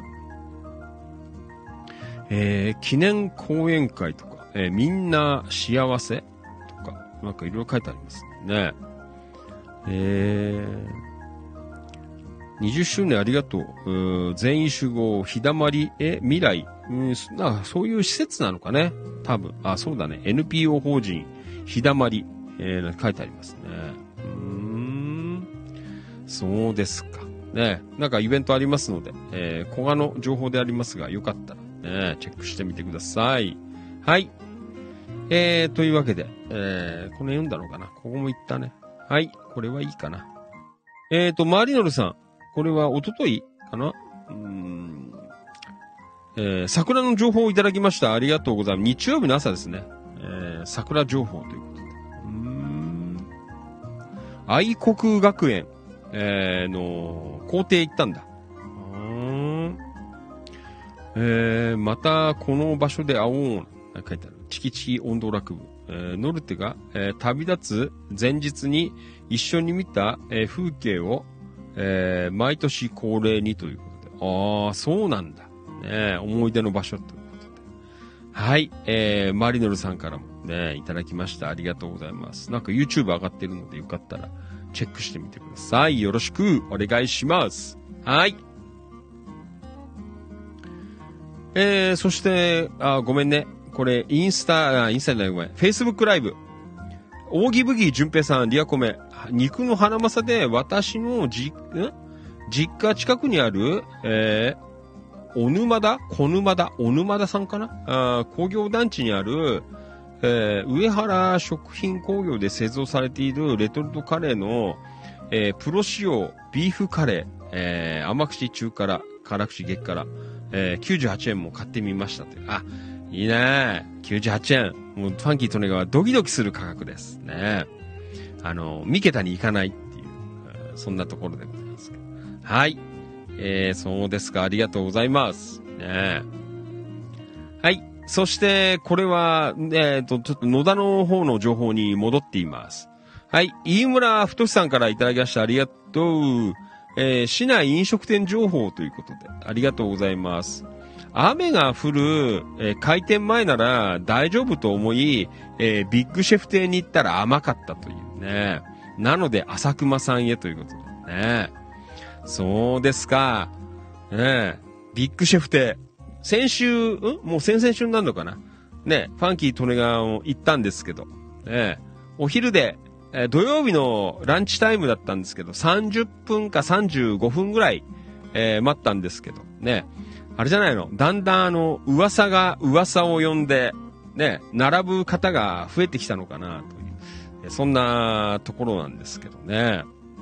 えー、記念講演会とか、えー、みんな幸せとか、なんかいろいろ書いてありますね。えー、にじゅっしゅうねんありがとう。う全員集合、日だまり、え、未来、うん、なそういう施設なのかね。多分。あ、そうだね。エヌピーオー 法人、日だまり、えー、書いてありますね。うーん。そうですか。ね。なんかイベントありますので、えー、小賀の情報でありますが、よかったら、ね、チェックしてみてください。はい。えー、というわけで、えー、この読んだのかな。ここも言ったね。はい。これはいいかな。えーと、マリノルさん。これは一昨日かな。うーん。えー、桜の情報をいただきました。ありがとうございます。日曜日の朝ですね。えー、桜情報ということで。うーん。愛国学園、えー、の、校庭行ったんだ。うーん。えー、またこの場所で会おう。書いてある。チキチキ音頭落部。えー、ノルテが、えー、旅立つ前日に一緒に見た、えー、風景を、えー、毎年恒例にということで。ああ、そうなんだ。ね、思い出の場所ということで。はい。えー、マリノルさんからもね、いただきました。ありがとうございます。なんか YouTube 上がってるのでよかったらチェックしてみてください。よろしくお願いします。はい。えー、そして、あ、ごめんね。これ、インスタ、あ、インスタじゃないごめん。Facebook ライブ。大木ブギー淳平さん、リアコメ。肉の花正で私のじ、ん実家近くにある、えー、小沼田小沼田小沼田さんかなあ工業団地にある、えー、上原食品工業で製造されているレトルトカレーの、えー、プロ仕様ビーフカレー、えー、甘口中辛、辛口激辛、えー、きゅうじゅうはちえんも買ってみましたという。あ、いいね。きゅうじゅうはちえん。もうファンキートネガはドキドキする価格ですね。あの、三桁に行かないっていう、そんなところでございますけど。はい。えー、そうですか。ありがとうございます。ね、はい。そして、これは、えっと、ちょっと野田の方の情報に戻っています。はい。飯村太さんからいただきました。ありがとう。えー、市内飲食店情報ということで、ありがとうございます。雨が降る、えー、開店前なら大丈夫と思い、えー、ビッグシェフ亭に行ったら甘かったというね。なので、浅熊さんへということでね。そうですか。ね、ビッグシェフ亭。先週、んもう先々週になるのかなね、ファンキー利根川を行ったんですけど、ね、お昼で、えー、土曜日のランチタイムだったんですけど、さんじゅっぷんかさんじゅうごふんぐらい、えー、待ったんですけど、ね、あれじゃないの、だんだんあの、噂が噂を呼んで、ね、並ぶ方が増えてきたのかな、という、そんなところなんですけどね。うん。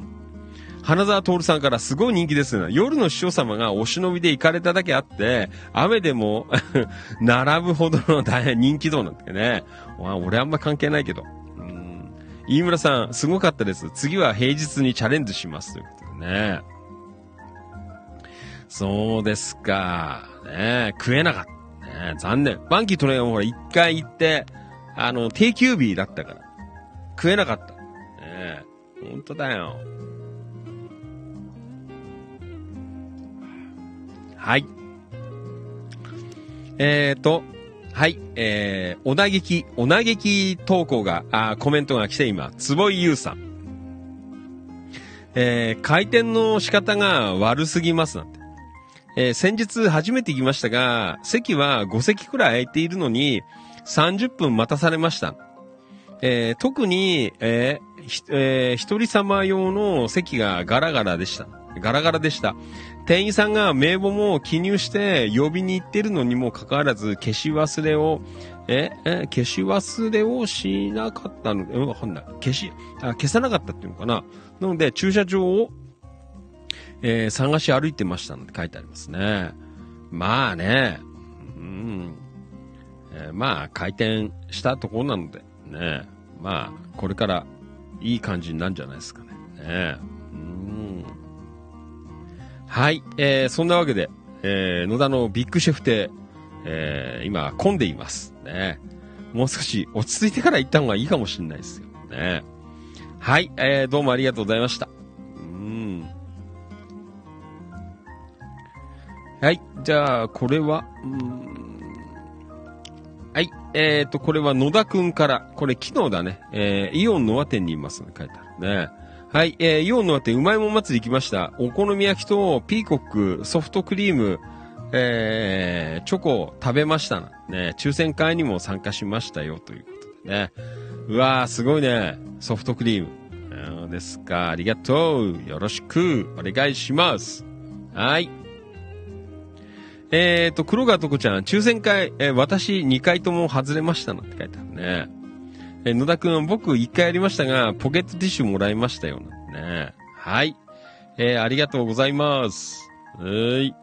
花沢徹さんからすごい人気ですね。夜の師匠様がお忍びで行かれただけあって、雨でも並ぶほどの大変人気度なんてね。俺あんま関係ないけど。うん、 飯村さん、すごかったです。次は平日にチャレンジします。ということでね。そうですか。ね食えなかった。ね残念。バンキートレイもほら、一回行って、あの、定休日だったから。食えなかった。ねほんとだよ。はい。えーと、はい、えー、お嘆き、お嘆き投稿が、あコメントが来ています。坪井優さん。えー、回転の仕方が悪すぎますなんて。えー、先日初めて行きましたが、席はご席くらい空いているのに、さんじゅっぷん待たされました。えー、特に、えーひえー、一人様用の席がガラガラでした。ガラガラでした。店員さんが名簿も記入して呼びに行ってるのにもかかわらず消し忘れを、え、え、消し忘れをしなかったので、うん、わかんない。消し、あ、消さなかったっていうのかな。なので駐車場を、えー、探し歩いてましたので書いてありますね。まあね、うん、えー、まあ回転したところなのでね、まあこれからいい感じになるんじゃないですかね。ねうんはい、えー、そんなわけで、えー、野田のビッグシェフ亭、えー、今混んでいますね。もう少し落ち着いてから行った方がいいかもしれないですよね。はい、えー、どうもありがとうございました。うんはい、じゃあこれはうんはい、えーとこれは野田くんから、これ昨日だね、えー、イオンノア店にいますの書いてあるね。はい、えー、イオンのあってうまいもん祭り行きました。お好み焼きとピーコック、ソフトクリーム、えー、チョコ食べましたな。ね、抽選会にも参加しましたよ、ということでね。うわー、すごいね。ソフトクリーム。そうですか。ありがとう。よろしく。お願いします。はい。えーと、黒川とこちゃん、抽選会、えー、私にかいとも外れましたなって書いてあるね。えー、野田くん、僕いっかいやりましたが、ポケットティッシュもらいましたよ。ね。はい。えー、ありがとうございます。はーい。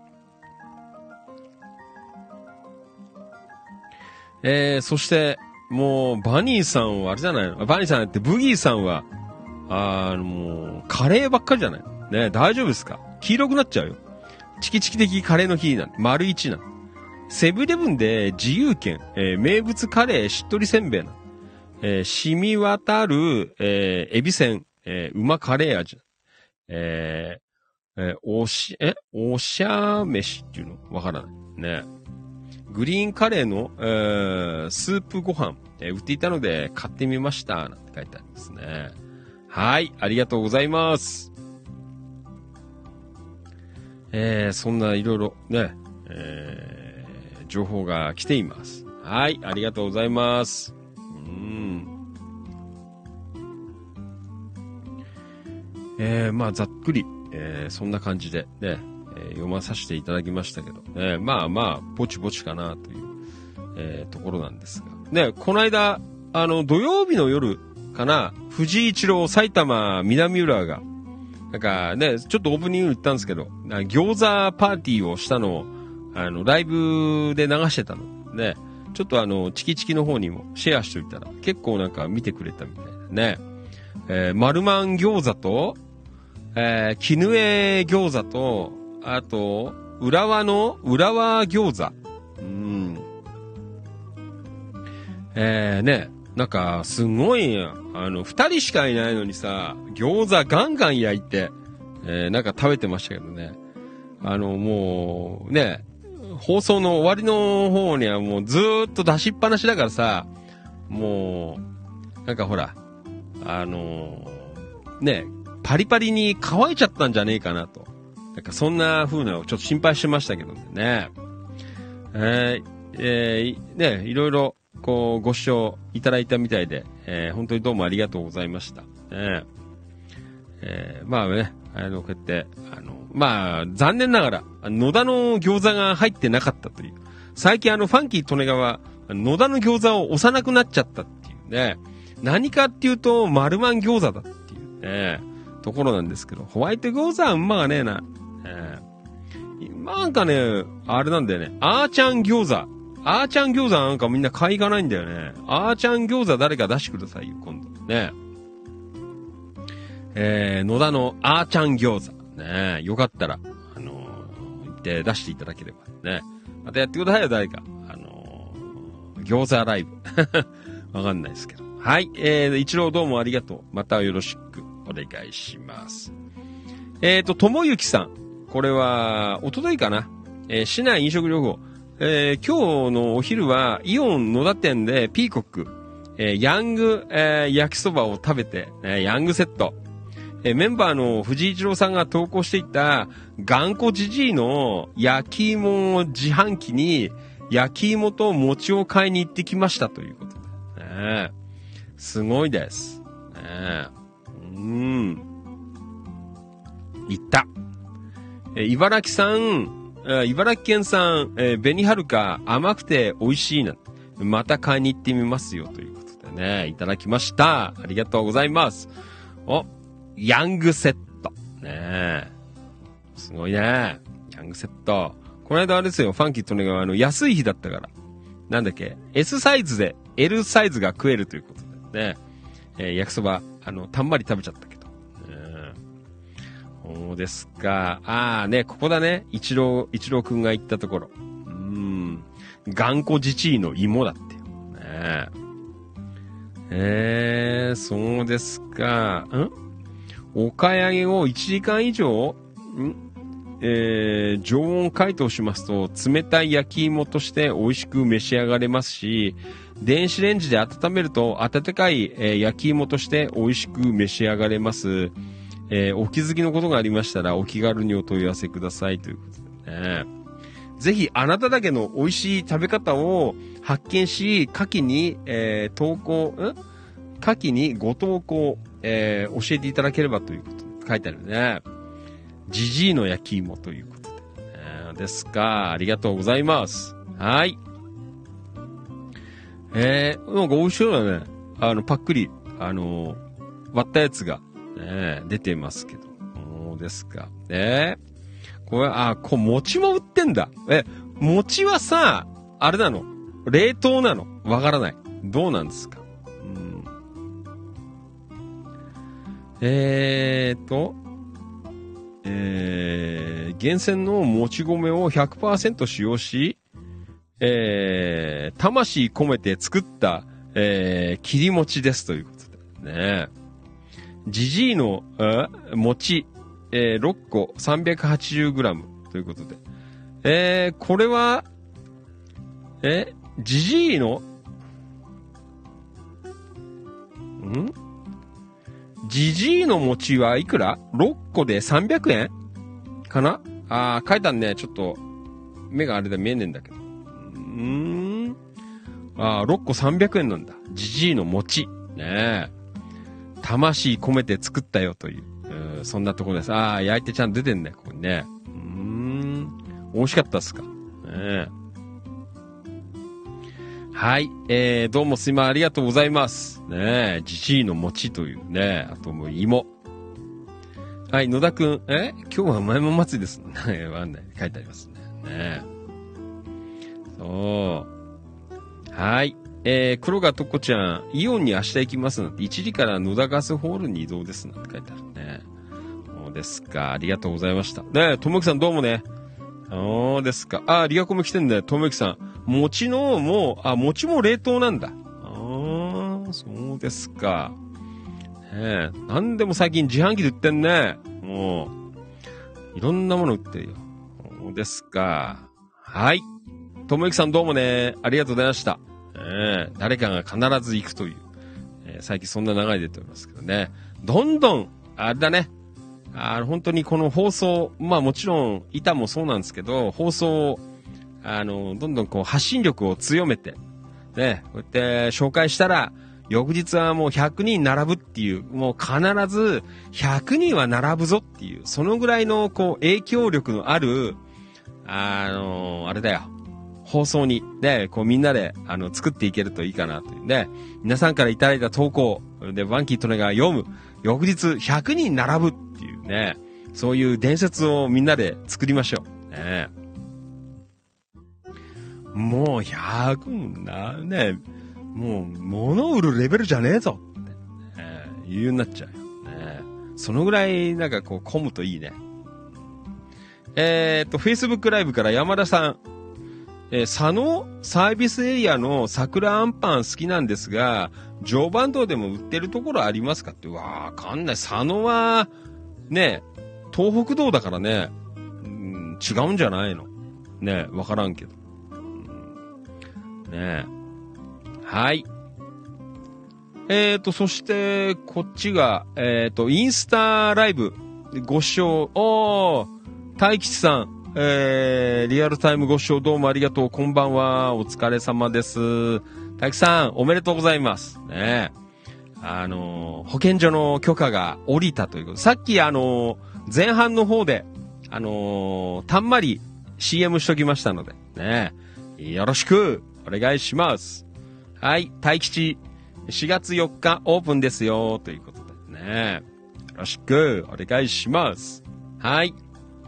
えー、そして、もう、バニーさんはあれじゃないの？バニーさんってブギーさんは、あの、もう、カレーばっかりじゃないね、大丈夫ですか？黄色くなっちゃうよ。チキチキ的カレーの日なん丸一なんセブンイレブンで自由券、えー、名物カレーしっとりせんべいなんえー、染み渡る、えー、エビせん、えー、馬カレー味。えー、えー、おし、えおしゃ飯っていうのわからない。ね。グリーンカレーの、えー、スープご飯、えー、売っていたので買ってみました。なんて書いてありますね。はい、ありがとうございます。えー、そんないろいろね、えー、情報が来ています。はい、ありがとうございます。えー、まあざっくり、えー、そんな感じでね、えー、読まさせていただきましたけど、ね、まあまあぼちぼちかなという、えー、ところなんですがね、この間あの土曜日の夜かな、藤井一郎埼玉南浦がなんかね、ちょっとオープニング言ったんですけど、餃子パーティーをしたのをあのライブで流してたのね、ちょっとあのチキチキの方にもシェアしといたら結構なんか見てくれたみたいなね、えー、丸マン餃子とえー、絹江餃子と、あと、浦和の、浦和餃子。うん。えー、ね、なんか、すごい、あの、二人しかいないのにさ、餃子ガンガン焼いて、えー、なんか食べてましたけどね。あの、もう、ね、放送の終わりの方にはもうずーっと出しっぱなしだからさ、もう、なんかほら、あのー、ね、パリパリに乾いちゃったんじゃねえかなと。なんかそんな風なのをちょっと心配してましたけどね。えー、えー、ね、いろいろこうご視聴いただいたみたいで、えー、本当にどうもありがとうございました。ねえー、まあね、あの、こうやって、あの、まあ、残念ながら、野田の餃子が入ってなかったという。最近あの、ファンキー利根川、野田の餃子を押さなくなっちゃったっていうね。何かっていうと、丸マン餃子だっていうね。ところなんですけど、ホワイト餃子はうまがねえな。えー、なんかね、あれなんだよね。あーちゃん餃子。あーちゃん餃子なんかみんな買いがないんだよね。あーちゃん餃子誰か出してくださいよ、今度。ね。 えー、野田のあーちゃん餃子。ねよかったら、あのー、行って出していただければね。またやってくださいよ、誰か。あのー、餃子ライブ。わかんないですけど。はい。えー、一郎どうもありがとう。またよろしくお願いします。えーと、ともゆきさん。これは、おとといかな。えー、市内飲食療法。えー、今日のお昼は、イオン野田店でピーコック、えー、ヤング、えー、焼きそばを食べて、えー、ヤングセット。えー、メンバーの藤井一郎さんが投稿していた、頑固じじいの焼き芋自販機に、焼き芋と餅を買いに行ってきましたということで。ね、すごいです。ね、うん。行った。えー、茨城さん、えー、茨城県産、えー、紅はるか甘くて美味しいな。また買いに行ってみますよということでね、いただきました。ありがとうございます。お、ヤングセット。ねえ。すごいね。ヤングセット。この間あれですよ、ファンキーとねがあの、安い日だったから。なんだっけ ?S サイズで L サイズが食えるということでね。えー、焼きそば、あの、たんまり食べちゃったけど。そうですか。ああね、ここだね。一郎、一郎くんが言ったところ。うーん。頑固じちいの芋だってよ。ねえ。えー、そうですか。んお買い上げをいちじかん以上んえー、常温解凍しますと、冷たい焼き芋として美味しく召し上がれますし、電子レンジで温めると、温かい、えー、焼き芋として美味しく召し上がれます。えー、お気づきのことがありましたら、お気軽にお問い合わせくださいということでね。ぜひ、あなただけの美味しい食べ方を発見し、下記に、えー、投稿、ん下記にご投稿、えー、教えていただければということで書いてあるね。ジジイの焼き芋ということで。えー、ですか。ありがとうございます。はい。えー、なんか美味しそうだね。あの、パックリ、あのー、割ったやつが、ね、出てますけど。そうですか。えー、これ、あ、こう、餅も売ってんだ。え、餅はさ、あれなの？冷凍なの？わからない。どうなんですか？うん、えーと、えー、厳選のもち米を ひゃくパーセント 使用し、えー、魂込めて作った、えー、切り餅ですということでね。ジジイの、えー、餅、えー、ろっこ さんびゃくはちじゅうグラム ということで。えー、これは、え、ジジイの、んジジイの餅はいくら ?ろっ 個でさんびゃくえんかなあー、書いたんね。ちょっと、目があれで見えねえんだけど。うーん。あー、ろっこさんびゃくえんなんだ。ジジイの餅。ねえ。魂込めて作ったよという。うそんなところです。あー、焼いてちゃんと出てんね。ここにね。うーん。美味しかったっすか。ねえ。はい。えー、どうもすいません。ありがとうございます。ねえ、じじいの餅というね。あともう芋。はい、野田くん。え今日は前も祭りです。ねわかんない。書いてありますね。ねそう。はい。えー、黒川とこちゃん。イオンに明日行きますなんて、いちじから野田ガスホールに移動ですなんて書いてあるね。そうですか。ありがとうございました。ねともきさんどうもね。そうですか。あ、リアコも来てんだよ。ともきさん。餅の、もう、あ、餅も冷凍なんだ。ああ、そうですか。ねえ、なんでも最近自販機で売ってんね。もう、いろんなもの売ってるよ。そうですか。はい。ともゆきさんどうもね、ありがとうございました。ねえ、誰かが必ず行くという、えー、最近そんな流れ出ておりますけどね。どんどん、あれだね。あ本当にこの放送、まあもちろん、板もそうなんですけど、放送を、あの、どんどんこう発信力を強めて、ね、こうやって紹介したら、翌日はもうひゃくにん並ぶっていう、もう必ずひゃくにんは並ぶぞっていう、そのぐらいのこう影響力のある、あの、あれだよ、放送に、ね、こうみんなで、あの、作っていけるといいかなというね、皆さんからいただいた投稿、で、バンキートネが読む、翌日ひゃくにん並ぶっていうね、そういう伝説をみんなで作りましょう。ね、もうひゃくな、ね、もう物を売るレベルじゃねえぞって、ね、言うようになっちゃうよ。ね、 そのぐらいなんかこう混むといいね。えー、っと、Facebook ライブから山田さん。えー、佐野サービスエリアの桜あんパン好きなんですが、常磐道でも売ってるところありますかって。わかんない。佐野は、ね、東北道だからね、うん、違うんじゃないのね、わからんけど。うん、ねはい。えーと、そして、こっちが、えーと、インスタライブ、ご視聴、おー、大吉さん、えー、リアルタイムご視聴どうもありがとう。こんばんは。お疲れ様です。大吉さん、おめでとうございます。ねあのー、保健所の許可が下りたということ。さっきあのー、前半の方で、あのー、たんまり シーエム しときましたので、ねよろしくお願いします。はい、大吉、しがつよっかオープンですよ、ということでね。よろしくお願いします。はい。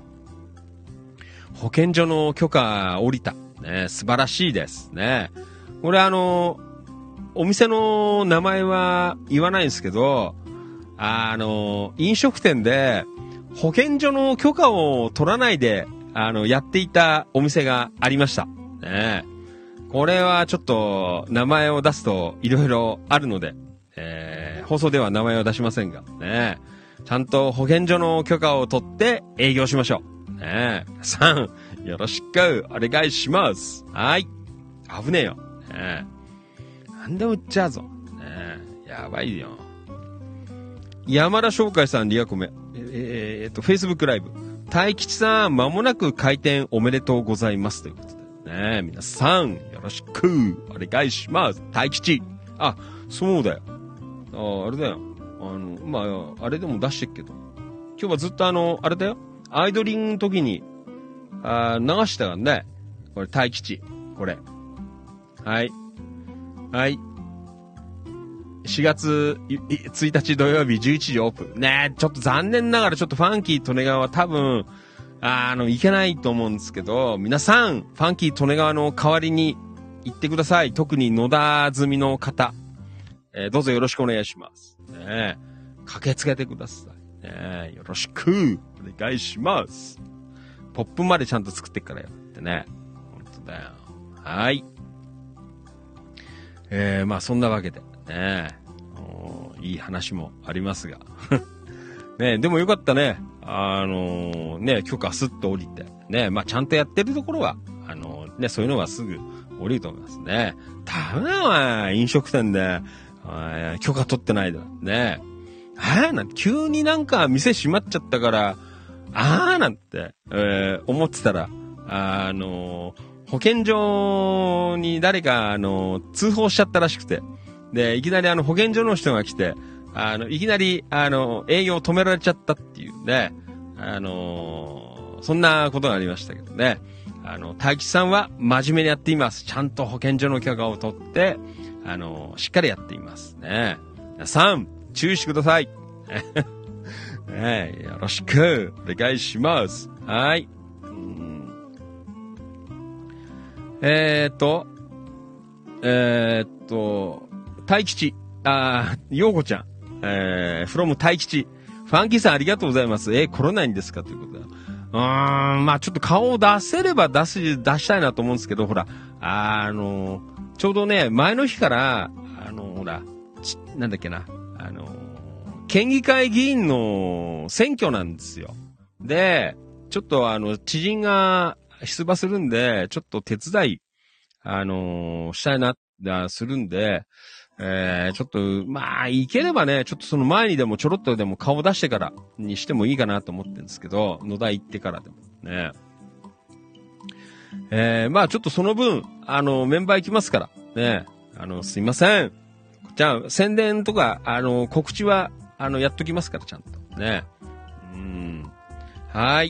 保健所の許可降りた。ね、素晴らしいですね。これあの、お店の名前は言わないんですけど、あの、飲食店で保健所の許可を取らないで、あの、やっていたお店がありました。ね、これはちょっと名前を出すといろいろあるので、えー、放送では名前を出しませんが、ね、ちゃんと保健所の許可を取って営業しましょう。ねえ、皆さん、よろしくお願いします。はい。危ねえよ。ねえ。なんでも売っちゃうぞ。ねえ。やばいよ。山田翔海さん、リアコメ。えー、えー、っと、Facebook ライブ。大吉さん、間もなく開店おめでとうございます。ということで。ねえ、皆さん、よろしくお願いします。大吉。あ、そうだよ。あ、あれだよ。あの、まあ、あれでも出してっけど。今日はずっとあの、あれだよ。アイドリングの時に、あ流したからね。これ、大吉。これ。はい。はい。しがつついたち土曜日じゅういちじオープン。ねえ、ちょっと残念ながらちょっとファンキー利根川は多分、あの、いけないと思うんですけど、皆さん、ファンキー利根川の代わりに行ってください。特に野田済みの方。えー、どうぞよろしくお願いします。ねえ、駆けつけてください。ねえ、よろしくお願いします。ポップまでちゃんと作ってっからよってね。ほんとだよ。はい。えー、まあそんなわけでね、いい話もありますが。ね、でもよかったね。あのー、ね、許可スッと降りて。ね、まあちゃんとやってるところは、あのー、ね、そういうのはすぐ降りると思いますね。ダメだわ、飲食店で、許可取ってないだ。ね。えー、なん急になんか店閉まっちゃったから、あーなんて、えー、思ってたら、あのー、保健所に誰か、あのー、通報しちゃったらしくて、で、いきなりあの、保健所の人が来て、あの、いきなり、あの、営業止められちゃったっていうね、あのー、そんなことがありましたけどね。あの、大吉さんは真面目にやっています。ちゃんと保健所の許可を取って、あのー、しっかりやっていますね。皆さん、注意してください。ね、よろしくお願いします。はい。うんえーっと、えーっと、大吉、あー、ようこちゃん、えー、from 大吉。ファンキーさんありがとうございます。えー、コロナにですかということで。うーん、まあちょっと顔を出せれば出す、出したいなと思うんですけど、ほら、あ、あの、ちょうどね、前の日から、あの、ほら、なんだっけな、あの、県議会議員の選挙なんですよ。で、ちょっとあの、知人が出馬するんで、ちょっと手伝い、あのー、したいな、するんで、えー、ちょっと、まあ、いければね、ちょっとその前にでもちょろっとでも顔出してからにしてもいいかなと思ってるんですけど、野田行ってからでもね。えー、まあちょっとその分、あの、メンバー行きますから、ね。あの、すいません。じゃあ、宣伝とか、あの、告知は、あの、やっときますから、ちゃんと。ね。うん。はい。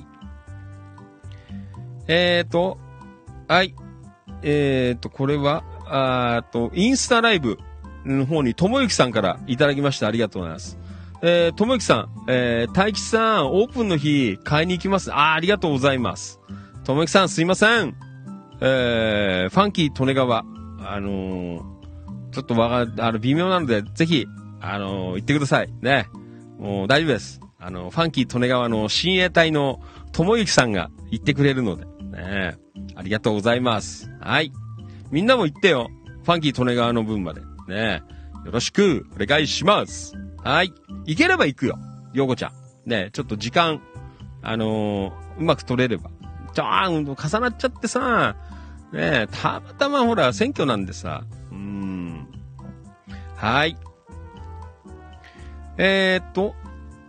えーと、はい。えーと、これは、あーと、インスタライブの方に、ともゆきさんからいただきました。ありがとうございます。えー、ともゆきさん、えー、大吉さん、オープンの日、買いに行きます。あー、ありがとうございます。ともゆきさん、すいません。えー、ファンキー利根川、あのー、ちょっとわが、あの、微妙なので、ぜひ、あのー、行ってください。ね。もう大丈夫です。 あの、ファンキー利根川の親衛隊の友之さんが言ってくれるので、ね、ありがとうございます。はい。みんなも言ってよ。ファンキー利根川の分まで。ね、よろしくお願いします。はい。行ければ行くよ。ようこちゃん。ね、ちょっと時間、あのー、うまく取れれば。じゃあ、重なっちゃってさ、ね、たまたまほら、選挙なんでさ。うーん。はい。えー、っと、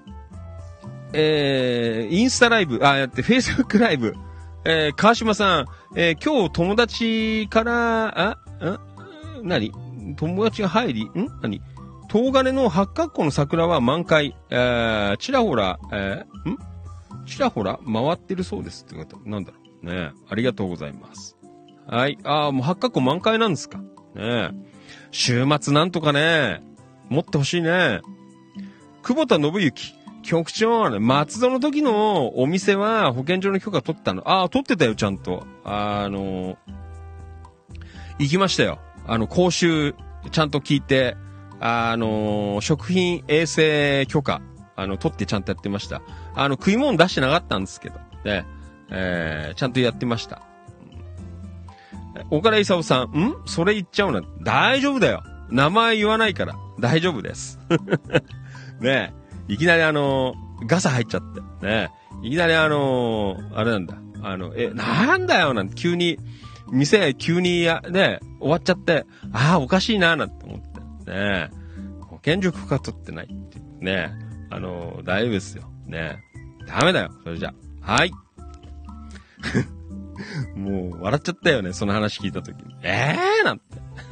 えー、インスタライブ、あ、やって、フェイスブックライブ。えー、川島さん、えー、今日友達から、あ、あ、何友達が入り、ん何東金の八角湖の桜は満開、えー、ちらほら、えー、んちらほら回ってるそうですってこと。なんだろう。ね、ありがとうございます。はい。ああ、もう八角湖満開なんですか。ね、週末なんとかね、持ってほしいね。久保田信之。局長、松戸の時のお店は保健所の許可取ったの。ああ、取ってたよ、ちゃんと。あのー、行きましたよ。あの、講習、ちゃんと聞いて、あのー、食品衛生許可、あの、取ってちゃんとやってました。あの、食い物出してなかったんですけど、ね、えー、ちゃんとやってました。岡田勲さん、んそれ言っちゃうな。大丈夫だよ。名前言わないから、大丈夫です。ねえ、いきなりあのー、ガサ入っちゃって、ねえ、いきなりあのー、あれなんだ、あの、え、なんだよ、なんて急に、店、急にや、ね、終わっちゃって、ああ、おかしいな、なんて思って、ね、保健所許可取ってないっていう、ね、あのー、大丈夫ですよ。ね、ダメだよ、それじゃ。はい。もう、笑っちゃったよね、その話聞いたときに。ええー、なんて。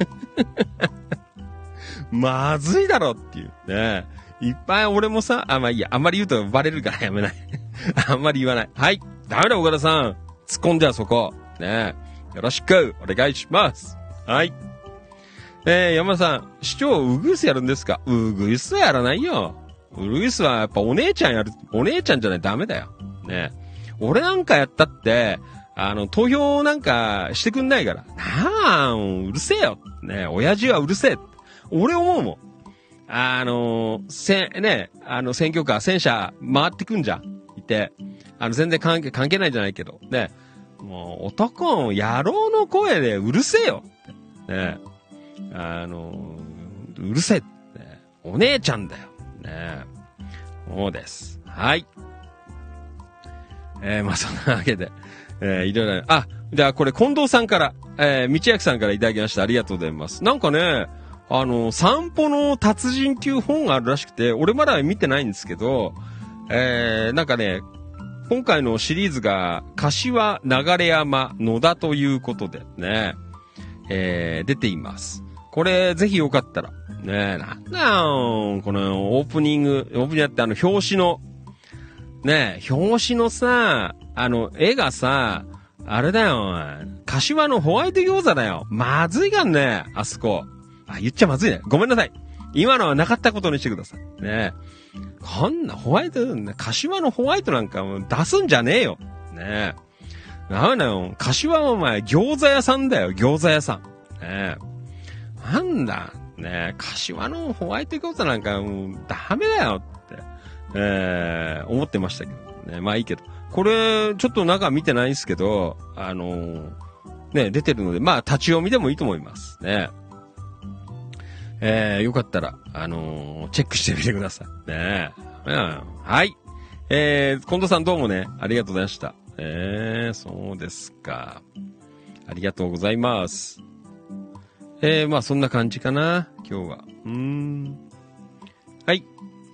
まずいだろっていう、ね。いっぱい俺もさ、あ、まあいいや、あんまり言うとバレるからやめない。あんまり言わない。はい。ダメだ、岡田さん。突っ込んじゃう、そこ。ね。よろしく、お願いします。はい。えー、山田さん、市長、ウグイスやるんですか？ウグイスはやらないよ。ウグイスはやっぱお姉ちゃんやる、お姉ちゃんじゃないとダメだよ。ね。俺なんかやったって、あの、投票なんかしてくんないから。なあ、うるせえよ。ね、親父はうるせえ。俺思うもん。あの、せ、ね、あの、選挙カー、戦車回ってくんじゃん。いて。あの、全然関係、関係ないじゃないけど。ね。もう、男、野郎の声でうるせえよ。ね。あの、うるせえ。ね。お姉ちゃんだよ。ね。そうです。はい。えー、まあ、そんなわけで。えー、いろいろ、あ、じゃあこれ近藤さんから、えー、道明さんからいただきました。ありがとうございます。なんかね、あの、散歩の達人級本があるらしくて、俺まだ見てないんですけど、えー、なんかね、今回のシリーズが、柏流山野田ということでね、えー、出ています。これ、ぜひよかったら、ね、なんだよ、このオープニング、オープニングやってあの、表紙の、ね、表紙のさ、あの、絵がさ、あれだよ、柏のホワイト餃子だよ。まずいがんね、あそこ。あ、言っちゃまずいね。ごめんなさい。今のはなかったことにしてください。ねこんなホワイト、柏のホワイトなんか出すんじゃねえよ。ねダメだよ。柏はお前、餃子屋さんだよ、餃子屋さん。ねなんだ、ね柏のホワイト餃子なんかもうダメだよって、えー、思ってましたけど。ねまあいいけど。これ、ちょっと中見てないんですけど、あのー、ね、出てるので、まあ、立ち読みでもいいと思います。ね。えー、よかったら、あのー、チェックしてみてください。ね。うん、はい。えー、近藤さんどうもね、ありがとうございました。えー、そうですか。ありがとうございます。えー、まあ、そんな感じかな、今日は。うーん。はい。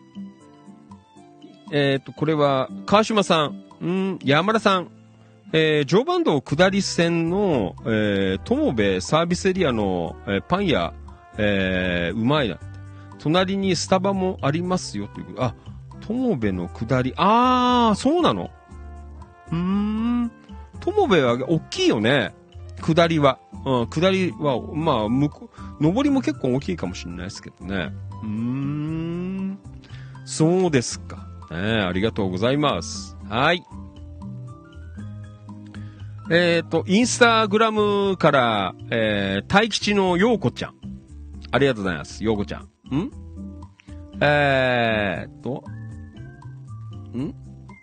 えっと、これは、川島さん。うん、山田さん。えー、常磐道下り線の、えー、友部サービスエリアの、えー、パン屋、えー、うまいな。隣にスタバもありますよ、ということ。あ、友部の下り。あー、そうなの？うーん。友部は大きいよね。下りは。うん、下りは、まあ、向こう、上りも結構大きいかもしれないですけどね。うーん。そうですか。ね、ありがとうございます。はい。えっと、インスタグラムから、えー、大吉のようこちゃん。ありがとうございます。ようこちゃん。んえーっと、 ん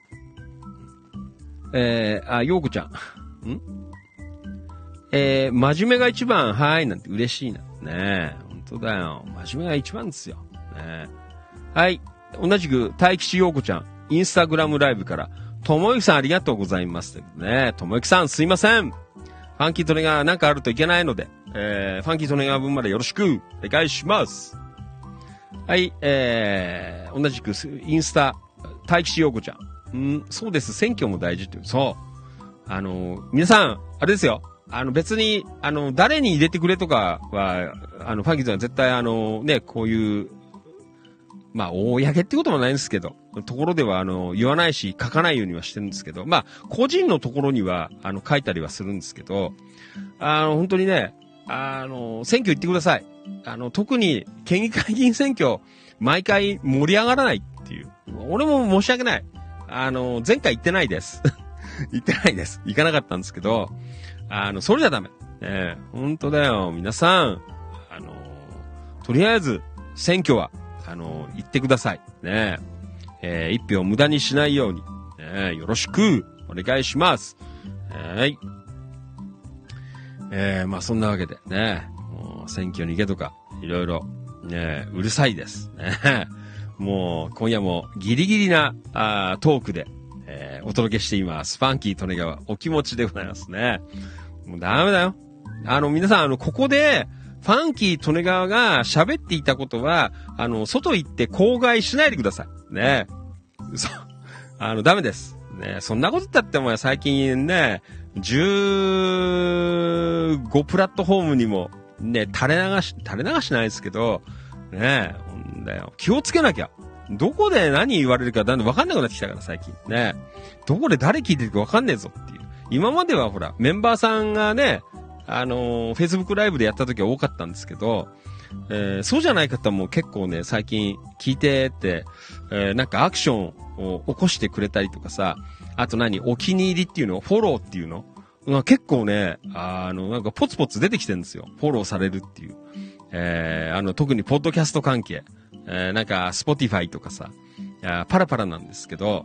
えー、あ、ようこちゃん。んえー、真面目が一番、はい、なんて嬉しいな。ねえ、本当だよ。真面目が一番ですよ。ねえ。はい。同じく、大吉ようこちゃん、インスタグラムライブから、ともゆきさんありがとうございます。ねともゆきさんすいません。ファンキートネガーなんかあるといけないので、えー、ファンキートネガー分までよろしく、お願いします。はい、えー、同じく、インスタ、大吉ようこちゃん。うん、そうです。選挙も大事っていう。そう。あの、皆さん、あれですよ。あの、別に、あの、誰に入れてくれとかは、あの、ファンキーさんは絶対、あの、ね、こういう、まあ、公ってこともないんですけど、ところでは、あの、言わないし、書かないようにはしてるんですけど、まあ、個人のところには、あの、書いたりはするんですけど、あの、本当にね、あの、選挙行ってください。あの、特に、県議会議員選挙、毎回盛り上がらないっていう。俺も申し訳ない。あの、前回行ってないです。行ってないです。行かなかったんですけど、あの、それじゃダメ。ね、本当だよ。皆さん、あの、とりあえず、選挙は、あの、行ってください。ねえー、一票無駄にしないように、ね、よろしく、お願いします。はい。えー、まあそんなわけでね、もう選挙に行けとか、いろいろ、ね、うるさいです。ね、もう、今夜もギリギリな、あートークで、えー、お届けしています。ファンキー利根川、お気持ちでございますね。もうダメだよ。あの、皆さん、あの、ここで、ファンキー利根川が喋っていたことは、あの、外行って口外しないでください。ね。そう。あの、ダメです。ね。そんなこと言ったっても最近ね、じゅうごプラットフォームにも、ね、垂れ流し、垂れ流しないですけど、ね、ほんだよ。気をつけなきゃ。どこで何言われるかだんだん分かんなくなってきたから最近。ね。どこで誰聞いてるか分かんねえぞっていう。今まではほら、メンバーさんがね、あのー、Facebook ライブでやった時は多かったんですけど、えー、そうじゃない方も結構ね、最近聞いてって、えー、なんかアクションを起こしてくれたりとかさ、あと何、お気に入りっていうの、フォローっていうの、まあ、結構ね、あの、なんかポツポツ出てきてるんですよ。フォローされるっていう。えー、あの、特にポッドキャスト関係、えー、なんか、Spotify とかさ、パラパラなんですけど、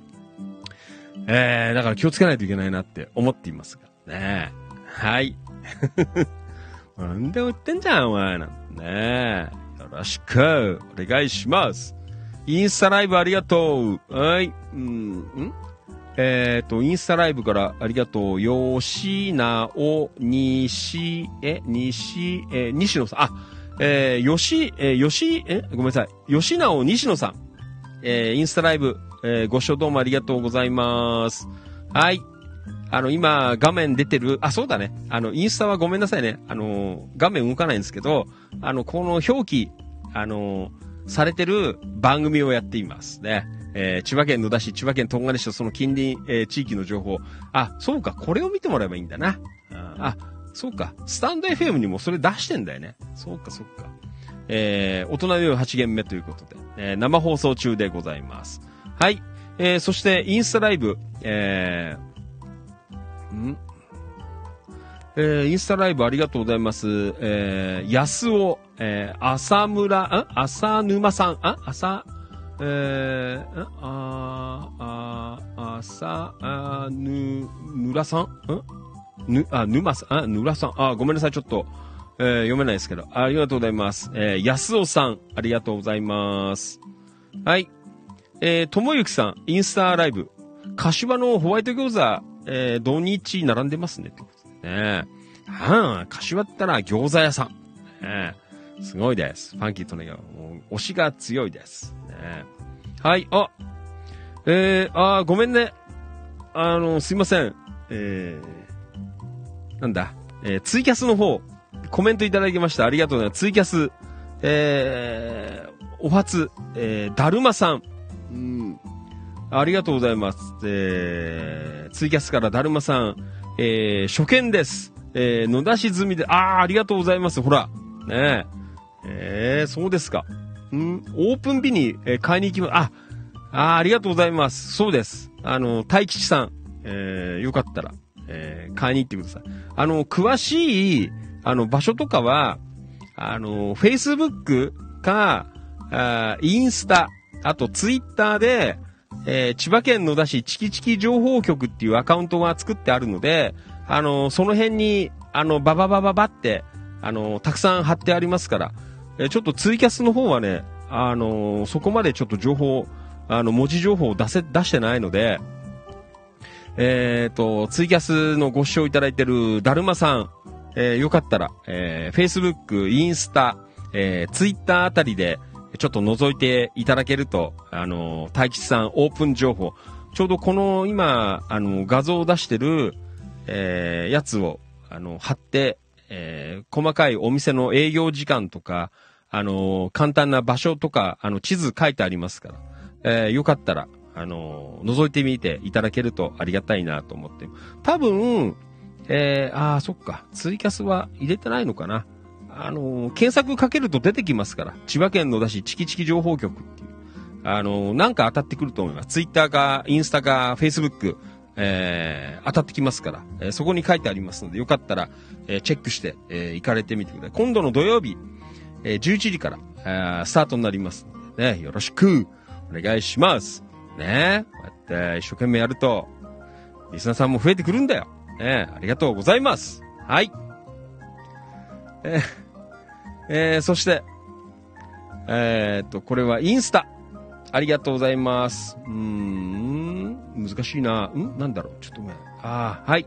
えー、だから気をつけないといけないなって思っていますが、ね。はい。なんでも言ってんじゃん、お前なんてね。よろしく、お願いします。インスタライブありがとう。はい。うん、んえっ、ー、と、インスタライブからありがとう。吉直、西、え、西、え、西野さん。あ、えー、吉、えー、吉、え、ごめんなさい。吉直西野さん。えー、インスタライブ、えー、ご視聴どうもありがとうございます。はい。あの、今、画面出てる、あ、そうだね。あの、インスタはごめんなさいね。あの、画面動かないんですけど、あの、この表記、あの、されてる番組をやっていますね。えー、千葉県野田市、千葉県東金市とその近隣、えー、地域の情報。あ、そうか、これを見てもらえばいいんだな。あ、そうか、スタンド エフエム にもそれ出してんだよね。そうか、そうか。えー、大人の夜はち限目ということで、えー、生放送中でございます。はい。えー、そして、インスタライブ、えー、んえー、インスタライブありがとうございます。えー、安尾、えー、浅村、ん浅沼さん、あ浅、えー、んああ、浅、あ、ぬ、ぬらさんんぬ、あ、沼さん、あ、ぬらさん、あ、ごめんなさい、ちょっと、えー、読めないですけど、ありがとうございます。えー、安尾さん、ありがとうございます。はい。えー、ともゆきさん、インスタライブ、柏のホワイト餃子、えー、土日並んでますね、ってことですね。はあ、柏ったら餃子屋さん。ね、すごいです。ファンキーとね、もう推しが強いです。ね、はい、あ、えー、あー、ごめんね。あの、すいません。えー、なんだ、えー、ツイキャスの方、コメントいただきました。ありがとうございます。ツイキャス、えー、お初、えー、だるまさん。うん、ありがとうございます。えー、ツイキャスからだるまさん、えー、初見です。えー、野出し済みで、あー、ありがとうございます。ほら。ねえ。えー、そうですか。うん、オープン日に、えー、買いに行きます。あ、あー、ありがとうございます。そうです。あの、大吉さん、えー、よかったら、えー、買いに行ってください。あの、詳しい、あの、場所とかは、あの、Facebook か、あインスタ、あとツイッターで、 えー、千葉県野田市チキチキ情報局っていうアカウントが作ってあるので、あのー、その辺に、あの、バババババって、あのー、たくさん貼ってありますから、えー、ちょっとツイキャスの方はね、あのー、そこまでちょっと情報、あの、文字情報を出せ、出してないので、えっと、ツイキャスのご視聴いただいてるだるまさん、えー、よかったら、えー、Facebook、インスタ、えー、Twitter あたりで、ちょっと覗いていただけると、あの、大吉さんオープン情報、ちょうどこの今、あの、画像を出してる、えー、やつを、あの、貼って、えー、細かいお店の営業時間とか、あの、簡単な場所とか、あの、地図書いてありますから、えー、よかったら、あの、覗いてみていただけるとありがたいなと思って。多分、えー、あー、そっか、ツイキャスは入れてないのかな。あのー、検索かけると出てきますから。千葉県野田市チキチキ情報局っていう。あのー、なんか当たってくると思います。ツイッターか、インスタか、フェイスブック、えー、当たってきますから。えー、そこに書いてありますので、よかったら、えー、チェックして、えー、行かれてみてください。今度の土曜日、えー、じゅういちじから、えー、スタートになりますのでね、よろしくお願いします。ねえ、こうやって一生懸命やると、リスナーさんも増えてくるんだよ。ねえ、ありがとうございます。はい。えーえー、そして、えー、っと、これはインスタ。ありがとうございます。うーん、難しいな。んなんだろうちょっとごめん。あー、はい。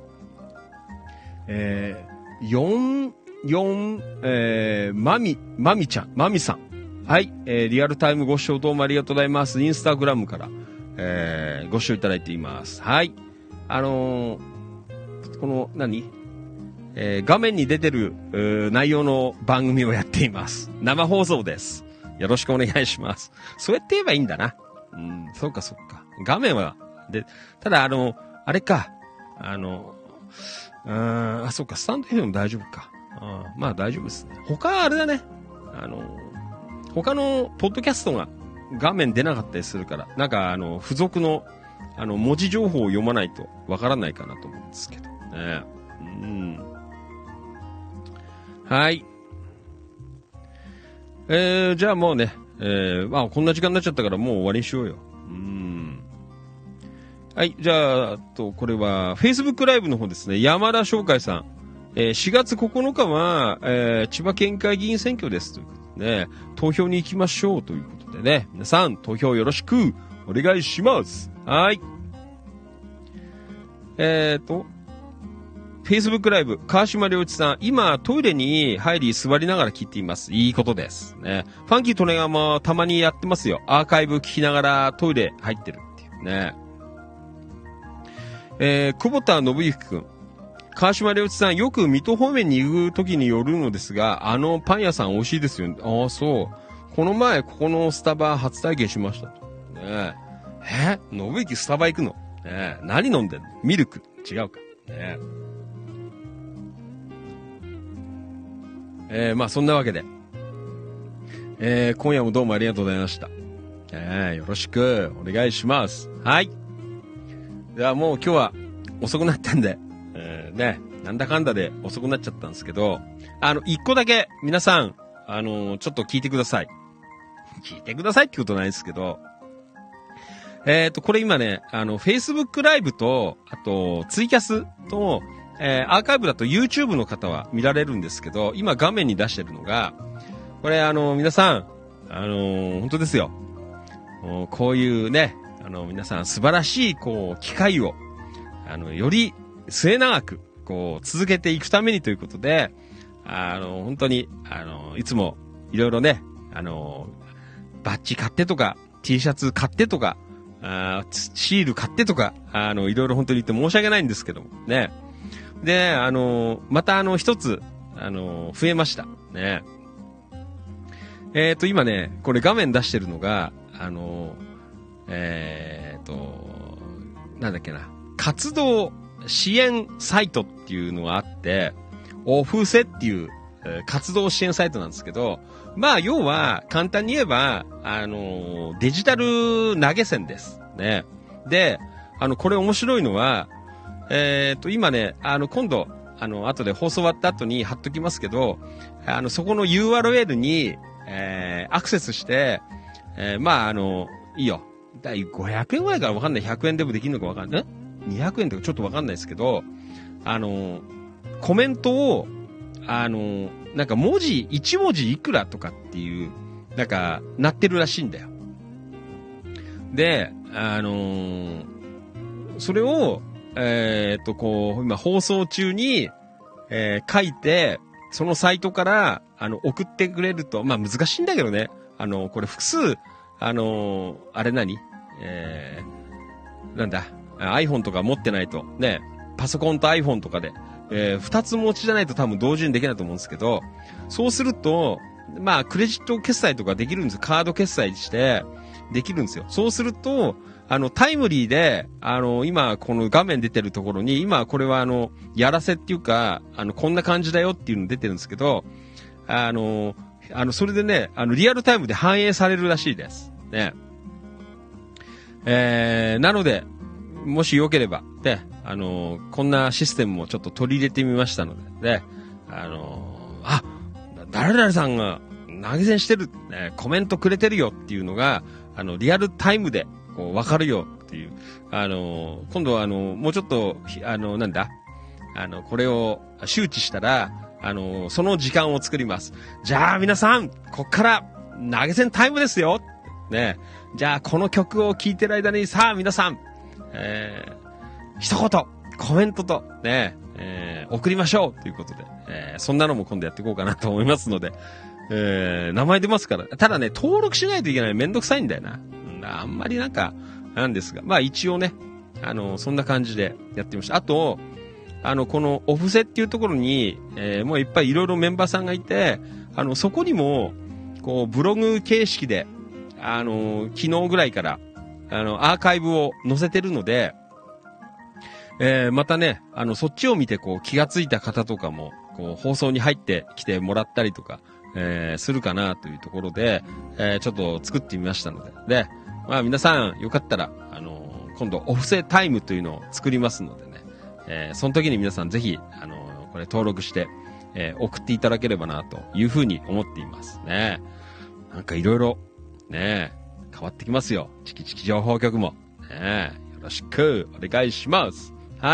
えー、よん、よん、えー、まみ、まみちゃん、まみさん。はい。えー、リアルタイムご視聴どうもありがとうございます。インスタグラムから、えー、ご視聴いただいています。はい。あのー、この、何えー、画面に出てる内容の番組をやっています。生放送です。よろしくお願いします。そうやって言えばいいんだな。うん、そうかそうか。画面は、で、ただあの、あれか、あの、うーん、あ、そうか、スタンド エフエム 大丈夫か。あまあ大丈夫ですね。他はあれだね。あの、他のポッドキャストが画面出なかったりするから、なんかあの、付属の、あの、文字情報を読まないとわからないかなと思うんですけどね。うん。はい。えー、じゃあもうね、えー、まあこんな時間になっちゃったからもう終わりにしようよ。うーん。はい、じゃあ、あと、これは、Facebook ライブの方ですね。山田翔海さん。えー、しがつここのかは、えー、千葉県会議員選挙です。ということでね、投票に行きましょうということでね、皆さん投票よろしくお願いします。はい。えーと、Facebook ライブ、川島良一さん、今トイレに入り座りながら聞いています。いいことですね。ファンキー利根川もたまにやってますよ。アーカイブ聞きながらトイレ入ってるっていうね。えー、久保田信之くん、川島良一さん、よく水戸方面に行く時に寄るのですが、あのパン屋さん美味しいですよね。ああ、そう。この前、ここのスタバ初体験しましたと。ねえ。え信之スタバ行くのねえ。何飲んでんのミルク違うか。ねえ。えー、まあそんなわけで、えー、今夜もどうもありがとうございました。えー、よろしくお願いします。はい。ではもう今日は遅くなったんで、えー、ね、なんだかんだで遅くなっちゃったんですけど、あの、一個だけ皆さん、あのー、ちょっと聞いてください。聞いてくださいってことないですけど、えっと、これ今ね、あの、Facebook ライブと、あと、ツイキャスと、えー、アーカイブだと YouTube の方は見られるんですけど、今画面に出してるのが、これあの、皆さん、あのー、本当ですよ。こういうね、あの、皆さん素晴らしい、こう、機会を、あの、より末永く、こう、続けていくためにということで、あの、本当に、あの、いつも、いろいろね、あの、バッジ買ってとか、T シャツ買ってとか、あシール買ってとか、あの、いろいろ本当に言って申し訳ないんですけども、ね。で、あの、またあの、一つ、あの、増えました。ね。えっと、今ね、これ画面出してるのが、あの、えっと、なんだっけな、活動支援サイトっていうのがあって、お布施っていう、えー、活動支援サイトなんですけど、まあ、要は、簡単に言えば、あの、デジタル投げ銭です。ね。で、あの、これ面白いのは、えっと、今ね、あの、今度、あの、後で放送終わった後に貼っときますけど、あの、そこの ユーアールエル に、えー、アクセスして、えー、まあ、あの、いいよ。 だいごひゃくえんぐらいからわかんない。ひゃくえんでもできるのかわかんない。にひゃくえんとかちょっとわかんないですけど、あの、コメントを、あの、なんか文字、いち文字いくらとかっていう、なんか、なってるらしいんだよ。で、あのー、それを、えー、っと、こう、今放送中に、えー、書いて、そのサイトから、あの、送ってくれると、まあ難しいんだけどね。あの、これ複数、あのー、あれ何えー、なんだ、iPhone とか持ってないと、ね、パソコンと iPhone とかで、えー、二つ持ちじゃないと多分同時にできないと思うんですけど、そうすると、まあ、クレジット決済とかできるんですよ。カード決済して、できるんですよ。そうすると、あの、タイムリーで、あの、今、この画面出てるところに、今、これはあの、やらせっていうか、あの、こんな感じだよっていうの出てるんですけど、あの、あの、それでね、あの、リアルタイムで反映されるらしいです。ね。えー、なので、もしよければ、で、あの、こんなシステムもちょっと取り入れてみましたので、で、あの、あ、誰々さんが投げ銭してる、ね、コメントくれてるよっていうのが、あの、リアルタイムで、こう、わかるよっていう、あの、今度はあの、もうちょっと、あの、なんだ、あの、これを周知したら、あの、その時間を作ります。じゃあ皆さん、こっから投げ銭タイムですよね。じゃあこの曲を聴いてる間に、さあ皆さん、えー、一言、コメントと、ね、えー、送りましょうということで、えー、そんなのも今度やっていこうかなと思いますので、えー、名前出ますから。ただね、登録しないといけない。めんどくさいんだよな。あんまりなんか、なんですが。まあ一応ね、あの、そんな感じでやってみました。あと、あの、このお布施っていうところに、えー、もういっぱいいろいろメンバーさんがいて、あの、そこにも、こう、ブログ形式で、あの、昨日ぐらいから、あの、アーカイブを載せてるので、えー、またね、あの、そっちを見て、こう、気がついた方とかも、こう、放送に入ってきてもらったりとか、えー、するかなというところで、えー、ちょっと作ってみましたので。で、まあ皆さん、よかったら、あのー、今度、お布施タイムというのを作りますのでね、えー、その時に皆さんぜひ、あのー、これ登録して、えー、送っていただければな、というふうに思っていますね。なんかいろいろ、ね、変わってきますよ。チキチキ情報局も。ね、よろしくお願いします。はい。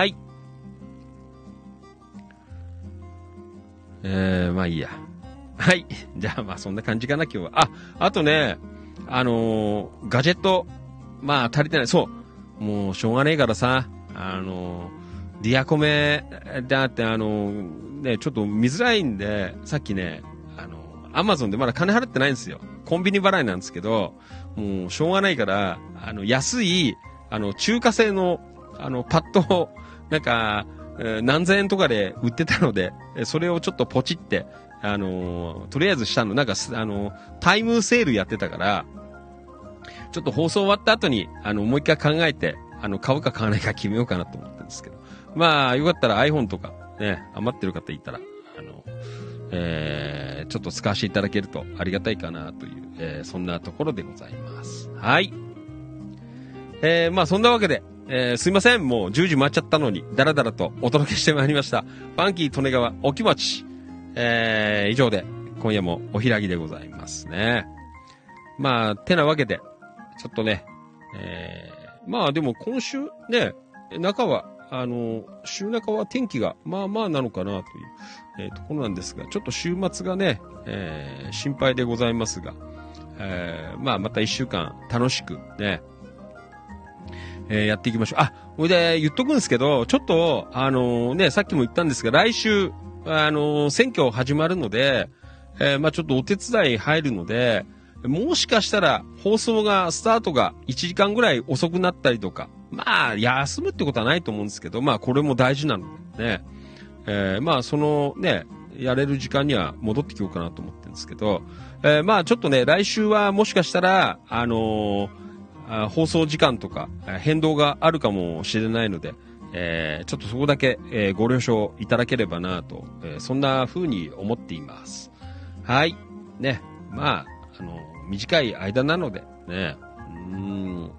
えー、まあいいや。はい。じゃあまあそんな感じかな、今日は。あ、あとね、あのー、ガジェット、まあ足りてない。そう。もうしょうがねえからさ、あのー、ディアコメだってあのー、ね、ちょっと見づらいんで、さっきね、あのー、アマゾンでまだ金払ってないんですよ。コンビニ払いなんですけど、もうしょうがないから、あの、安い、あの、中華製の、あの、パッドを、なんか、えー、何千円とかで売ってたので、それをちょっとポチって、あのー、とりあえずしたの、なんか、あのー、タイムセールやってたから、ちょっと放送終わった後に、あの、もう一回考えて、あの、買うか買わないか決めようかなと思ってるんですけど。まあ、よかったら iPhone とか、ね、余ってる方いたら、あの、えー、ちょっと使わせていただけるとありがたいかなという、えー、そんなところでございます。はい。えー、まあ、そんなわけで、えー、すいません。もうじゅうじ回っちゃったのに、だらだらとお届けしてまいりました。ファンキー利根川お気持ち。えー、以上で、今夜もお開きでございますね。まあ、てなわけで、ちょっとね、えー、まあでも今週ね、中は、あの、週中は天気がまあまあなのかなという、えー、ところなんですが、ちょっと週末がね、えー、心配でございますが、えー、まあまた一週間楽しくね、えー、やっていきましょう。あ、ほいで言っとくんですけど、ちょっと、あのー、ね、さっきも言ったんですが、来週、あのー、選挙始まるので、えー、まあちょっとお手伝い入るので、もしかしたら放送が、スタートがいちじかんぐらい遅くなったりとか、まあ休むってことはないと思うんですけど、まあこれも大事なのでね、えー、まあそのね、やれる時間には戻ってきようかなと思ってるんですけど、えー、まあちょっとね、来週はもしかしたら、あのー、放送時間とか変動があるかもしれないので、えー、ちょっとそこだけ、えー、ご了承いただければなと、えー、そんな風に思っています。はい。ね。まあ、あの、短い間なので、ね。うーん。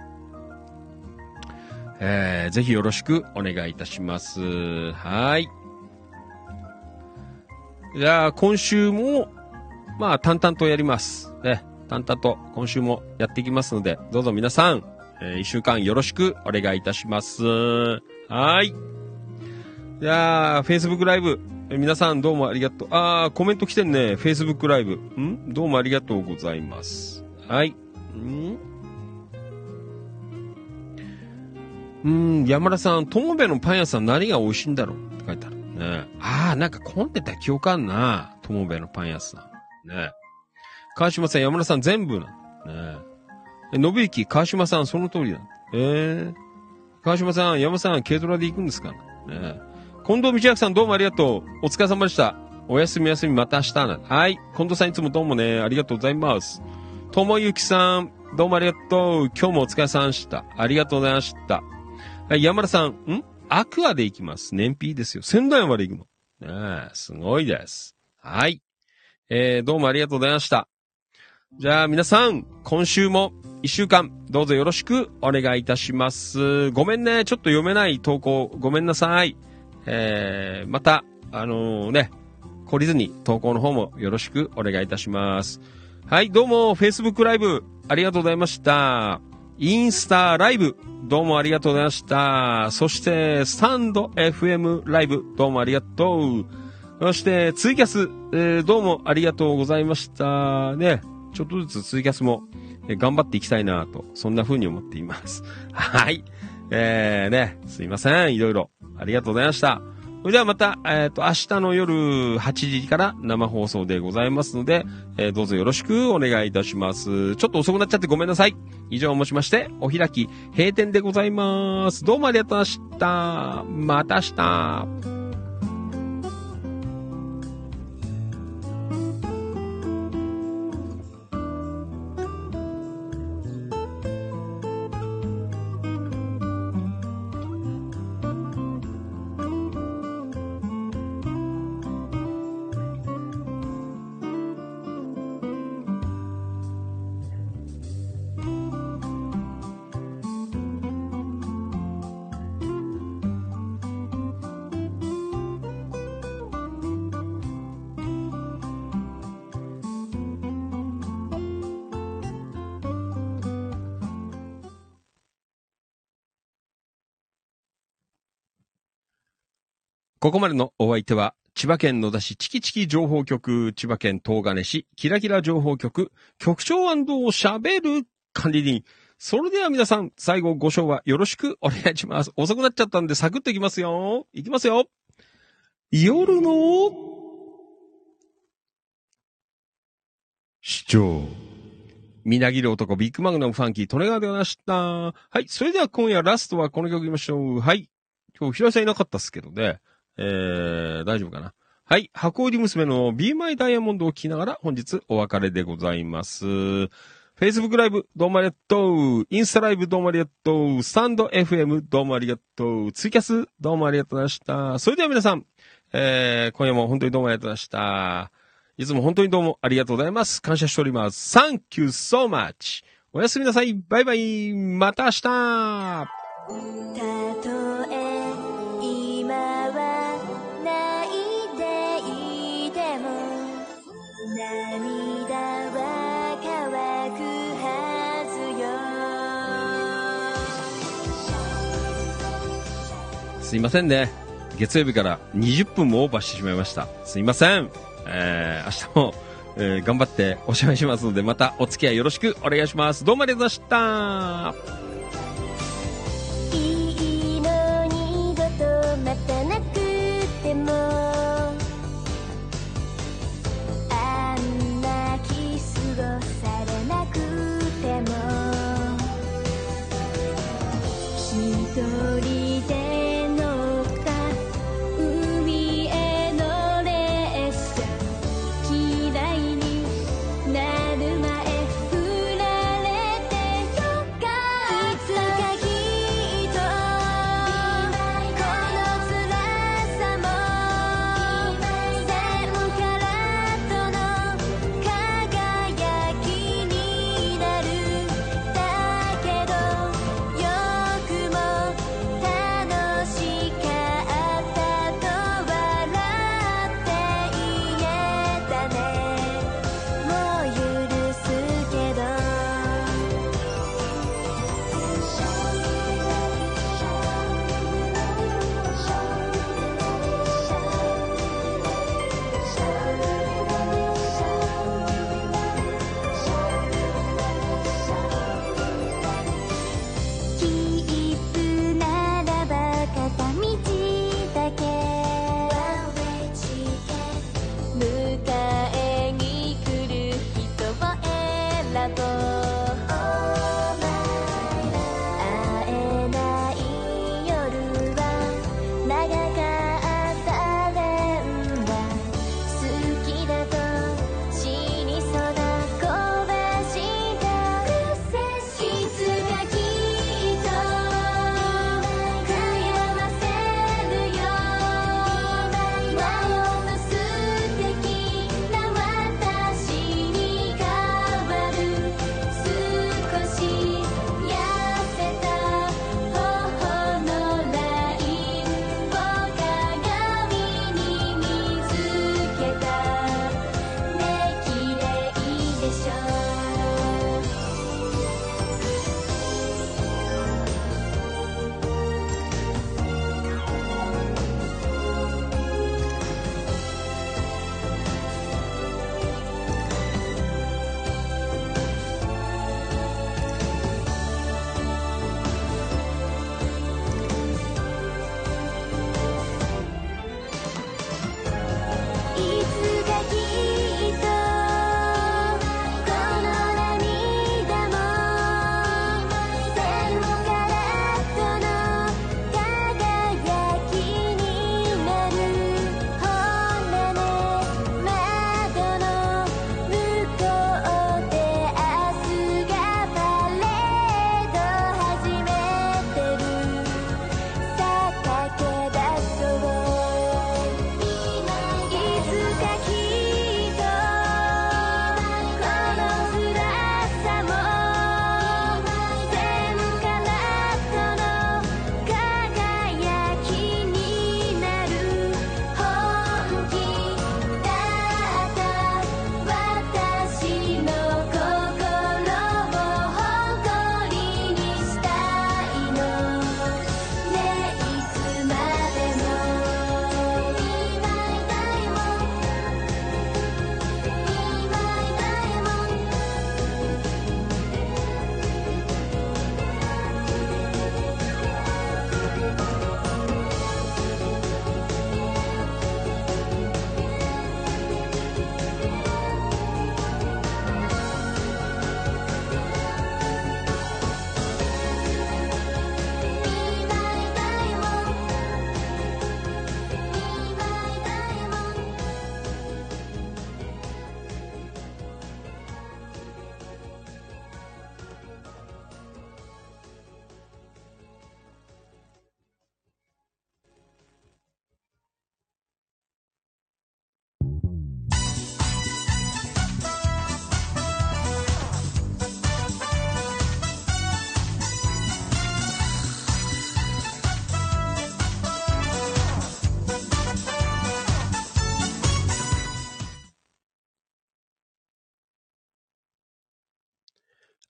えー、ぜひよろしくお願いいたします。はい。じゃあ、今週も、まあ、淡々とやります。ね。 淡々と今週もやっていきますので、どうぞ皆さん、えー、一週間よろしくお願いいたします。はーい。じゃあ、Facebook ライブ、えー、皆さんどうもありがとう。あー、コメント来てんね。Facebook ライブ。んどうもありがとうございます。はい。んうん、山田さん、友部のパン屋さん何が美味しいんだろうって書いてある。ね、ああ、なんか混んでた記憶あんな。友部のパン屋さん。ね。川島さん、山田さん全部なんね。え、信行、川島さん、その通りなんええー。川島さん、山田さん、軽トラで行くんですかね。近藤道明さん、どうもありがとう。お疲れ様でした。おやすみやすみ、また明日な。はい。近藤さん、いつもどうもね、ありがとうございます。友幸さん、どうもありがとう。今日もお疲れ様でした。ありがとうございました。はい、山田さん、んアクアで行きます。燃費ですよ。仙台まで行くの。ねえ、すごいです。はい。えー、どうもありがとうございました。じゃあ皆さん、今週も一週間、どうぞよろしくお願いいたします。ごめんね、ちょっと読めない投稿、ごめんなさい。えー、また、あのー、ね、懲りずに投稿の方もよろしくお願いいたします。はい、どうも、Facebook ライブ、ありがとうございました。インスタライブ、どうもありがとうございました。そして、スタンド エフエム ライブ、どうもありがとう。そして、ツイキャス、えー、どうもありがとうございました。ね、ちょっとずつツイキャスも、えー、頑張っていきたいなと、そんな風に思っています。はい。えー、ね、すいません、いろいろ。ありがとうございました。それではまた、えっと、明日の夜はちじから生放送でございますので、えー、どうぞよろしくお願いいたします。ちょっと遅くなっちゃってごめんなさい。以上をもちまして、お開き、閉店でございます。どうもありがとうございました。また明日。ここまでのお相手は、千葉県野田市チキチキ情報局、千葉県東金市キラキラ情報局、局長&喋る管理人。それでは皆さん、最後ご唱和よろしくお願いします。遅くなっちゃったんでサクッといきますよ。いきますよ。夜の市長。みなぎる男、ビッグマグナムファンキー、トネガーでございました。はい。それでは今夜ラストはこの曲いきましょう。はい。今日、平井さんいなかったっすけどね。えー、大丈夫かな。はい。箱入り娘の Be My Diamond を聴きながら本日お別れでございます。Facebook ライブどうもありがとう。インスタライブどうもありがとう。スタンド エフエム どうもありがとう。ツイキャスどうもありがとうございました。それでは皆さん、えー、今夜も本当にどうもありがとうございました。いつも本当にどうもありがとうございます。感謝しております。Thank you so much. おやすみなさい。バイバイ。また明日。たとえ今は泣いていても涙は乾くはずよ。すいませんね。月曜日からにじゅっぷんもオーバーしてしまいました。すいません。えー、明日も、えー、頑張っておしゃべりしますので、またお付き合いよろしくお願いします。どうもありがとうございました。いいの二度とまたなくてもあんなキスをされなくても一人で乗った海への列車嫌いになる前振られてよかったいつかきっとこの辛さも全カラットの輝きになるだけどよくも楽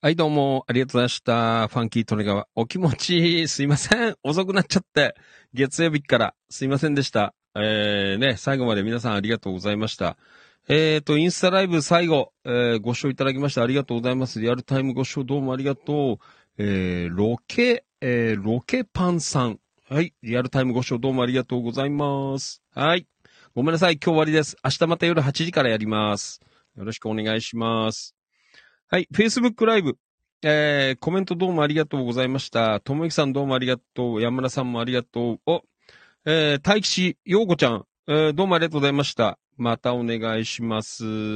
はい、どうも、ありがとうございました。ファンキートレガワ。お気持ち、すいません。遅くなっちゃって。月曜日から、すいませんでした。えー、ね、最後まで皆さんありがとうございました。えーと、インスタライブ最後、えー、ご視聴いただきましてありがとうございます。リアルタイムご視聴どうもありがとう。えー、ロケ、えー、ロケパンさん。はい、リアルタイムご視聴どうもありがとうございます。はい。ごめんなさい、今日終わりです。明日また夜はちじからやります。よろしくお願いします。はい、Facebook ライブ。えー、コメントどうもありがとうございました。ともゆきさんどうもありがとう。山田さんもありがとう。お、えー、大吉、ようこちゃん、えー、どうもありがとうございました。またお願いします。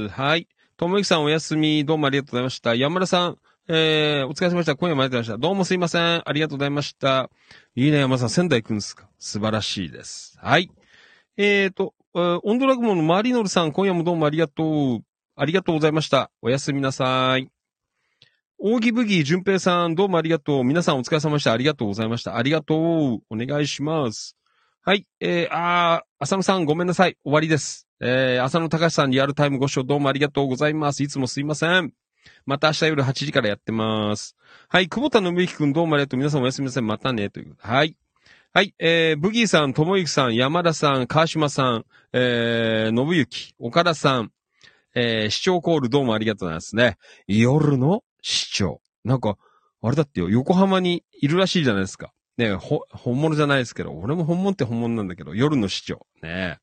はい。ともゆきさんおやすみ、どうもありがとうございました。山田さん、えー、お疲れ様でした。今夜もありがとうございました。どうもすいません。ありがとうございました。いいね、山田さん、仙台行くんですか？素晴らしいです。はい。えーと、えー、オンドラグモンのマリノルさん、今夜もどうもありがとう。ありがとうございました。おやすみなさい。大木ブギー淳平さん、どうもありがとう。皆さんお疲れ様でした。ありがとうございました。ありがとう。お願いします。はい。えー、あー、浅野さんごめんなさい。終わりです。えー、浅野隆さんリアルタイムご視聴どうもありがとうございます。いつもすいません。また明日夜はちじからやってます。はい。久保田信之くんどうもありがとう。皆さんおやすみなさい。またね。という。はい。はい。えー、ブギーさん、ともゆきさん、山田さん、川島さん、えー、信行、岡田さん、えー、視聴コールどうもありがとうございますね。夜の市長。なんか、あれだってよ、横浜にいるらしいじゃないですか。ねほ、本物じゃないですけど、俺も本物って本物なんだけど、夜の市長。ね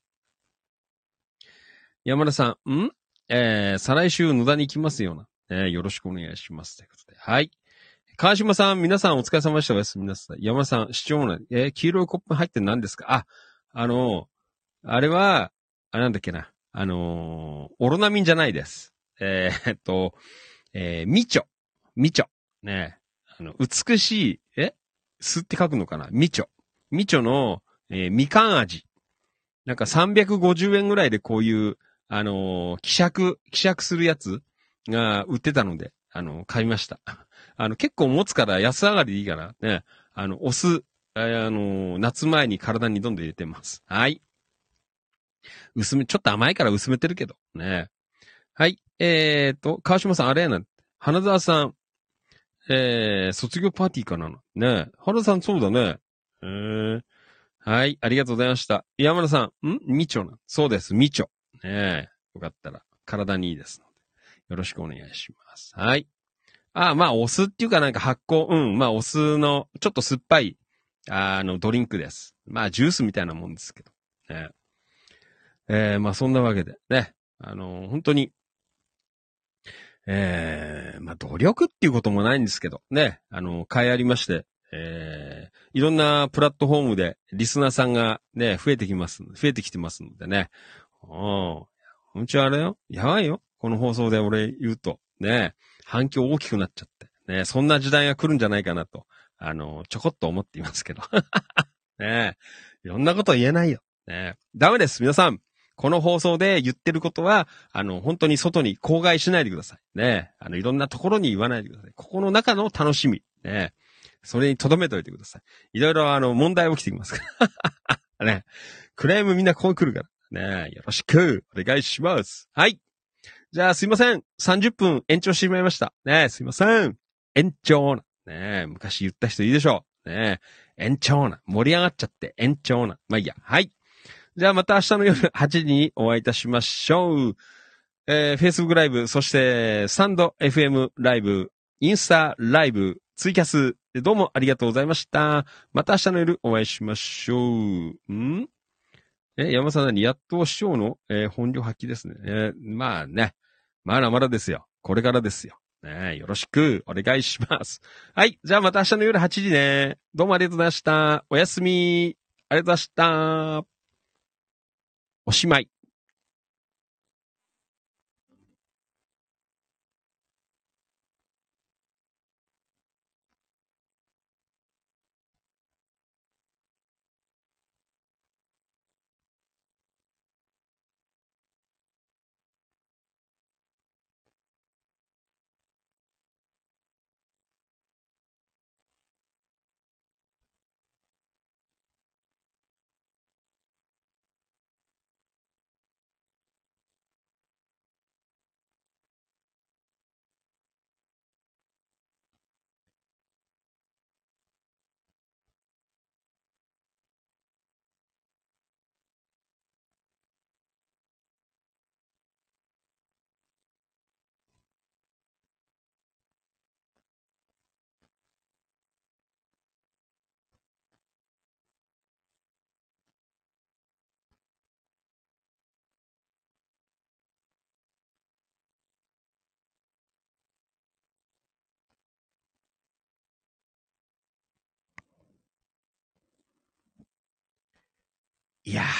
山田さん、んえー、再来週野田に行きますよな。ねよろしくお願いします。ということで。はい。川島さん、皆さんお疲れ様でした。おやすみなさい。山田さん、市長の、えー、黄色いコップ入って何ですか？あ、あのあれは、あ、なんだっけな。あのー、オロナミンじゃないです。えー、っと、えー、みちょ。みちょ。ね。あの、美しい、えすって書くのかなみちょ。みちょの、えー、みかん味。なんかさんびゃくごじゅうえんぐらいでこういう、あのー、希釈、希釈するやつが売ってたので、あのー、買いました。あの、結構持つから安上がりでいいから、ね。あの、お酢、あのー、夏前に体にどんどん入れてます。はい。薄め、ちょっと甘いから薄めてるけど、ね。はい。えーと、川島さん、あれやな。花沢さん、えー、卒業パーティーかなね。花沢さん、そうだね。えー、はい。ありがとうございました。山田さん、んみちょな。そうです。みちょ。ねよかったら、体にいいですので。よろしくお願いします。はい。あ、まあ、お酢っていうかなんか発酵、うん、まあ、お酢の、ちょっと酸っぱい、あの、ドリンクです。まあ、ジュースみたいなもんですけど。ねえー、まあ、そんなわけで、ね。あの、本当に、ええー、まあ、努力っていうこともないんですけど、ね、あの、会ありまして、ええー、いろんなプラットフォームでリスナーさんがね、増えてきます、増えてきてますのでね。うん。ほんちはあれよ。やばいよ。この放送で俺言うと。ね、反響大きくなっちゃって。ね、そんな時代が来るんじゃないかなと、あの、ちょこっと思っていますけど。ねいろんなこと言えないよ。ねダメです、皆さん。この放送で言ってることは、あの、本当に外に口外しないでください。ね。あの、いろんなところに言わないでください。ここの中の楽しみ。ね。それに留めておいてください。いろいろ、あの、問題起きてきますから。ね。クレームみんなこう来るから。ね。よろしく、お願いします。はい。じゃあ、すいません。さんじゅっぷん延長してしまいました。ね。すいません。延長な。ね。昔言った人いいでしょう。ね。延長な。盛り上がっちゃって延長な。まあいいや。はい。じゃあまた明日の夜はちじにお会いいたしましょう。えー、Facebook ライブ、そして、スタンド エフエム ライブ、インスタライブ、ツイキャス、どうもありがとうございました。また明日の夜お会いしましょう。んえ、山さん何やっと師匠の、えー本領発揮ですね。えーまあね。まだまだですよ。これからですよ。ねよろしくお願いします。はい。じゃあまた明日の夜はちじね。どうもありがとうございました。おやすみ。ありがとうございました。おしまい。 いやー、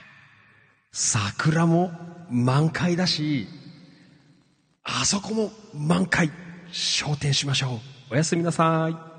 桜も満開だし、あそこも満開。昇天しましょう。おやすみなさい。